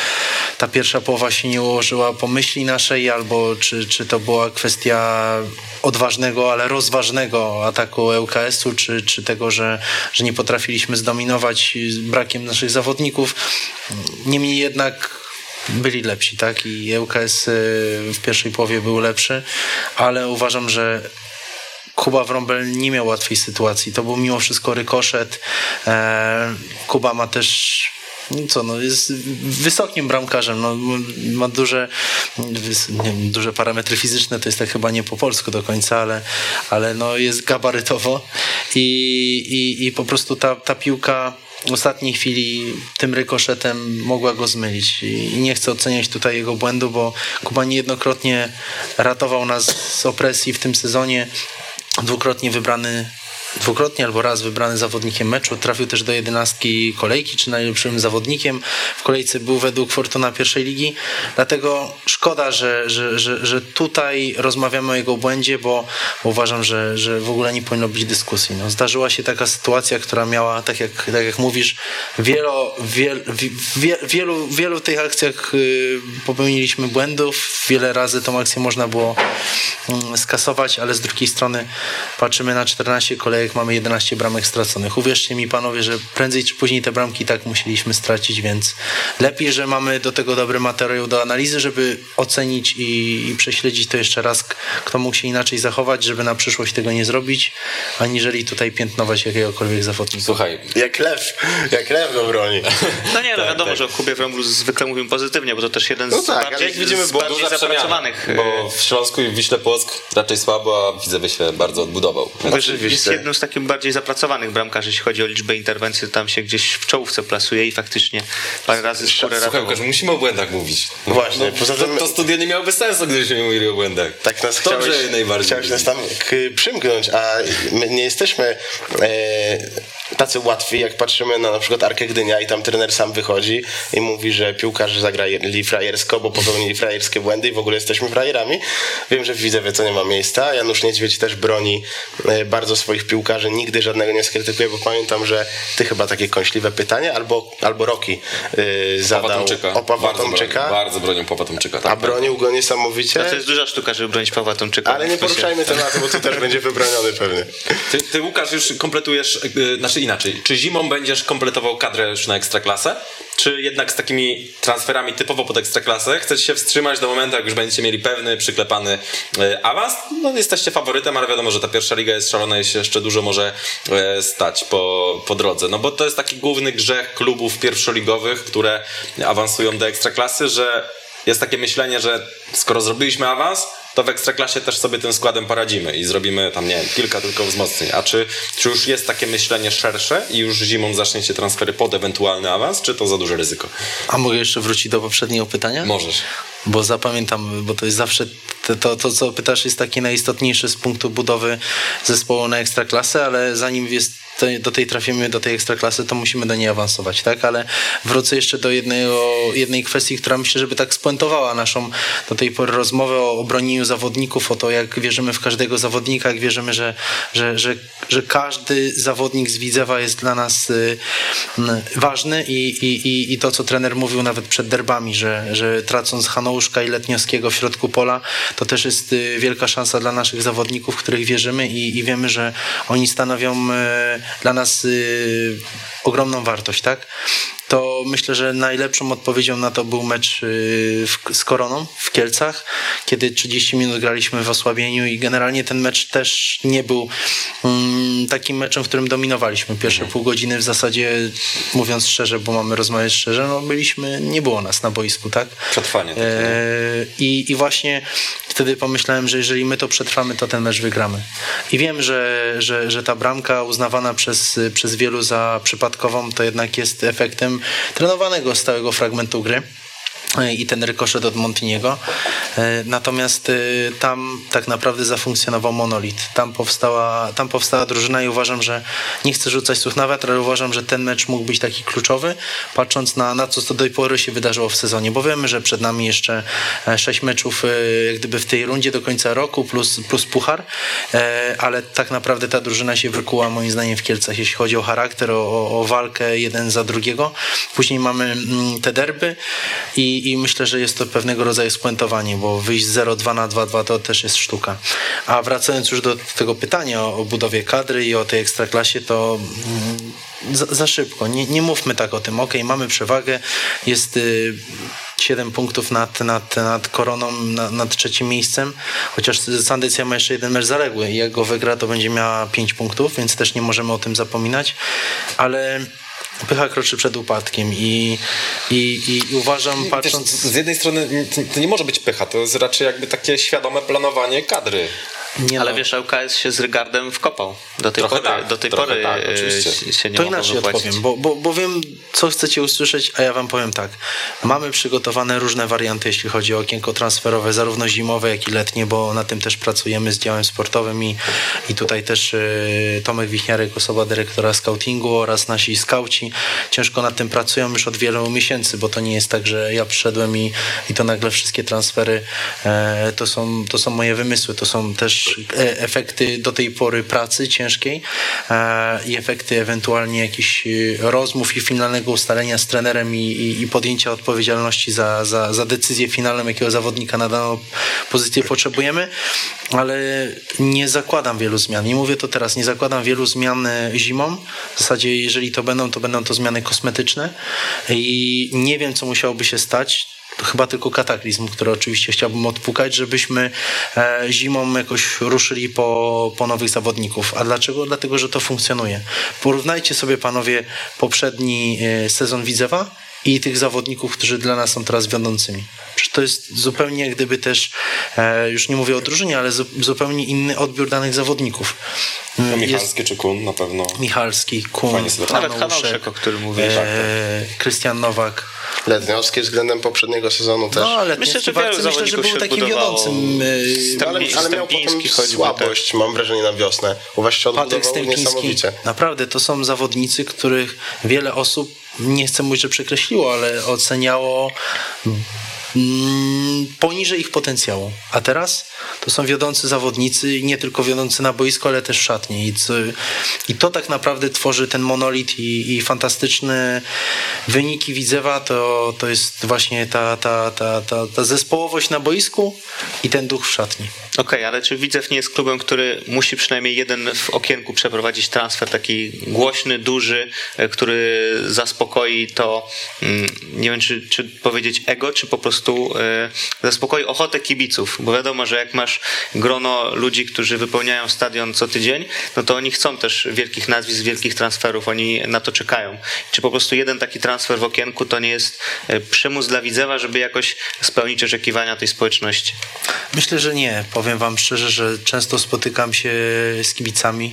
ta pierwsza połowa się nie ułożyła po myśli naszej, albo czy, czy to była kwestia odważnego, ale rozważnego ataku L K S-u, czy, czy tego, że, że nie potrafiliśmy zdominować brakiem naszych zawodników. Niemniej jednak byli lepsi, tak? I L K S w pierwszej połowie był lepszy, ale uważam, że Kuba Wrąbel nie miał łatwej sytuacji. To był mimo wszystko rykoszet. Kuba ma też co, no jest wysokim bramkarzem, no, ma duże, nie, duże parametry fizyczne, to jest tak chyba nie po polsku do końca, ale, ale no jest gabarytowo i, i, i po prostu ta, ta piłka w ostatniej chwili tym rykoszetem mogła go zmylić i nie chcę oceniać tutaj jego błędu, bo Kuba niejednokrotnie ratował nas z opresji w tym sezonie, dwukrotnie wybrany dwukrotnie albo raz wybrany zawodnikiem meczu, trafił też do jedenastki kolejki, czy najlepszym zawodnikiem w kolejce był według Fortuna pierwszej ligi, dlatego szkoda, że, że, że, że tutaj rozmawiamy o jego błędzie, bo uważam, że, że w ogóle nie powinno być dyskusji. No, zdarzyła się taka sytuacja, która miała, tak jak, tak jak mówisz, wielo, wiel, wie, wielu, wielu w tych akcjach y, popełniliśmy błędów, wiele razy tą akcję można było y, skasować, ale z drugiej strony patrzymy na czternaście kolejek, mamy jedenaście bramek straconych. Uwierzcie mi panowie, że prędzej czy później te bramki tak musieliśmy stracić, więc lepiej, że mamy do tego dobry materiał do analizy, żeby ocenić i, i prześledzić to jeszcze raz, kto mógł się inaczej zachować, żeby na przyszłość tego nie zrobić, aniżeli tutaj piętnować jakiegokolwiek zawodnika. Słuchaj, jak lew, jak lew go broni. No nie, no tak, wiadomo, tak. że o Kubie Wrąblu zwykle mówimy pozytywnie, bo to też jeden No z tak, bardziej, ale jak widzimy, z było bardziej duża zapracowanych. przemiana, bo w Śląsku i w Wiśle Płock raczej słabo, a Widzewie się bardzo odbudował. Jest jednym z takich bardziej zapracowanych bramkarzy, jeśli chodzi o liczbę interwencji, tam się gdzieś w czołówce plasuje i faktycznie parę razy skórę Słuchaj, ratował. Łukasz, musimy o błędach mówić. No, Właśnie, no, poza to, tym- to studio nie miałoby sensu, gdybyśmy nie mówili o błędach. Tak nas To chciałeś, grzeje najbardziej. chciałeś nas tam k- przymknąć, a my nie jesteśmy e, tacy łatwi, jak patrzymy na na przykład Arkę Gdynia i tam trener sam wychodzi i mówi, że piłkarze zagrali frajersko, bo popełnili frajerskie błędy i w ogóle jesteśmy frajerami. Wiem, że w Widzewie to nie ma miejsca. Janusz Niedźwiedź też broni e, bardzo swoich piłkarzy, nigdy żadnego nie skrytykuje, bo pamiętam, że ty chyba takie kąśliwe pytanie, albo, albo Roki e, zadał Pawła Tomczyka. o Pawła Bardzo Tomczyka. bronią, bardzo bronią Pawła Tomczyka. Tak, A bronił go niesamowicie. No to jest duża sztuka, żeby bronić Pawła Tomczyka. Ale nie poruszajmy tematu, bo tu też będzie wybroniony pewnie. Ty, ty Łukasz, już kompletujesz, yy, znaczy inaczej, czy zimą będziesz kompletował kadrę już na Ekstraklasę? Czy jednak z takimi transferami typowo pod Ekstraklasę chcecie się wstrzymać do momentu, jak już będziecie mieli pewny, przyklepany yy, awans? No jesteście faworytem, ale wiadomo, że ta pierwsza liga jest szalona i się jeszcze dużo może yy, stać po, po drodze. No bo to jest taki główny grzech klubów pierwszoligowych, które awansują do Ekstraklasy, że jest takie myślenie, że skoro zrobiliśmy awans, to w Ekstraklasie też sobie tym składem poradzimy i zrobimy tam, nie wiem, kilka tylko wzmocnień. A czy, czy już jest takie myślenie szersze i już zimą zaczniecie transfery pod ewentualny awans, czy to za duże ryzyko? A mogę jeszcze wrócić do poprzedniego pytania? Możesz. Bo zapamiętam, bo to jest zawsze to, to, to co pytasz, jest takie najistotniejsze z punktu budowy zespołu na Ekstraklasę, ale zanim jest do tej trafimy, do tej Ekstraklasy, to musimy do niej awansować, tak? Ale wrócę jeszcze do jednego, jednej kwestii, która myślę, żeby tak spuentowała naszą do tej pory rozmowę o obronieniu zawodników, o to, jak wierzymy w każdego zawodnika, jak wierzymy, że, że, że, że każdy zawodnik z Widzewa jest dla nas y, y, ważny i, i, i to, co trener mówił nawet przed derbami, że, że tracąc Hanouszka i Letniowskiego w środku pola, to też jest y, wielka szansa dla naszych zawodników, w których wierzymy i, i wiemy, że oni stanowią y, dla nas y, ogromną wartość, tak? To myślę, że najlepszą odpowiedzią na to był mecz y, w, z Koroną w Kielcach, kiedy trzydzieści minut graliśmy w osłabieniu i generalnie ten mecz też nie był mm, takim meczem, w którym dominowaliśmy. Pierwsze pół godziny w zasadzie, mówiąc szczerze, bo mamy rozmawiać szczerze, no byliśmy, nie było nas na boisku, tak? Przetrwanie. Tak, e, i, I właśnie wtedy pomyślałem, że jeżeli my to przetrwamy, to ten mecz wygramy. I wiem, że, że, że ta bramka uznawana przez, przez wielu za przypadkową, to jednak jest efektem trenowanego stałego fragmentu gry i ten rykoszet od Montiniego. Natomiast tam tak naprawdę zafunkcjonował monolit. Tam powstała, tam powstała drużyna i uważam, że nie chcę rzucać słów na wiatr, ale uważam, że ten mecz mógł być taki kluczowy, patrząc na, na co do tej pory się wydarzyło w sezonie, bo wiemy, że przed nami jeszcze sześć meczów jak gdyby w tej rundzie do końca roku plus, plus puchar, ale tak naprawdę ta drużyna się wykuła moim zdaniem w Kielcach, jeśli chodzi o charakter, o, o walkę jeden za drugiego. Później mamy te derby i I myślę, że jest to pewnego rodzaju spuentowanie, bo wyjść z zero dwa na dwa dwa to też jest sztuka. A wracając już do tego pytania o, o budowie kadry i o tej Ekstraklasie, to mm, za, za szybko. Nie, nie mówmy tak o tym. Okej, mamy przewagę, jest y, siedem punktów nad, nad, nad Koroną, nad, nad trzecim miejscem, chociaż Sandecja ma jeszcze jeden mecz zaległy i jak go wygra, to będzie miała pięć punktów, więc też nie możemy o tym zapominać, ale pycha kroczy przed upadkiem i, i, i uważam, patrząc... Wiesz, z jednej strony to nie może być pycha, to jest raczej jakby takie świadome planowanie kadry. Nie ale no. wiesz, L K S się z Rygardem wkopał. Do tej trochę pory, tak, do tej trochę pory tak, oczywiście. się nie to mogą inaczej wypłacić. odpowiem, bo, bo, bo wiem, co chcecie usłyszeć, a ja wam powiem tak. Mamy przygotowane różne warianty, jeśli chodzi o okienko transferowe, zarówno zimowe, jak i letnie, bo na tym też pracujemy z działem sportowym i, i tutaj też y, Tomek Wichniarek, osoba dyrektora scoutingu oraz nasi skauci ciężko nad tym pracują już od wielu miesięcy, bo to nie jest tak, że ja przyszedłem i, i to nagle wszystkie transfery e, to, są, to są moje wymysły, to są też e, efekty do tej pory pracy ciężkiej e, i efekty ewentualnie jakichś rozmów i finalnego ustalenia z trenerem i, i, i podjęcia odpowiedzialności za, za, za decyzję finalną, jakiego zawodnika na daną pozycję potrzebujemy, ale nie zakładam wielu zmian. Nie mówię to teraz, nie zakładam wielu zmian zimą. W zasadzie jeżeli to będą, to będą to zmiany kosmetyczne i nie wiem, co musiałoby się stać. Chyba tylko kataklizm, który oczywiście chciałbym odpukać, żebyśmy e, zimą jakoś ruszyli po, po nowych zawodników. A dlaczego? Dlatego, że to funkcjonuje. Porównajcie sobie, panowie, poprzedni e, sezon Widzewa i tych zawodników, którzy dla nas są teraz wiodącymi. Przecież to jest zupełnie jak gdyby też, e, już nie mówię o drużynie, ale zu, zupełnie inny odbiór danych zawodników. No, Michalski czy Kun na pewno. Michalski, Kun, nawet Hanouszek, o którym mówisz. E, Krystian Nowak. Ledniowski względem poprzedniego sezonu też. No, ale myślę, że wielu myślę, że był takim wiodącym. Ale, ale miał potem słabość, mam wrażenie, na wiosnę. Uważnie się odbudował niesamowicie. Naprawdę, to są zawodnicy, których wiele osób, nie chcę mówić, że przekreśliło, ale oceniało mm, poniżej ich potencjału. A teraz to są wiodący zawodnicy, nie tylko wiodący na boisku, ale też w szatni. I, co, i to tak naprawdę tworzy ten monolit i, i fantastyczne wyniki Widzewa, to, to jest właśnie ta, ta, ta, ta, ta zespołowość na boisku i ten duch w szatni. Okej, okay, ale czy Widzew nie jest klubem, który musi przynajmniej jeden w okienku przeprowadzić transfer taki głośny, duży, który zaspokoi to, nie wiem czy, czy powiedzieć ego, czy po prostu zaspokoi ochotę kibiców, bo wiadomo, że jak masz grono ludzi, którzy wypełniają stadion co tydzień, no to oni chcą też wielkich nazwisk, wielkich transferów, oni na to czekają. Czy po prostu jeden taki transfer w okienku to nie jest przymus dla Widzewa, żeby jakoś spełnić oczekiwania tej społeczności? Myślę, że nie. Powiem wam szczerze, że często spotykam się z kibicami,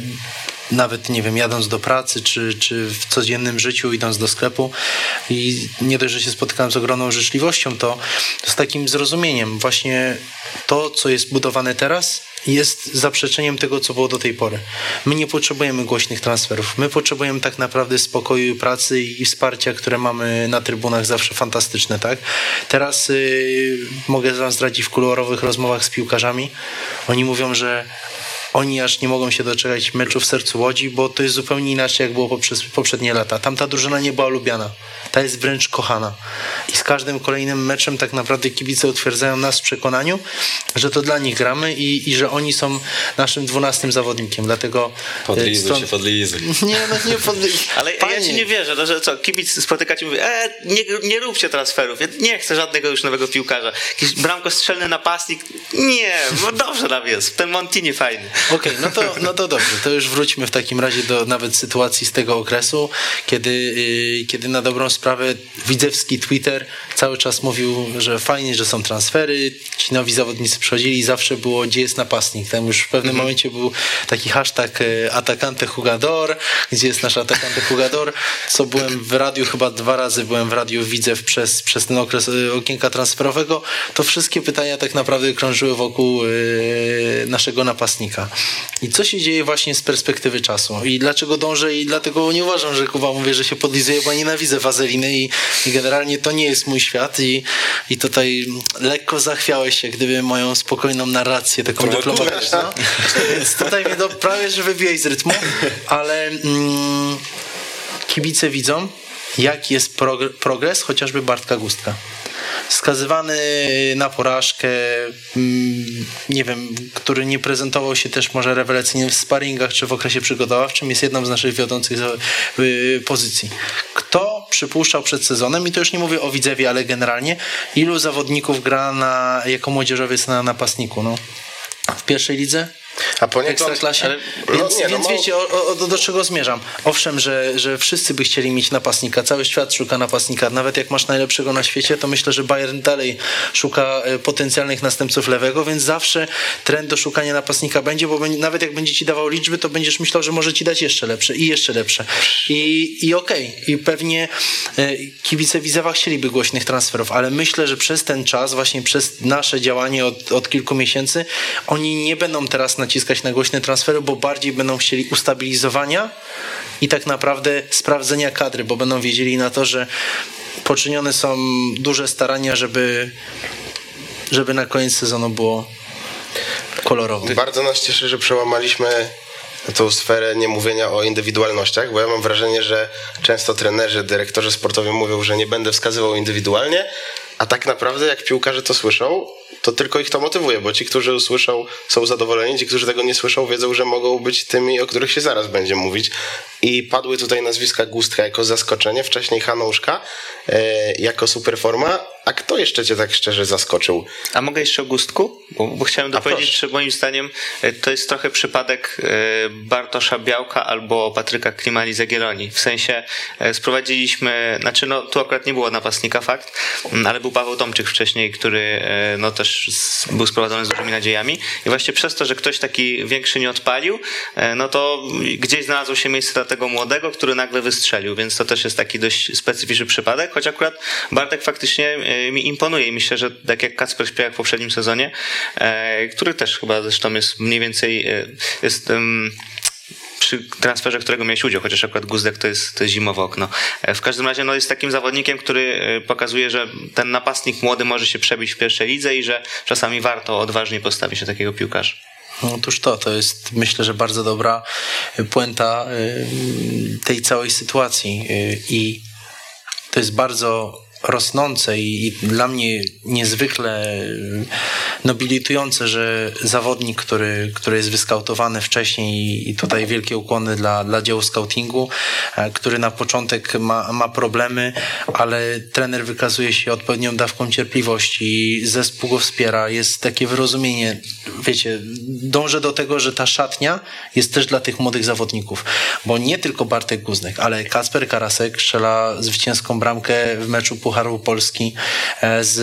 nawet, nie wiem, jadąc do pracy, czy, czy w codziennym życiu, idąc do sklepu i nie dość, że się spotykam z ogromną życzliwością, to z takim zrozumieniem. Właśnie to, co jest budowane teraz, jest zaprzeczeniem tego, co było do tej pory. My nie potrzebujemy głośnych transferów. My potrzebujemy tak naprawdę spokoju, pracy i wsparcia, które mamy na trybunach zawsze fantastyczne, tak? Teraz yy, mogę wam zdradzić w kuluarowych rozmowach z piłkarzami. Oni mówią, że oni aż nie mogą się doczekać meczu w sercu Łodzi, bo to jest zupełnie inaczej, jak było poprzez poprzednie lata. Tamta drużyna nie była lubiana. Ta jest wręcz kochana. I z każdym kolejnym meczem tak naprawdę kibice utwierdzają nas w przekonaniu, że to dla nich gramy i, i że oni są naszym dwunastym zawodnikiem. Dlatego podlizuj stąd... się, podlizuj. Nie, no nie podlizuj. Ale Panie. Ja ci nie wierzę, no, że co, kibic spotyka ci i mówi, e, nie, nie róbcie transferów, ja nie chcę żadnego już nowego piłkarza. Jakiś bramkostrzelny napastnik, nie, no dobrze nam jest, ten Montini fajny. Okej, okay, no, to, no to dobrze, to już wróćmy w takim razie do nawet sytuacji z tego okresu, kiedy, yy, kiedy na dobrą sprawę widzewski Twitter cały czas mówił, że fajnie, że są transfery, ci nowi zawodnicy przychodzili i zawsze było, gdzie jest napastnik. Tam już w pewnym mm-hmm. momencie był taki hashtag Atacante Jugador, gdzie jest nasz Atacante Jugador, co byłem w radiu, chyba dwa razy byłem w radiu Widzew przez, przez ten okres okienka transferowego, to wszystkie pytania tak naprawdę krążyły wokół yy, naszego napastnika. I co się dzieje właśnie z perspektywy czasu? I dlaczego dążę? I dlatego nie uważam, że Kuba mówię, że się podlizuje, bo nienawidzę wazeliny i, i generalnie to nie jest mój świat i, i tutaj lekko zachwiałeś się, gdyby moją spokojną narrację taką dyplomatyczną. Więc tutaj mnie do, prawie, że wybiłeś z rytmu, ale mm, kibice widzą, jaki jest progr- progres chociażby Bartka Gustka. Skazywany na porażkę, nie wiem, który nie prezentował się też może rewelacyjnie w sparingach czy w okresie przygotowawczym, jest jedną z naszych wiodących pozycji. Kto przypuszczał przed sezonem, i to już nie mówię o Widzewie, ale generalnie, ilu zawodników gra na, jako młodzieżowiec na napastniku? No. W pierwszej lidze A poniekąd... Ekstraklasie. Ale, no, więc nie, no, więc mało... wiecie, o, o, do czego zmierzam. Owszem, że, że wszyscy by chcieli mieć napastnika, cały świat szuka napastnika. Nawet jak masz najlepszego na świecie, to myślę, że Bayern dalej szuka potencjalnych następców lewego, więc zawsze trend do szukania napastnika będzie, bo nawet jak będzie ci dawał liczby, to będziesz myślał, że może ci dać jeszcze lepsze i jeszcze lepsze. I, i okej. Okay. I pewnie kibice Widzewa chcieliby głośnych transferów, ale myślę, że przez ten czas, właśnie przez nasze działanie od, od kilku miesięcy, oni nie będą teraz naciskać na głośne transfery, bo bardziej będą chcieli ustabilizowania i tak naprawdę sprawdzenia kadry, bo będą wiedzieli na to, że poczynione są duże starania, żeby, żeby na koniec sezonu było kolorowo. Bardzo nas cieszy, że przełamaliśmy tą sferę niemówienia o indywidualnościach, bo ja mam wrażenie, że często trenerzy, dyrektorzy sportowi mówią, że nie będę wskazywał indywidualnie, a tak naprawdę jak piłkarze to słyszą, to tylko ich to motywuje, bo ci, którzy usłyszą, są zadowoleni, ci, którzy tego nie słyszą, wiedzą, że mogą być tymi, o których się zaraz będzie mówić. I padły tutaj nazwiska Gustka jako zaskoczenie, wcześniej Hanouszka e, jako superforma. A kto jeszcze cię tak szczerze zaskoczył? A mogę jeszcze o Gustku? Bo, bo chciałem dopowiedzieć, że moim zdaniem to jest trochę przypadek Bartosza Białka albo Patryka Klimali-Zagieloni. W sensie sprowadziliśmy, znaczy no tu akurat nie było napastnika, fakt, ale był Paweł Tomczyk wcześniej, który no też był sprowadzony z dużymi nadziejami i właśnie przez to, że ktoś taki większy nie odpalił, no to gdzieś znalazło się miejsce dla tego młodego, który nagle wystrzelił, więc to też jest taki dość specyficzny przypadek, choć akurat Bartek faktycznie mi imponuje i myślę, że tak jak Kacper Śpiewak w poprzednim sezonie, który też chyba zresztą jest mniej więcej jest przy transferze, którego miałeś udział, chociaż akurat Guzdek to jest, to jest zimowe okno. W każdym razie no, jest takim zawodnikiem, który pokazuje, że ten napastnik młody może się przebić w pierwszej lidze i że czasami warto odważnie postawić się takiego piłkarza. No otóż to, to jest myślę, że bardzo dobra puenta tej całej sytuacji i to jest bardzo rosnące i, i dla mnie niezwykle nobilitujące, że zawodnik, który, który jest wyskautowany wcześniej i tutaj wielkie ukłony dla, dla działu scoutingu, który na początek ma, ma problemy, ale trener wykazuje się odpowiednią dawką cierpliwości, zespół go wspiera, jest takie wyrozumienie, wiecie, dążę do tego, że ta szatnia jest też dla tych młodych zawodników, bo nie tylko Bartek Guznek, ale Kacper Karasek strzela zwycięską bramkę w meczu Pucharu Polski z,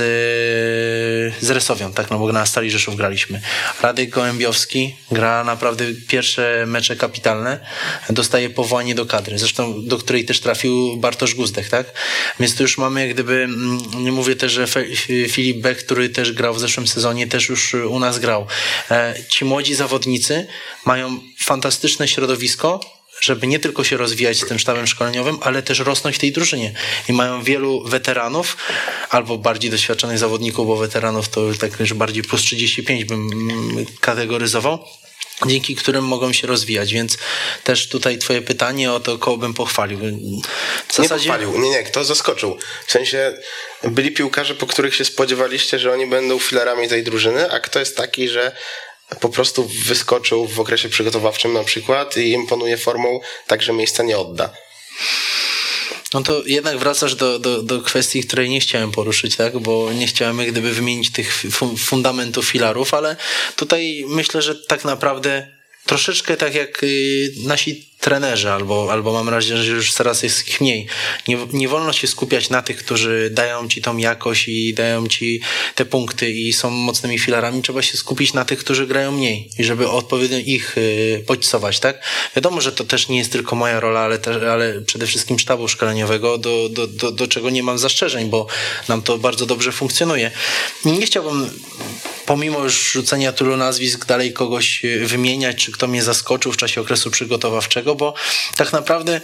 z Resowią, tak, no bo na Stali Rzeszów graliśmy. Radek Gołębiowski gra naprawdę pierwsze mecze kapitalne, dostaje powołanie do kadry, zresztą do której też trafił Bartosz Guzdek, tak? Więc tu już mamy jak gdyby, nie mówię też, że Filip Beck, który też grał w zeszłym sezonie, też już u nas grał. Ci młodzi zawodnicy mają fantastyczne środowisko, żeby nie tylko się rozwijać z tym sztabem szkoleniowym, ale też rosnąć w tej drużynie. I mają wielu weteranów, albo bardziej doświadczonych zawodników, bo weteranów to tak już bardziej plus trzydzieści pięć bym kategoryzował, dzięki którym mogą się rozwijać, więc też tutaj twoje pytanie o to, kogo bym pochwalił. W zasadzie... Nie pochwalił, nie, nie, kto zaskoczył? W sensie byli piłkarze, po których się spodziewaliście, że oni będą filarami tej drużyny, a kto jest taki, że po prostu wyskoczył w okresie przygotowawczym na przykład i imponuje formą, tak że miejsca nie odda. No to jednak wracasz do, do, do kwestii, której nie chciałem poruszyć, tak? Bo nie chciałem jak gdyby wymienić tych fundamentów, filarów, ale tutaj myślę, że tak naprawdę troszeczkę tak jak nasi trenerzy, albo, albo mam wrażenie, że już coraz jest ich mniej. Nie, nie wolno się skupiać na tych, którzy dają ci tą jakość i dają ci te punkty i są mocnymi filarami. Trzeba się skupić na tych, którzy grają mniej i żeby odpowiednio ich y, bodźcować, tak? Wiadomo, że to też nie jest tylko moja rola, ale, te, ale przede wszystkim sztabu szkoleniowego, do, do, do, do czego nie mam zastrzeżeń, bo nam to bardzo dobrze funkcjonuje. Nie chciałbym pomimo już rzucenia tylu nazwisk dalej kogoś wymieniać, czy kto mnie zaskoczył w czasie okresu przygotowawczego, bo tak naprawdę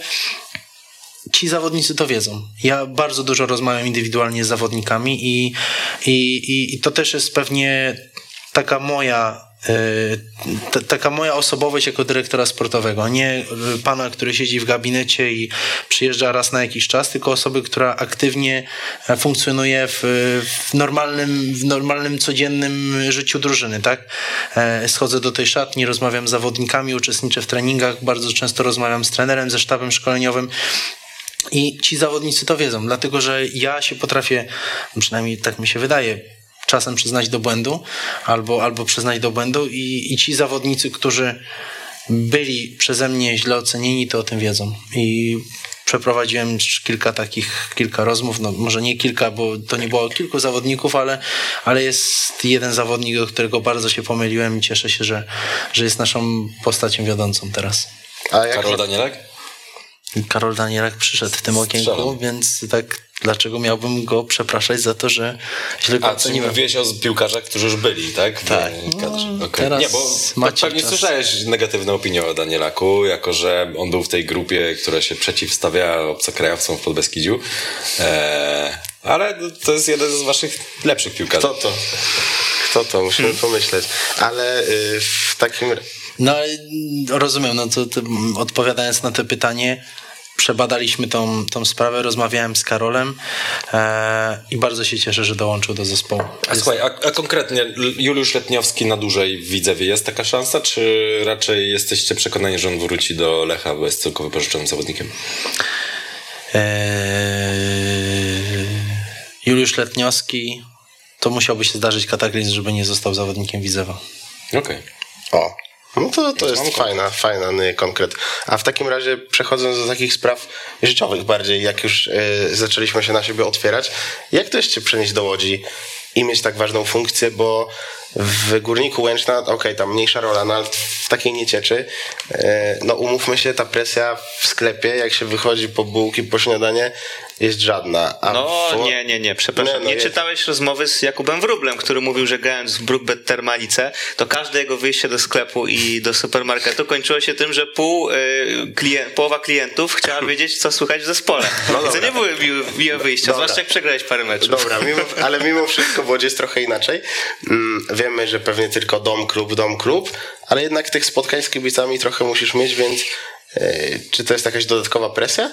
ci zawodnicy to wiedzą. Ja bardzo dużo rozmawiam indywidualnie z zawodnikami i, i, i to też jest pewnie taka moja T- taka moja osobowość jako dyrektora sportowego, nie pana, który siedzi w gabinecie i przyjeżdża raz na jakiś czas, tylko osoby, która aktywnie funkcjonuje w, w normalnym, w normalnym, codziennym życiu drużyny, tak? Schodzę do tej szatni, rozmawiam z zawodnikami, uczestniczę w treningach, bardzo często rozmawiam z trenerem, ze sztabem szkoleniowym. I ci zawodnicy to wiedzą, dlatego że ja się potrafię, przynajmniej tak mi się wydaje, czasem przyznać do błędu, albo, albo przyznać do błędu i, i ci zawodnicy, którzy byli przeze mnie źle ocenieni, to o tym wiedzą. I przeprowadziłem kilka takich, kilka rozmów, no może nie kilka, bo to nie było kilku zawodników, ale, ale jest jeden zawodnik, do którego bardzo się pomyliłem i cieszę się, że, że jest naszą postacią wiodącą teraz. A jak... Karol Danielek? Karol Danielek przyszedł w tym okienku, Strzelam. Więc tak dlaczego miałbym go przepraszać za to, że źle go A, czyli mówiłeś o piłkarzach, którzy już byli, tak? Tak. No, okay. Nie, bo pewnie czas. Słyszałeś negatywne opinie o Danielaku, jako że on był w tej grupie, która się przeciwstawia obcokrajowcom w Podbeskidziu. Eee, ale to jest jeden z waszych lepszych piłkarzy. Kto to? Kto to? Musimy hmm. pomyśleć. Ale yy, w takim... No rozumiem, no to, to odpowiadając na to pytanie, przebadaliśmy tą, tą sprawę, rozmawiałem z Karolem e, i bardzo się cieszę, że dołączył do zespołu. A jest... słuchaj, a, a konkretnie Juliusz Letniowski na dłużej w Widzewie jest taka szansa, czy raczej jesteście przekonani, że on wróci do Lecha, bo jest tylko wypożyczonym zawodnikiem? E, Juliusz Letniowski, to musiałby się zdarzyć kataklizm, żeby nie został zawodnikiem Widzewa. Okej. Okay. O. No to, to jest fajna, fajny konkret. A w takim razie przechodząc do takich spraw życiowych bardziej, jak już y, zaczęliśmy się na siebie otwierać, jak to jest cię przenieść do Łodzi i mieć tak ważną funkcję, bo w Górniku Łęczna, okej, okay, tam mniejsza rola, no ale w takiej nie cieczy. Y, no umówmy się, ta presja w sklepie, jak się wychodzi po bułki, po śniadanie, jest żadna. A no w... nie, nie, nie, przepraszam. Nie, no nie czytałeś rozmowy z Jakubem Wróblem, który mówił, że grając w Brookbet Termalice, to każde jego wyjście do sklepu i do supermarketu kończyło się tym, że pół, y, klien- połowa klientów chciała wiedzieć, co słychać w zespole. No to nie były miłe, miłe wyjścia, dobra. Zwłaszcza jak przegrałeś parę meczów. Dobra, mimo, ale mimo wszystko w Łodzi jest trochę inaczej. Mm, wiemy, że pewnie tylko dom, klub, dom, klub, ale jednak tych spotkań z kibicami trochę musisz mieć, więc y, czy to jest jakaś dodatkowa presja?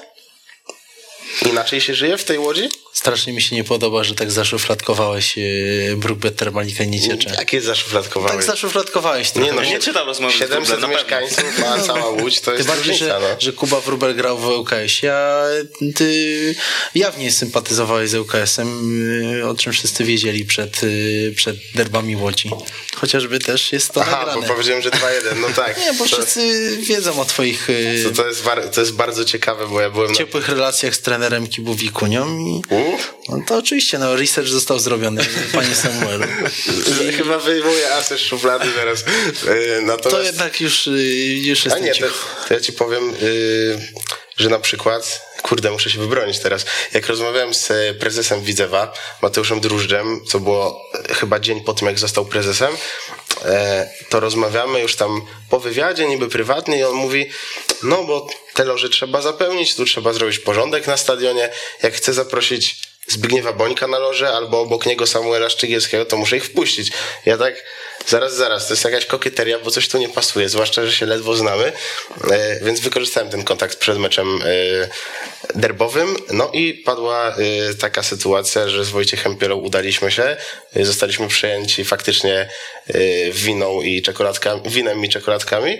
Inaczej się żyje w tej Łodzi? Strasznie mi się nie podoba, że tak zaszufladkowałeś yy, Brookbet Termalika nie ciecze. Jakie zaszufladkowałeś? Tak zaszufladkowałeś trochę. Nie, no, nie czytam rozmowy siedemset mieszkańców, a cała Łódź to jest bardziej, różnica, że, no. że Kuba Wróbel grał w ŁKS-ie, a ty jawnie sympatyzowałeś z ŁKS-em, yy, o czym wszyscy wiedzieli przed, yy, przed derbami Łodzi. Chociażby też jest to Aha, nagrane. bo powiedziałem, że dwa jeden, no tak. Nie, bo to, wszyscy wiedzą o twoich yy, to, to, jest bar- to jest bardzo ciekawe, bo ja byłem... ciepłych na... relacjach z trenerem Kibu Wikunią i no to oczywiście, no research został zrobiony, panie Samuelu. I... Chyba wyjmuję asy z szuflady teraz. Natomiast... To jednak już, już jest. A nie, to, to ja ci powiem, yy, że na przykład, kurde, muszę się wybronić teraz. Jak rozmawiałem z prezesem Widzewa, Mateuszem Drużdżem, co było chyba dzień po tym, jak został prezesem, to rozmawiamy już tam po wywiadzie, niby prywatnie, i on mówi, no bo te loże trzeba zapełnić, tu trzeba zrobić porządek na stadionie, jak chcę zaprosić Zbigniewa Bońka na loże albo obok niego Samuela Szczygielskiego, to muszę ich wpuścić. Ja tak, zaraz, zaraz, to jest jakaś kokieteria, bo coś tu nie pasuje, zwłaszcza, że się ledwo znamy, e, więc wykorzystałem ten kontakt przed meczem e, derbowym, no i padła e, taka sytuacja, że z Wojciechem Pielą udaliśmy się, e, zostaliśmy przejęci faktycznie e, winą i czekoladkami, winem i czekoladkami.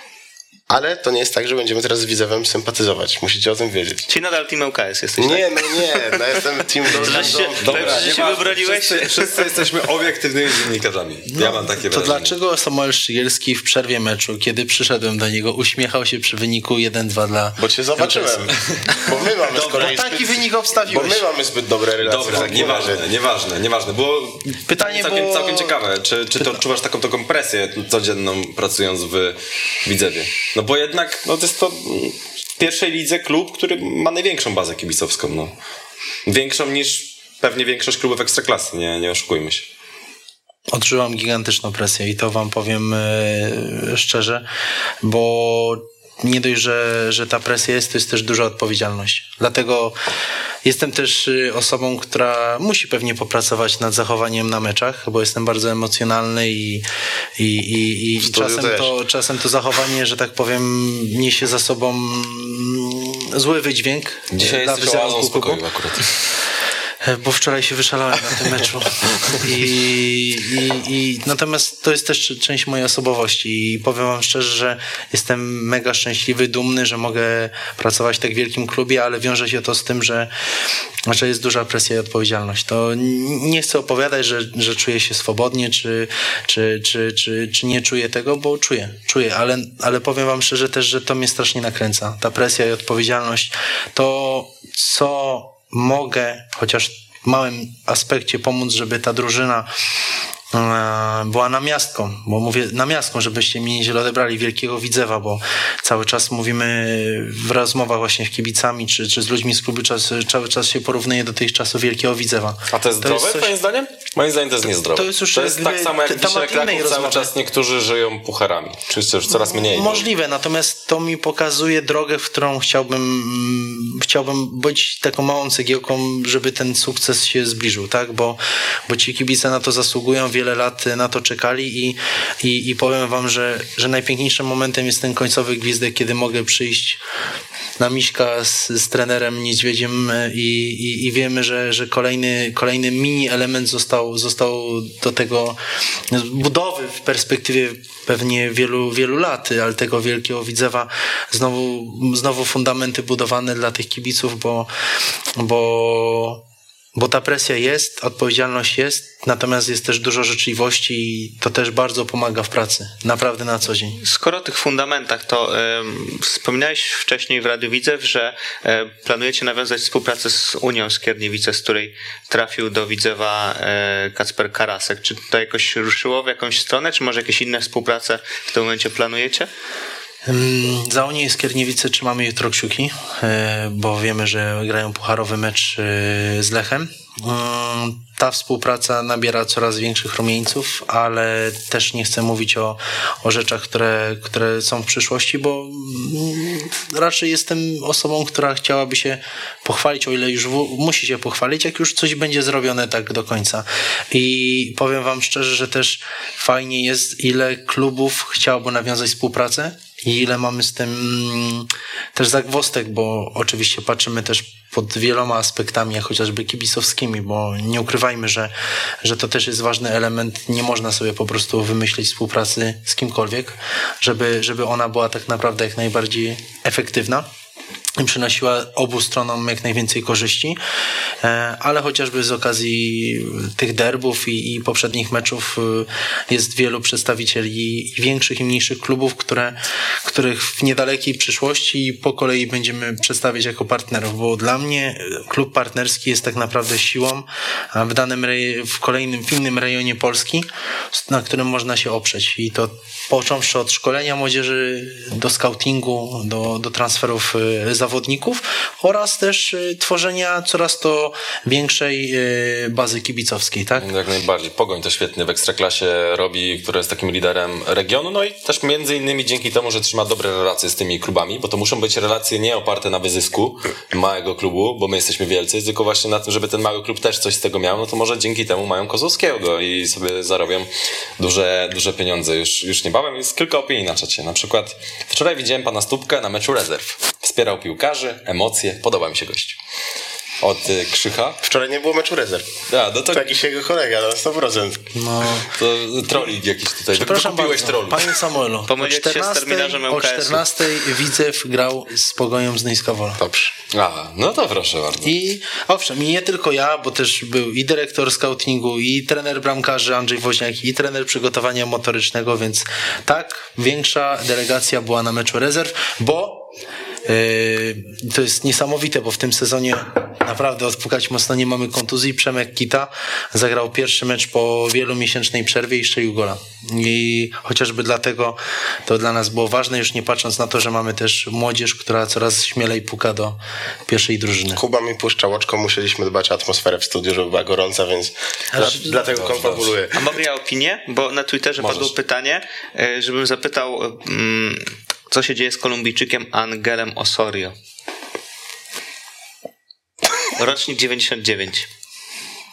Ale to nie jest tak, że będziemy teraz z Widzewem sympatyzować. Musicie o tym wiedzieć. Czyli nadal Team ŁKS jesteś, Nie, tak? no nie. No jestem Team Drużdżem. Dobra, że się wybroniłeś. Wszyscy, wszyscy jesteśmy obiektywnymi dziennikarzami. Ja no, mam takie to wrażenie. dlaczego Samuel Szczygielski w przerwie meczu, kiedy przyszedłem do niego, uśmiechał się przy wyniku jeden dwa dla... Bo cię zobaczyłem. Bo my mamy z kolei... Bo taki wynik obstawiłeś. Bo my mamy zbyt dobre relacje. Dobra, nieważne, nieważne, nieważne. Było pytanie całkiem, było... całkiem ciekawe. Czy, czy to odczuwasz taką, taką presję codzienną pracując w Widzewie? No bo jednak... No to jest to w pierwszej lidze klub, który ma największą bazę kibicowską. No. Większą niż pewnie większość klubów Ekstraklasy, nie, nie oszukujmy się. Odczuwam gigantyczną presję i to wam powiem yy, szczerze, bo nie dość, że, że ta presja jest, to jest też duża odpowiedzialność. Dlatego jestem też osobą, która musi pewnie popracować nad zachowaniem na meczach, bo jestem bardzo emocjonalny i, i, i, i czasem, to, czasem to zachowanie, że tak powiem, niesie za sobą zły wydźwięk. Dzisiaj jesteś oazą spokoju akurat. Bo wczoraj się wyszalałem na tym meczu. I, i, i natomiast to jest też część mojej osobowości i powiem wam szczerze, że jestem mega szczęśliwy, dumny, że mogę pracować w tak wielkim klubie, ale wiąże się to z tym, że, że jest duża presja i odpowiedzialność. To nie chcę opowiadać, że, że czuję się swobodnie, czy, czy, czy, czy, czy nie czuję tego, bo czuję, czuję, ale, ale powiem wam szczerze też, że to mnie strasznie nakręca. Ta presja i odpowiedzialność, to co mogę, chociaż w małym aspekcie pomóc, żeby ta drużyna była namiastką, bo mówię namiastką, żebyście mnie źle odebrali, wielkiego Widzewa, bo cały czas mówimy w rozmowach właśnie z kibicami, czy, czy z ludźmi z klubu, czas, cały czas się porównuje do tych czasów wielkiego Widzewa. A to jest to zdrowe, jest coś... twoim zdaniem? Moim zdaniem to jest niezdrowe. To jest, już to jest tak samo jak dzisiaj Kraków, cały czas niektórzy żyją pucharami. Oczywiście już coraz mniej. Możliwe, bo... natomiast to mi pokazuje drogę, w którą chciałbym chciałbym być taką małą cegiełką, żeby ten sukces się zbliżył, tak? Bo, bo ci kibice na to zasługują, wiele lat na to czekali i, i, i powiem wam, że, że najpiękniejszym momentem jest ten końcowy gwizdek, kiedy mogę przyjść na Miśka z, z trenerem Niedźwiedziem i, i, i wiemy, że, że kolejny, kolejny mini element został, został do tego budowy w perspektywie pewnie wielu, wielu lat, ale tego wielkiego Widzewa znowu, znowu fundamenty budowane dla tych kibiców, bo, bo Bo ta presja jest, odpowiedzialność jest, natomiast jest też dużo życzliwości i to też bardzo pomaga w pracy. Naprawdę na co dzień. Skoro o tych fundamentach, to y, wspominałeś wcześniej w Radiu Widzew, że y, planujecie nawiązać współpracę z Unią Skierniewice, z której trafił do Widzewa y, Kacper Karasek. Czy to jakoś ruszyło w jakąś stronę, czy może jakieś inne współprace w tym momencie planujecie? Za Unię Skierniewice trzymamy jutro kciuki, bo wiemy, że grają pucharowy mecz z Lechem. Ta współpraca nabiera coraz większych rumieńców, ale też nie chcę mówić o, o rzeczach, które, które są w przyszłości, bo raczej jestem osobą, która chciałaby się pochwalić, o ile już w, musi się pochwalić, jak już coś będzie zrobione tak do końca. I powiem wam szczerze, że też fajnie jest, ile klubów chciałoby nawiązać współpracę i ile mamy z tym też zagwozdek, bo oczywiście patrzymy też pod wieloma aspektami, jak chociażby kibicowskimi, bo nie ukrywajmy, że, że to też jest ważny element. Nie można sobie po prostu wymyślić współpracy z kimkolwiek, żeby, żeby ona była tak naprawdę jak najbardziej efektywna i przynosiła obu stronom jak najwięcej korzyści, ale chociażby z okazji tych derbów i, i poprzednich meczów jest wielu przedstawicieli większych i mniejszych klubów, które, których w niedalekiej przyszłości po kolei będziemy przedstawiać jako partnerów, bo dla mnie klub partnerski jest tak naprawdę siłą w danym reje, w kolejnym, w innym rejonie Polski, na którym można się oprzeć i to począwszy od szkolenia młodzieży do scoutingu, do, do transferów zawodników oraz też tworzenia coraz to większej bazy kibicowskiej, tak? Jak najbardziej. Pogoń to świetnie w Ekstraklasie robi, który jest takim liderem regionu, no i też między innymi dzięki temu, że trzyma dobre relacje z tymi klubami, bo to muszą być relacje nie oparte na wyzysku małego klubu, bo my jesteśmy wielcy, tylko właśnie na tym, żeby ten mały klub też coś z tego miał, no to może dzięki temu mają Kozłowskiego i sobie zarobią duże, duże pieniądze. Już, już niebawem jest kilka opinii na czacie. Na przykład wczoraj widziałem pana Stupkę na meczu rezerw. Wspierał piłkarzy, emocje, podoba mi się gość. Od y, Krzycha. Wczoraj nie było meczu rezerw. Ja, no to... to jakiś jego kolega, na sto procent. No. To trolling jakiś tutaj. Przepraszam bardzo, trollu. panie Samuelu, o czternastej, o czternastej Widzew grał z Pogonią z Nyska Wola. Dobrze. A, no to proszę bardzo. I owszem, i nie tylko ja, bo też był i dyrektor scoutingu, i trener bramkarzy Andrzej Woźniak, i trener przygotowania motorycznego, więc tak, większa delegacja była na meczu rezerw, bo Yy, to jest niesamowite, bo w tym sezonie naprawdę odpukać mocno nie mamy kontuzji. Przemek Kita zagrał pierwszy mecz po wielomiesięcznej przerwie i strzelił gola. I chociażby dlatego to dla nas było ważne, już nie patrząc na to, że mamy też młodzież, która coraz śmielej puka do pierwszej drużyny. Kuba mi puszcza łoczko, musieliśmy dbać o atmosferę w studiu, żeby była gorąca, więc dla, dlatego konfabuluję. A mogę ja opinię? Bo na Twitterze Możesz. padło pytanie, żebym zapytał... Mm, co się dzieje z Kolumbijczykiem Angelem Osorio? Rocznik dziewięćdziesiąt dziewięć.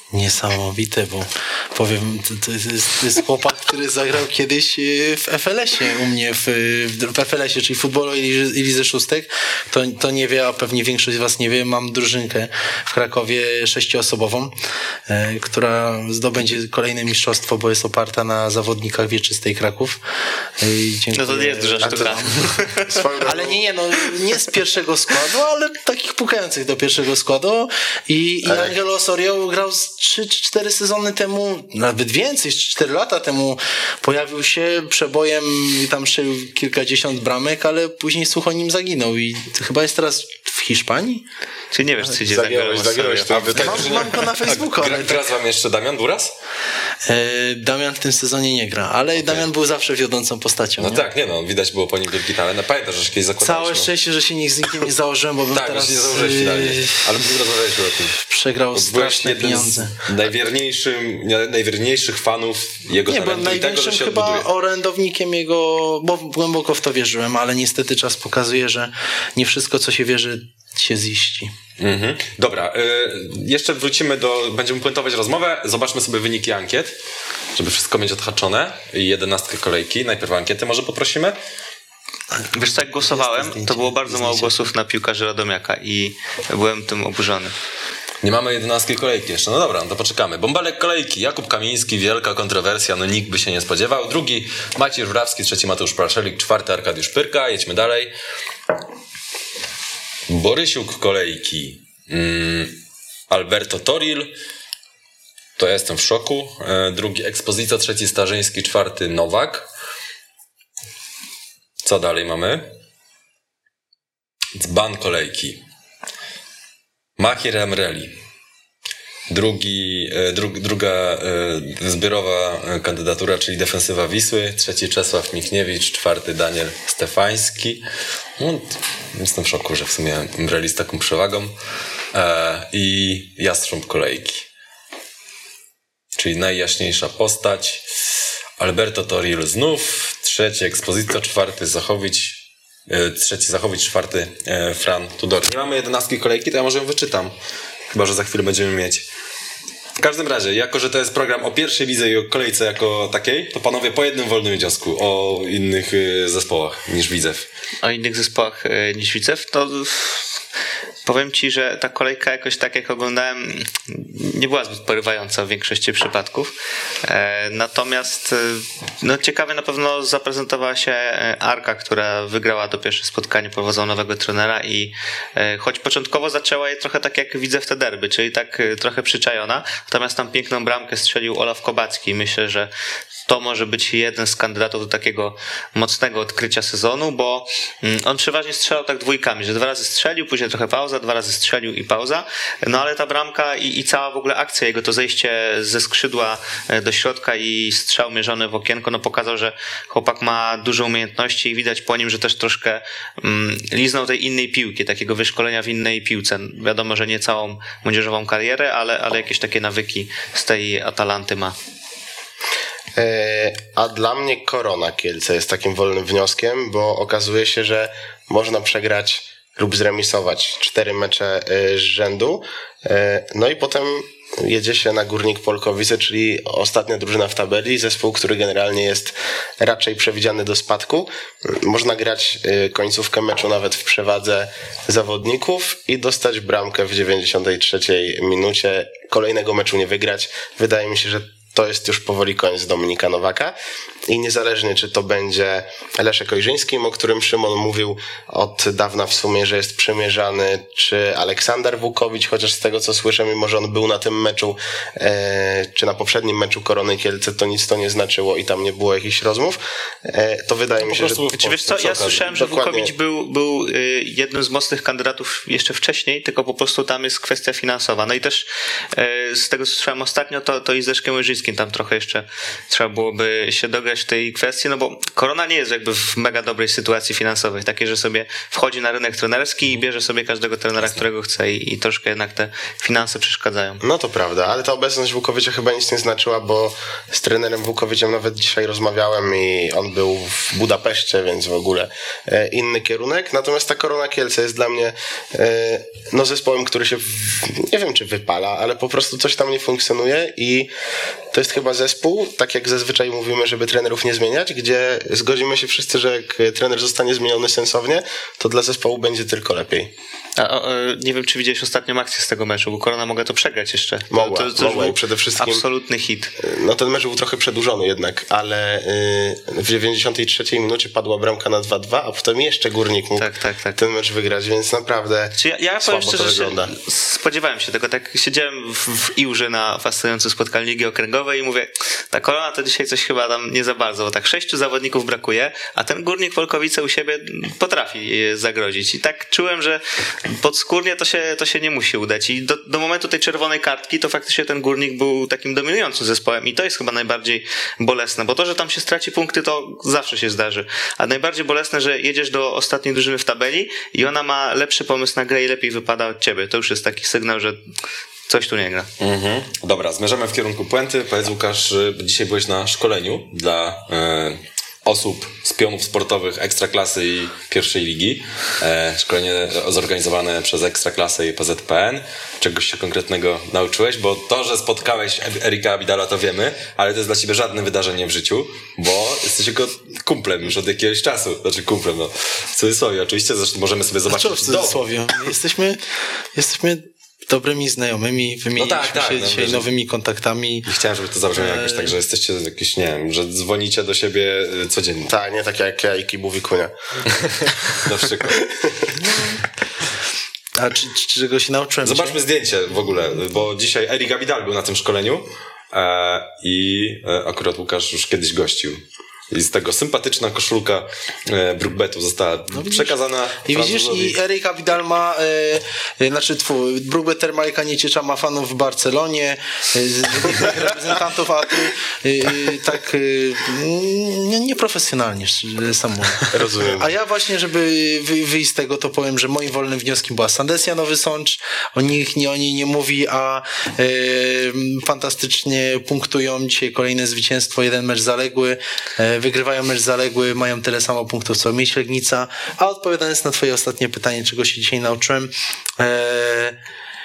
Niesamowite, bo powiem, to, to, jest, to jest chłopak, który zagrał kiedyś w F L S-ie u mnie, w, w F L S-ie, czyli futbolu i Lidze Szóstek. To, to nie wie, a pewnie większość z was nie wie, mam drużynkę w Krakowie sześcioosobową, e, która zdobędzie kolejne mistrzostwo, bo jest oparta na zawodnikach Wieczystej Kraków. E, no to nie jest duża sztuka. Ale nie, nie, no nie z pierwszego składu, ale takich pukających do pierwszego składu i, i Angelo Osorio grał z trzy czy cztery sezony temu, nawet więcej, cztery lata temu pojawił się przebojem i tam strzelił kilkadziesiąt bramek, ale później sucho nim zaginął i chyba jest teraz w Hiszpanii? Czy nie wiesz, co idzie zagiąłeś, zagiąłeś, to tak, mam, mam go na Facebooku. Gra, gra z wam jeszcze Damian Buras? E, Damian w tym sezonie nie gra, ale okay. Damian był zawsze wiodącą postacią. No nie? tak, nie no, widać było po nim wielki talent. No, pamiętasz, że kiedyś zakładaliśmy. Całe szczęście, że się nikt z nikim nie założyłem, bo bym tak, teraz... Tak, nie założyłeś finalnie, ale rozmawialiśmy o tym. Przegrał straszne pieniądze. Najwierniejszym, najwierniejszych fanów jego nie, talentu byłem i tego, że się chyba odbuduje. orędownikiem jego, bo głęboko w to wierzyłem, ale niestety czas pokazuje, że nie wszystko, co się wierzy, się ziści. Mhm. Dobra, y, jeszcze wrócimy do, będziemy puentować rozmowę, zobaczmy sobie wyniki ankiet, żeby wszystko mieć odhaczone i jedenastkę kolejki. Najpierw ankiety może poprosimy. Wiesz co, jak głosowałem, to było bardzo mało głosów na piłkarzy Radomiaka i byłem tym oburzony. Nie mamy jedenastki kolejki jeszcze. No dobra, no to poczekamy. Bąbelek kolejki. Jakub Kamiński, wielka kontrowersja, no nikt by się nie spodziewał. Drugi Maciej Żurawski, trzeci Mateusz Praszelik, czwarty Arkadiusz Pyrka. Jedźmy dalej. Borysiuk kolejki. Mm, Alberto Toril. To ja jestem w szoku. E, drugi Ekspozycja, trzeci Starzyński, czwarty Nowak. Co dalej mamy? Dzban kolejki. Makier Emreli. Drugi, dru, druga e, zbiorowa kandydatura, czyli defensywa Wisły. Trzeci Czesław Michniewicz. Czwarty Daniel Stefański. No, jestem w szoku, że w sumie Emreli z taką przewagą. E, I Jastrząb kolejki. Czyli najjaśniejsza postać. Alberto Toril znów. Trzeci Ekspozycja. Czwarty Zachowicz. Trzeci Zachowicz, czwarty e, Fran Tudor. Nie mamy jedenastki kolejki, to ja może ją wyczytam. Chyba że za chwilę będziemy mieć. W każdym razie, jako że to jest program o pierwszej lidze i o kolejce jako takiej, to panowie po jednym wolnym wniosku o innych y, zespołach niż Widzew. O innych zespołach y, niż Widzew, to powiem ci, że ta kolejka jakoś tak jak oglądałem nie była zbyt porywająca w większości przypadków. E, natomiast no, ciekawie na pewno zaprezentowała się Arka, która wygrała to pierwsze spotkanie, prowadzą nowego trenera i e, choć początkowo zaczęła je trochę tak jak widzę w te derby, czyli tak e, trochę przyczajona, natomiast tam piękną bramkę strzelił Olaf Kobacki. Myślę, że to może być jeden z kandydatów do takiego mocnego odkrycia sezonu, bo on przeważnie strzelał tak dwójkami, że dwa razy strzelił, później trochę pauza, dwa razy strzelił i pauza, no ale ta bramka i, i cała w ogóle akcja jego, to zejście ze skrzydła do środka i strzał mierzony w okienko, no pokazał, że chłopak ma duże umiejętności i widać po nim, że też troszkę mm, liznął tej innej piłki, takiego wyszkolenia w innej piłce. Wiadomo, że nie całą młodzieżową karierę, ale, ale jakieś takie nawyki z tej Atalanty ma. A dla mnie Korona Kielce jest takim wolnym wnioskiem, bo okazuje się, że można przegrać lub zremisować cztery mecze z rzędu, no i potem jedzie się na Górnik Polkowice, czyli ostatnia drużyna w tabeli, zespół, który generalnie jest raczej przewidziany do spadku. Można grać końcówkę meczu nawet w przewadze zawodników i dostać bramkę w dziewięćdziesiątej trzeciej minucie, kolejnego meczu nie wygrać. Wydaje mi się, że to jest już powoli koniec Dominika Nowaka i niezależnie czy to będzie Leszek Ojrzyński, o którym Szymon mówił od dawna w sumie, że jest przymierzany, czy Aleksander Wukowicz, chociaż z tego co słyszę, mimo że on był na tym meczu e, czy na poprzednim meczu Korony Kielce, to nic to nie znaczyło i tam nie było jakichś rozmów, e, to wydaje no mi się, że... Czy wiesz co, ja słyszałem, że dokładnie... Wukowicz był, był jednym z mocnych kandydatów jeszcze wcześniej, tylko po prostu tam jest kwestia finansowa. No i też e, z tego co słyszałem ostatnio, to, to i z Leszkiem Ojrzyńskim Lewickim tam trochę jeszcze trzeba byłoby się dograć w tej kwestii, no bo Korona nie jest jakby w mega dobrej sytuacji finansowej, takiej, że sobie wchodzi na rynek trenerski i bierze sobie każdego trenera, którego chce i, i troszkę jednak te finanse przeszkadzają. No to prawda, ale ta obecność Vukovicza chyba nic nie znaczyła, bo z trenerem Vukoviczem nawet dzisiaj rozmawiałem i on był w Budapeszcie, więc w ogóle e, inny kierunek. Natomiast ta Korona Kielce jest dla mnie e, no zespołem, który się w, nie wiem czy wypala, ale po prostu coś tam nie funkcjonuje i to jest chyba zespół, tak jak zazwyczaj mówimy, żeby trenerów nie zmieniać, gdzie zgodzimy się wszyscy, że jak trener zostanie zmieniony sensownie, to dla zespołu będzie tylko lepiej. A, o, nie wiem, czy widziałeś ostatnią akcję z tego meczu, bo Korona mogła to przegrać jeszcze. Mogła, to, to, to mogła i przede wszystkim absolutny hit. No ten mecz był trochę przedłużony jednak, ale yy, w dziewięćdziesiątej trzeciej minucie padła bramka na dwa dwa, a potem jeszcze Górnik mógł tak, tak, tak. ten mecz wygrać, więc naprawdę Czy ja, ja powiem słabo szczerze, to wygląda. Się, spodziewałem się tego, tak siedziałem w, w Iłży na fascynującym spotkaniu Ligi Okręgowej i mówię, ta Korona to dzisiaj coś chyba tam nie za bardzo, bo tak sześciu zawodników brakuje, a ten Górnik Wolkowice u siebie potrafi zagrozić i tak czułem, że podskórnie to się, to się nie musi udać i do, do momentu tej czerwonej kartki to faktycznie ten Górnik był takim dominującym zespołem i to jest chyba najbardziej bolesne, bo to, że tam się straci punkty, to zawsze się zdarzy, a najbardziej bolesne, że jedziesz do ostatniej drużyny w tabeli i ona ma lepszy pomysł na grę i lepiej wypada od ciebie, to już jest taki sygnał, że coś tu nie gra. Mhm. Dobra, zmierzamy w kierunku puenty. Powiedz, Łukasz, dzisiaj byłeś na szkoleniu dla e, osób z pionów sportowych Ekstraklasy i pierwszej ligi. E, szkolenie zorganizowane przez Ekstraklasę i P Z P N. Czegoś się konkretnego nauczyłeś? Bo to, że spotkałeś Erika Abidala, to wiemy, ale to jest dla ciebie żadne wydarzenie w życiu, bo jesteś jego kumplem już od jakiegoś czasu. Znaczy kumplem, no w cudzysłowie oczywiście, zresztą możemy sobie zobaczyć. A co w cudzysłowie? Jesteśmy, jesteśmy dobrymi znajomymi, wymieniliśmy no tak, tak, się no, dzisiaj że... nowymi kontaktami. I chciałem, żeby to zabrzmiało jakoś tak, że jesteście jakieś, nie wiem, że dzwonicie do siebie codziennie. Tak, nie tak jak ja i Kibu Wikunia. Na przykład. A czy, czy, czego się nauczyłem? Zobaczmy dzisiaj? zdjęcie w ogóle, bo dzisiaj Erik Abidal był na tym szkoleniu e, i e, akurat Łukasz już kiedyś gościł. I z tego sympatyczna koszulka e, Brookbetu została no przekazana. I widzisz, i Erik Abidal ma, e, znaczy twój, Brookbet Termalika Nieciecza ma fanów w Barcelonie, e, reprezentantów, a ty e, tak e, nie, nieprofesjonalnie samo. Rozumiem. A ja właśnie, żeby wy, wyjść z tego, to powiem, że moim wolnym wnioskiem była Sandesia Nowy Sącz, o nich nie, o niej nie mówi, a e, fantastycznie punktują dzisiaj kolejne zwycięstwo, jeden mecz zaległy, e, wygrywają mecz zaległy, mają tyle samo punktów co Miedź Legnica. A odpowiadając na twoje ostatnie pytanie, czego się dzisiaj nauczyłem, e,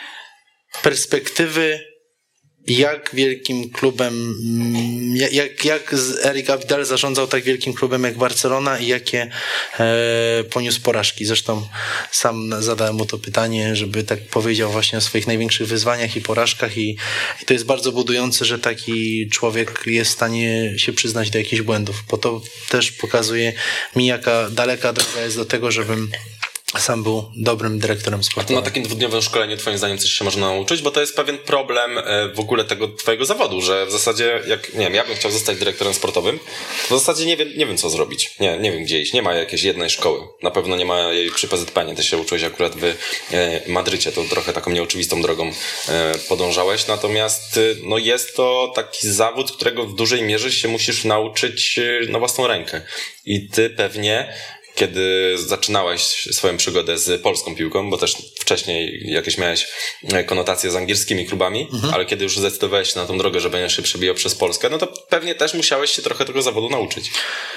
perspektywy, jak wielkim klubem, jak, jak Erik Abidal zarządzał tak wielkim klubem jak Barcelona i jakie e, poniósł porażki. Zresztą sam zadałem mu to pytanie, żeby tak powiedział właśnie o swoich największych wyzwaniach i porażkach i, i to jest bardzo budujące, że taki człowiek jest w stanie się przyznać do jakichś błędów, bo to też pokazuje mi, jaka daleka droga jest do tego, żebym sam był dobrym dyrektorem sportowym. Na takim dwudniowym szkoleniu twoim zdaniem coś się można nauczyć, bo to jest pewien problem w ogóle tego twojego zawodu, że w zasadzie jak, nie wiem, ja bym chciał zostać dyrektorem sportowym, to w zasadzie nie wiem, nie wiem co zrobić. Nie, nie wiem gdzie iść. Nie ma jakiejś jednej szkoły. Na pewno nie ma jej przy P Z P N. Ty się uczyłeś akurat w Madrycie, to trochę taką nieoczywistą drogą podążałeś. Natomiast no jest to taki zawód, którego w dużej mierze się musisz nauczyć na własną rękę. I ty pewnie kiedy zaczynałeś swoją przygodę z polską piłką, bo też wcześniej jakieś miałeś konotacje z angielskimi klubami, mhm. ale kiedy już zdecydowałeś się na tą drogę, że będziesz się przebijał przez Polskę, no to pewnie też musiałeś się trochę tego zawodu nauczyć.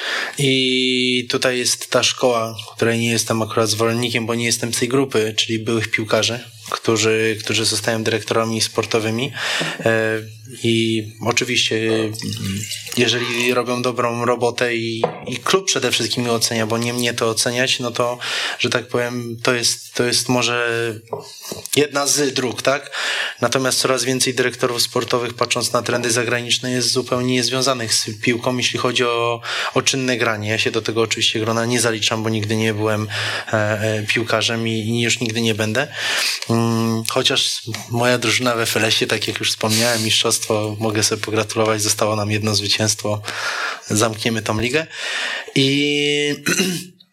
I tutaj jest ta szkoła, której nie jestem akurat zwolennikiem, bo nie jestem z tej grupy, czyli byłych piłkarzy, którzy, którzy zostają dyrektorami sportowymi i oczywiście jeżeli robią dobrą robotę i, i klub przede wszystkim je ocenia, bo nie mnie to oceniać, no to, że tak powiem, to jest, to jest może jedna z dróg, tak? Natomiast coraz więcej dyrektorów sportowych, patrząc na trendy zagraniczne, jest zupełnie niezwiązanych z piłką, jeśli chodzi o, o czynne granie. Ja się do tego oczywiście grona nie zaliczam, bo nigdy nie byłem e, e, piłkarzem i, i już nigdy nie będę. Chociaż moja drużyna w F L S-ie, tak jak już wspomniałem, mistrzostwo, mogę sobie pogratulować, zostało nam jedno zwycięstwo, zamkniemy tą ligę. I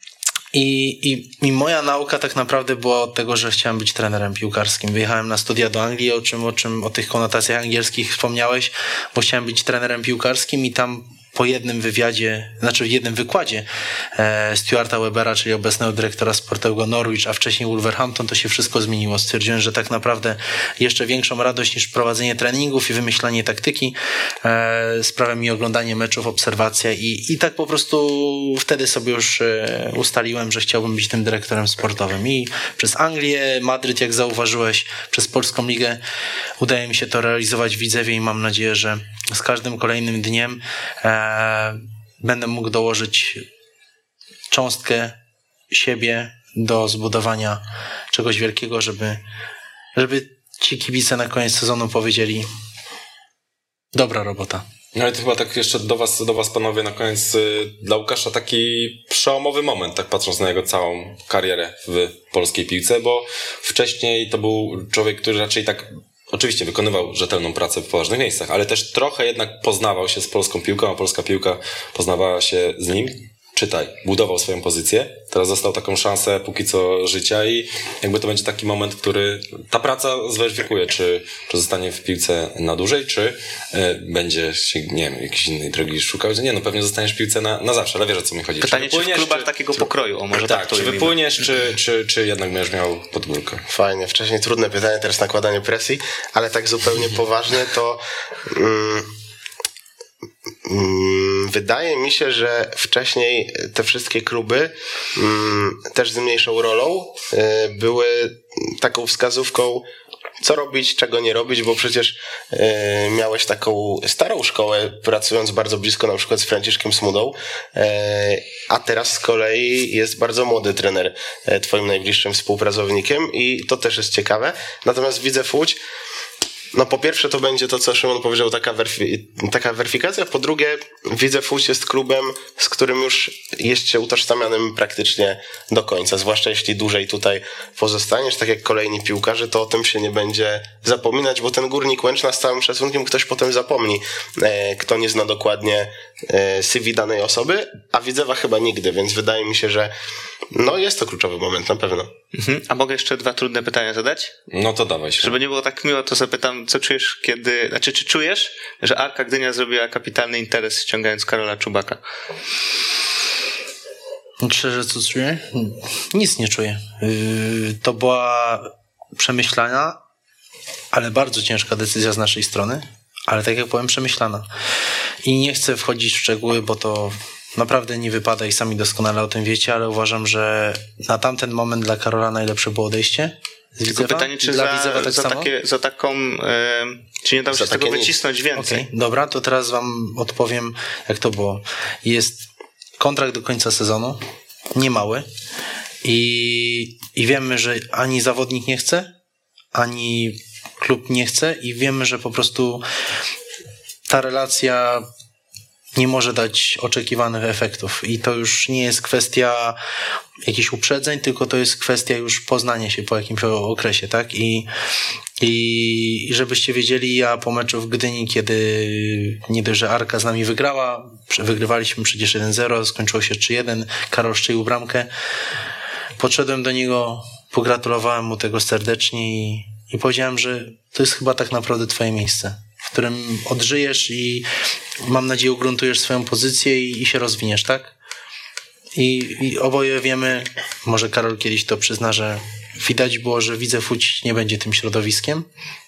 I, i, I moja nauka tak naprawdę była od tego, że chciałem być trenerem piłkarskim. Wyjechałem na studia do Anglii, o czym, o czym o tych konotacjach angielskich wspomniałeś, bo chciałem być trenerem piłkarskim i tam po jednym wywiadzie, znaczy w jednym wykładzie e, Stuarta Webera, czyli obecnego dyrektora sportowego Norwich, a wcześniej Wolverhampton, to się wszystko zmieniło. Stwierdziłem, że tak naprawdę jeszcze większą radość niż prowadzenie treningów i wymyślanie taktyki e, sprawia mi oglądanie meczów, obserwacja i, i tak po prostu wtedy sobie już e, ustaliłem, że chciałbym być tym dyrektorem sportowym. I przez Anglię, Madryt, jak zauważyłeś, przez Polską Ligę udaje mi się to realizować w Widzewie i mam nadzieję, że z każdym kolejnym dniem e, będę mógł dołożyć cząstkę siebie do zbudowania czegoś wielkiego, żeby, żeby ci kibice na koniec sezonu powiedzieli: dobra robota. No i to chyba tak jeszcze do was, do was panowie na koniec, y, dla Łukasza taki przełomowy moment, tak patrząc na jego całą karierę w polskiej piłce, bo wcześniej to był człowiek, który raczej tak oczywiście wykonywał rzetelną pracę w poważnych miejscach, ale też trochę jednak poznawał się z polską piłką, a polska piłka poznawała się z nim. Czytaj, budował swoją pozycję, teraz dostał taką szansę póki co życia i jakby to będzie taki moment, który ta praca zweryfikuje, czy, czy zostanie w piłce na dłużej, czy y, będzie się, nie wiem, jakiejś innej drogi szukał. Nie, no pewnie zostaniesz w piłce na, na zawsze, ale wiesz, o co mi chodzi. Pytanie, czy, czy w klubach czy, takiego czy, pokroju, o może tak, tak to czy ujmijmy. wypłyniesz, czy, czy, czy jednak będziesz miał podwórkę. Fajnie, wcześniej trudne pytanie, teraz nakładanie presji, ale tak zupełnie poważnie to... Mm, wydaje mi się, że wcześniej te wszystkie kluby też z mniejszą rolą były taką wskazówką, co robić, czego nie robić, bo przecież miałeś taką starą szkołę, pracując bardzo blisko na przykład z Franciszkiem Smudą, a teraz z kolei jest bardzo młody trener twoim najbliższym współpracownikiem i to też jest ciekawe. Natomiast Widzew Łódź, no po pierwsze to będzie to, co Szymon powiedział, taka, weryfi- taka weryfikacja, po drugie Widzew Łódź jest klubem, z którym już jest się utożsamianym praktycznie do końca, zwłaszcza jeśli dłużej tutaj pozostaniesz, tak jak kolejni piłkarze, to o tym się nie będzie zapominać, bo ten Górnik Łęczna, z całym szacunkiem, ktoś potem zapomni, e, kto nie zna dokładnie e, C V danej osoby, a Widzewa chyba nigdy, więc wydaje mi się, że no jest to kluczowy moment, na pewno. Mhm. A mogę jeszcze dwa trudne pytania zadać? No to dawaj się. Żeby nie było tak miło, to zapytam, co czujesz, kiedy... Znaczy, czy czujesz, że Arka Gdynia zrobiła kapitalny interes, ściągając Karola Czubaka? Szczerze, co czuję? Nic nie czuję. Yy, to była przemyślana, ale bardzo ciężka decyzja z naszej strony, ale tak jak powiem, przemyślana. I nie chcę wchodzić w szczegóły, bo to naprawdę nie wypada i sami doskonale o tym wiecie, ale uważam, że na tamten moment dla Karola najlepsze było odejście z Tylko Widzewa. pytanie, czy dla za, Widzewa tak za, samo? takie, za taką... E, czy nie dało się z tego wycisnąć więcej? Okay, dobra, to teraz wam odpowiem, jak to było. Jest kontrakt do końca sezonu, niemały i, i wiemy, że ani zawodnik nie chce, ani klub nie chce i wiemy, że po prostu ta relacja nie może dać oczekiwanych efektów i to już nie jest kwestia jakichś uprzedzeń, tylko to jest kwestia już poznania się po jakimś okresie, tak? I, i, i żebyście wiedzieli, ja po meczu w Gdyni, kiedy nie dość, że Arka z nami wygrała, wygrywaliśmy przecież jeden zero, skończyło się trzy jeden, Karol strzelił bramkę, podszedłem do niego, pogratulowałem mu tego serdecznie i, i powiedziałem, że to jest chyba tak naprawdę twoje miejsce, w którym odżyjesz i mam nadzieję ugruntujesz swoją pozycję i, i się rozwiniesz, tak? I, I oboje wiemy, może Karol kiedyś to przyzna, że widać było, że Widzew Łódź nie będzie tym środowiskiem.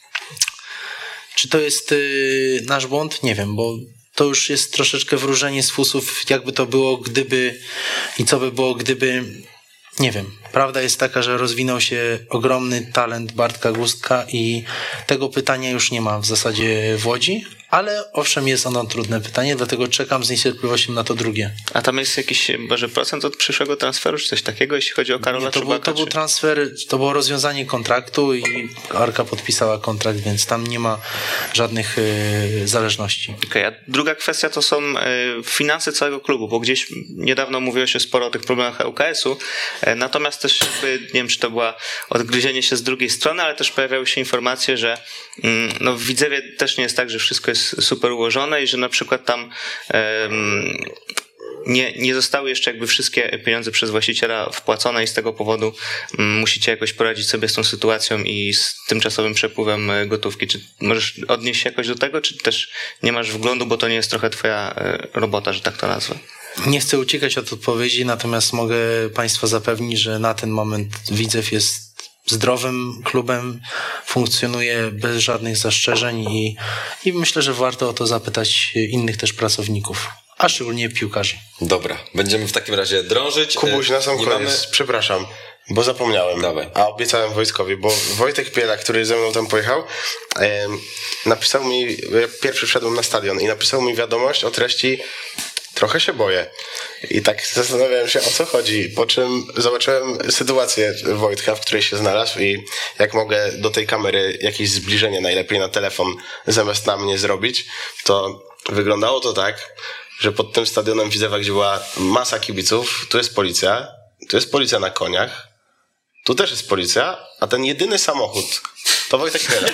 Czy to jest y, nasz błąd? Nie wiem, bo to już jest troszeczkę wróżenie z fusów, jakby to było, gdyby i co by było, gdyby... Nie wiem. Prawda jest taka, że rozwinął się ogromny talent Bartka Gustka i tego pytania już nie ma w zasadzie w Łodzi, ale owszem jest ono trudne pytanie, dlatego czekam z niecierpliwością na to drugie. A tam jest jakiś może procent od przyszłego transferu, czy coś takiego, jeśli chodzi o Karola Nie, to, Czubaka? był, to czy... był transfer, to było rozwiązanie kontraktu i Arka podpisała kontrakt, więc tam nie ma żadnych y, zależności. Okej, okay, a druga kwestia to są y, finanse całego klubu, bo gdzieś niedawno mówiło się sporo o tych problemach U K S-u, y, natomiast też jakby, nie wiem, czy to była odgryzienie się z drugiej strony, ale też pojawiały się informacje, że y, no w Widzewie też nie jest tak, że wszystko jest super ułożone i że na przykład tam um, nie, nie zostały jeszcze jakby wszystkie pieniądze przez właściciela wpłacone i z tego powodu mm, musicie jakoś poradzić sobie z tą sytuacją i z tymczasowym przepływem gotówki. Czy możesz odnieść się jakoś do tego, czy też nie masz wglądu, bo to nie jest trochę twoja robota, że tak to nazwę? Nie chcę uciekać od odpowiedzi, natomiast mogę Państwa zapewnić, że na ten moment Widzew jest zdrowym klubem, funkcjonuje bez żadnych zastrzeżeń i, i myślę, że warto o to zapytać innych też pracowników, a szczególnie piłkarzy. Dobra, będziemy w takim razie drążyć. Kubuś, na sam Nie koniec, mamy... przepraszam, bo zapomniałem, Dawaj. a obiecałem Wojtkowi, bo Wojtek Piela, który ze mną tam pojechał, e, napisał mi, ja pierwszy wszedłem na stadion i napisał mi wiadomość o treści: trochę się boję. I tak zastanawiałem się, o co chodzi, po czym zobaczyłem sytuację Wojtka, w której się znalazł i jak mogę do tej kamery jakieś zbliżenie najlepiej na telefon zamiast na mnie zrobić, to wyglądało to tak, że pod tym stadionem Widzewa, gdzie była masa kibiców, tu jest policja, tu jest policja na koniach, tu też jest policja, a ten jedyny samochód to Wojtek Piela.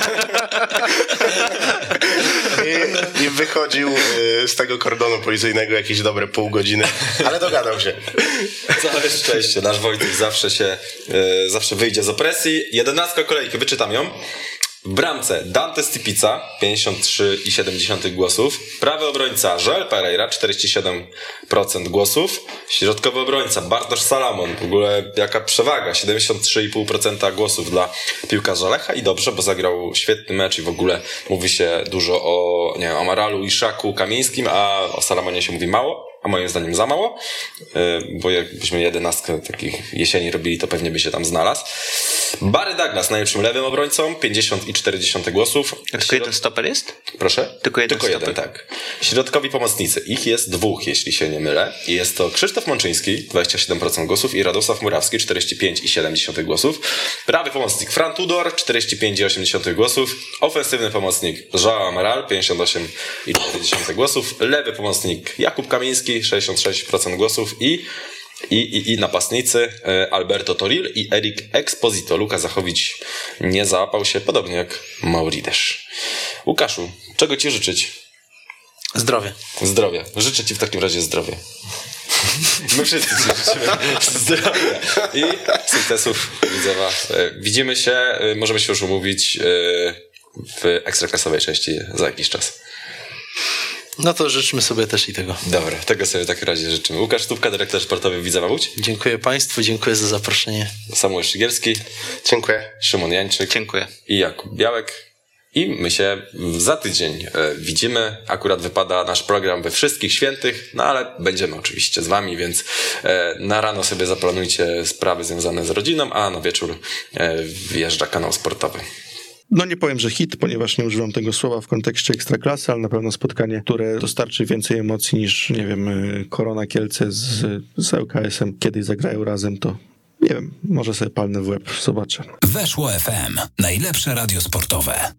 I, I wychodził z tego kordonu policyjnego jakieś dobre pół godziny, ale dogadał się. Całe szczęście, nasz Wojtek zawsze się, yy, zawsze wyjdzie z opresji. Jedenastka kolejki, wyczytam ją. W bramce Dante Stipica, pięćdziesiąt trzy i siedem dziesiątych głosów. Prawy obrońca Joel Pereira, czterdzieści siedem procent głosów. Środkowy obrońca Bartosz Salamon, w ogóle jaka przewaga, siedemdziesiąt trzy i pół procent głosów dla piłkarza Lecha i dobrze, bo zagrał świetny mecz i w ogóle mówi się dużo o, nie wiem, Amaralu i Szaku Kamińskim, a o Salamonie się mówi mało. A moim zdaniem za mało, bo jakbyśmy jedenastkę takich jesieni robili, to pewnie by się tam znalazł. Barry Douglas, najlepszym lewym obrońcą, pięćdziesiąt i cztery dziesiąte głosów. Tylko Środ... jeden stoper jest? Proszę? Tylko jeden Tylko stoper. jeden, tak. Środkowi pomocnicy, ich jest dwóch, jeśli się nie mylę. I jest to Krzysztof Mączyński, dwadzieścia siedem procent głosów i Radosław Murawski, czterdzieści pięć i siedem dziesiątych głosów. Prawy pomocnik Fran Tudor, czterdzieści pięć i osiem dziesiątych głosów. Ofensywny pomocnik João Amaral, pięćdziesiąt osiem i cztery dziesiąte głosów. Lewy pomocnik Jakub Kamiński, sześćdziesiąt sześć procent głosów i I, i, i napastnicy Alberto Toril i Erik Exposito. Luka Zachowicz nie załapał się, podobnie jak Mauridesz. Łukaszu, czego ci życzyć? Zdrowie. Zdrowie. Życzę ci w takim razie zdrowie. My wszyscy ci życzymy zdrowia i sukcesów Widzewa. Widzimy się, możemy się już umówić w ekstraklasowej części za jakiś czas. No to życzmy sobie też i tego. Dobra, tego sobie w takim razie życzymy. Łukasz Stupka, dyrektor sportowy Widzewa Łódź. Dziękuję Państwu, dziękuję za zaproszenie. Samuel Szygielski. Dziękuję. Szymon Jańczyk. Dziękuję. I Jakub Białek. I my się za tydzień widzimy. Akurat wypada nasz program we wszystkich świętych, no ale będziemy oczywiście z wami, więc na rano sobie zaplanujcie sprawy związane z rodziną, a na wieczór wjeżdża kanał sportowy. No nie powiem, że hit, ponieważ nie używam tego słowa w kontekście ekstraklasy, ale na pewno spotkanie, które dostarczy więcej emocji niż, nie wiem, Korona Kielce z, z L K S-em. Kiedyś zagrają razem, to nie wiem, może sobie palnę w łeb, zobaczę. Weszło F M. Najlepsze radio sportowe.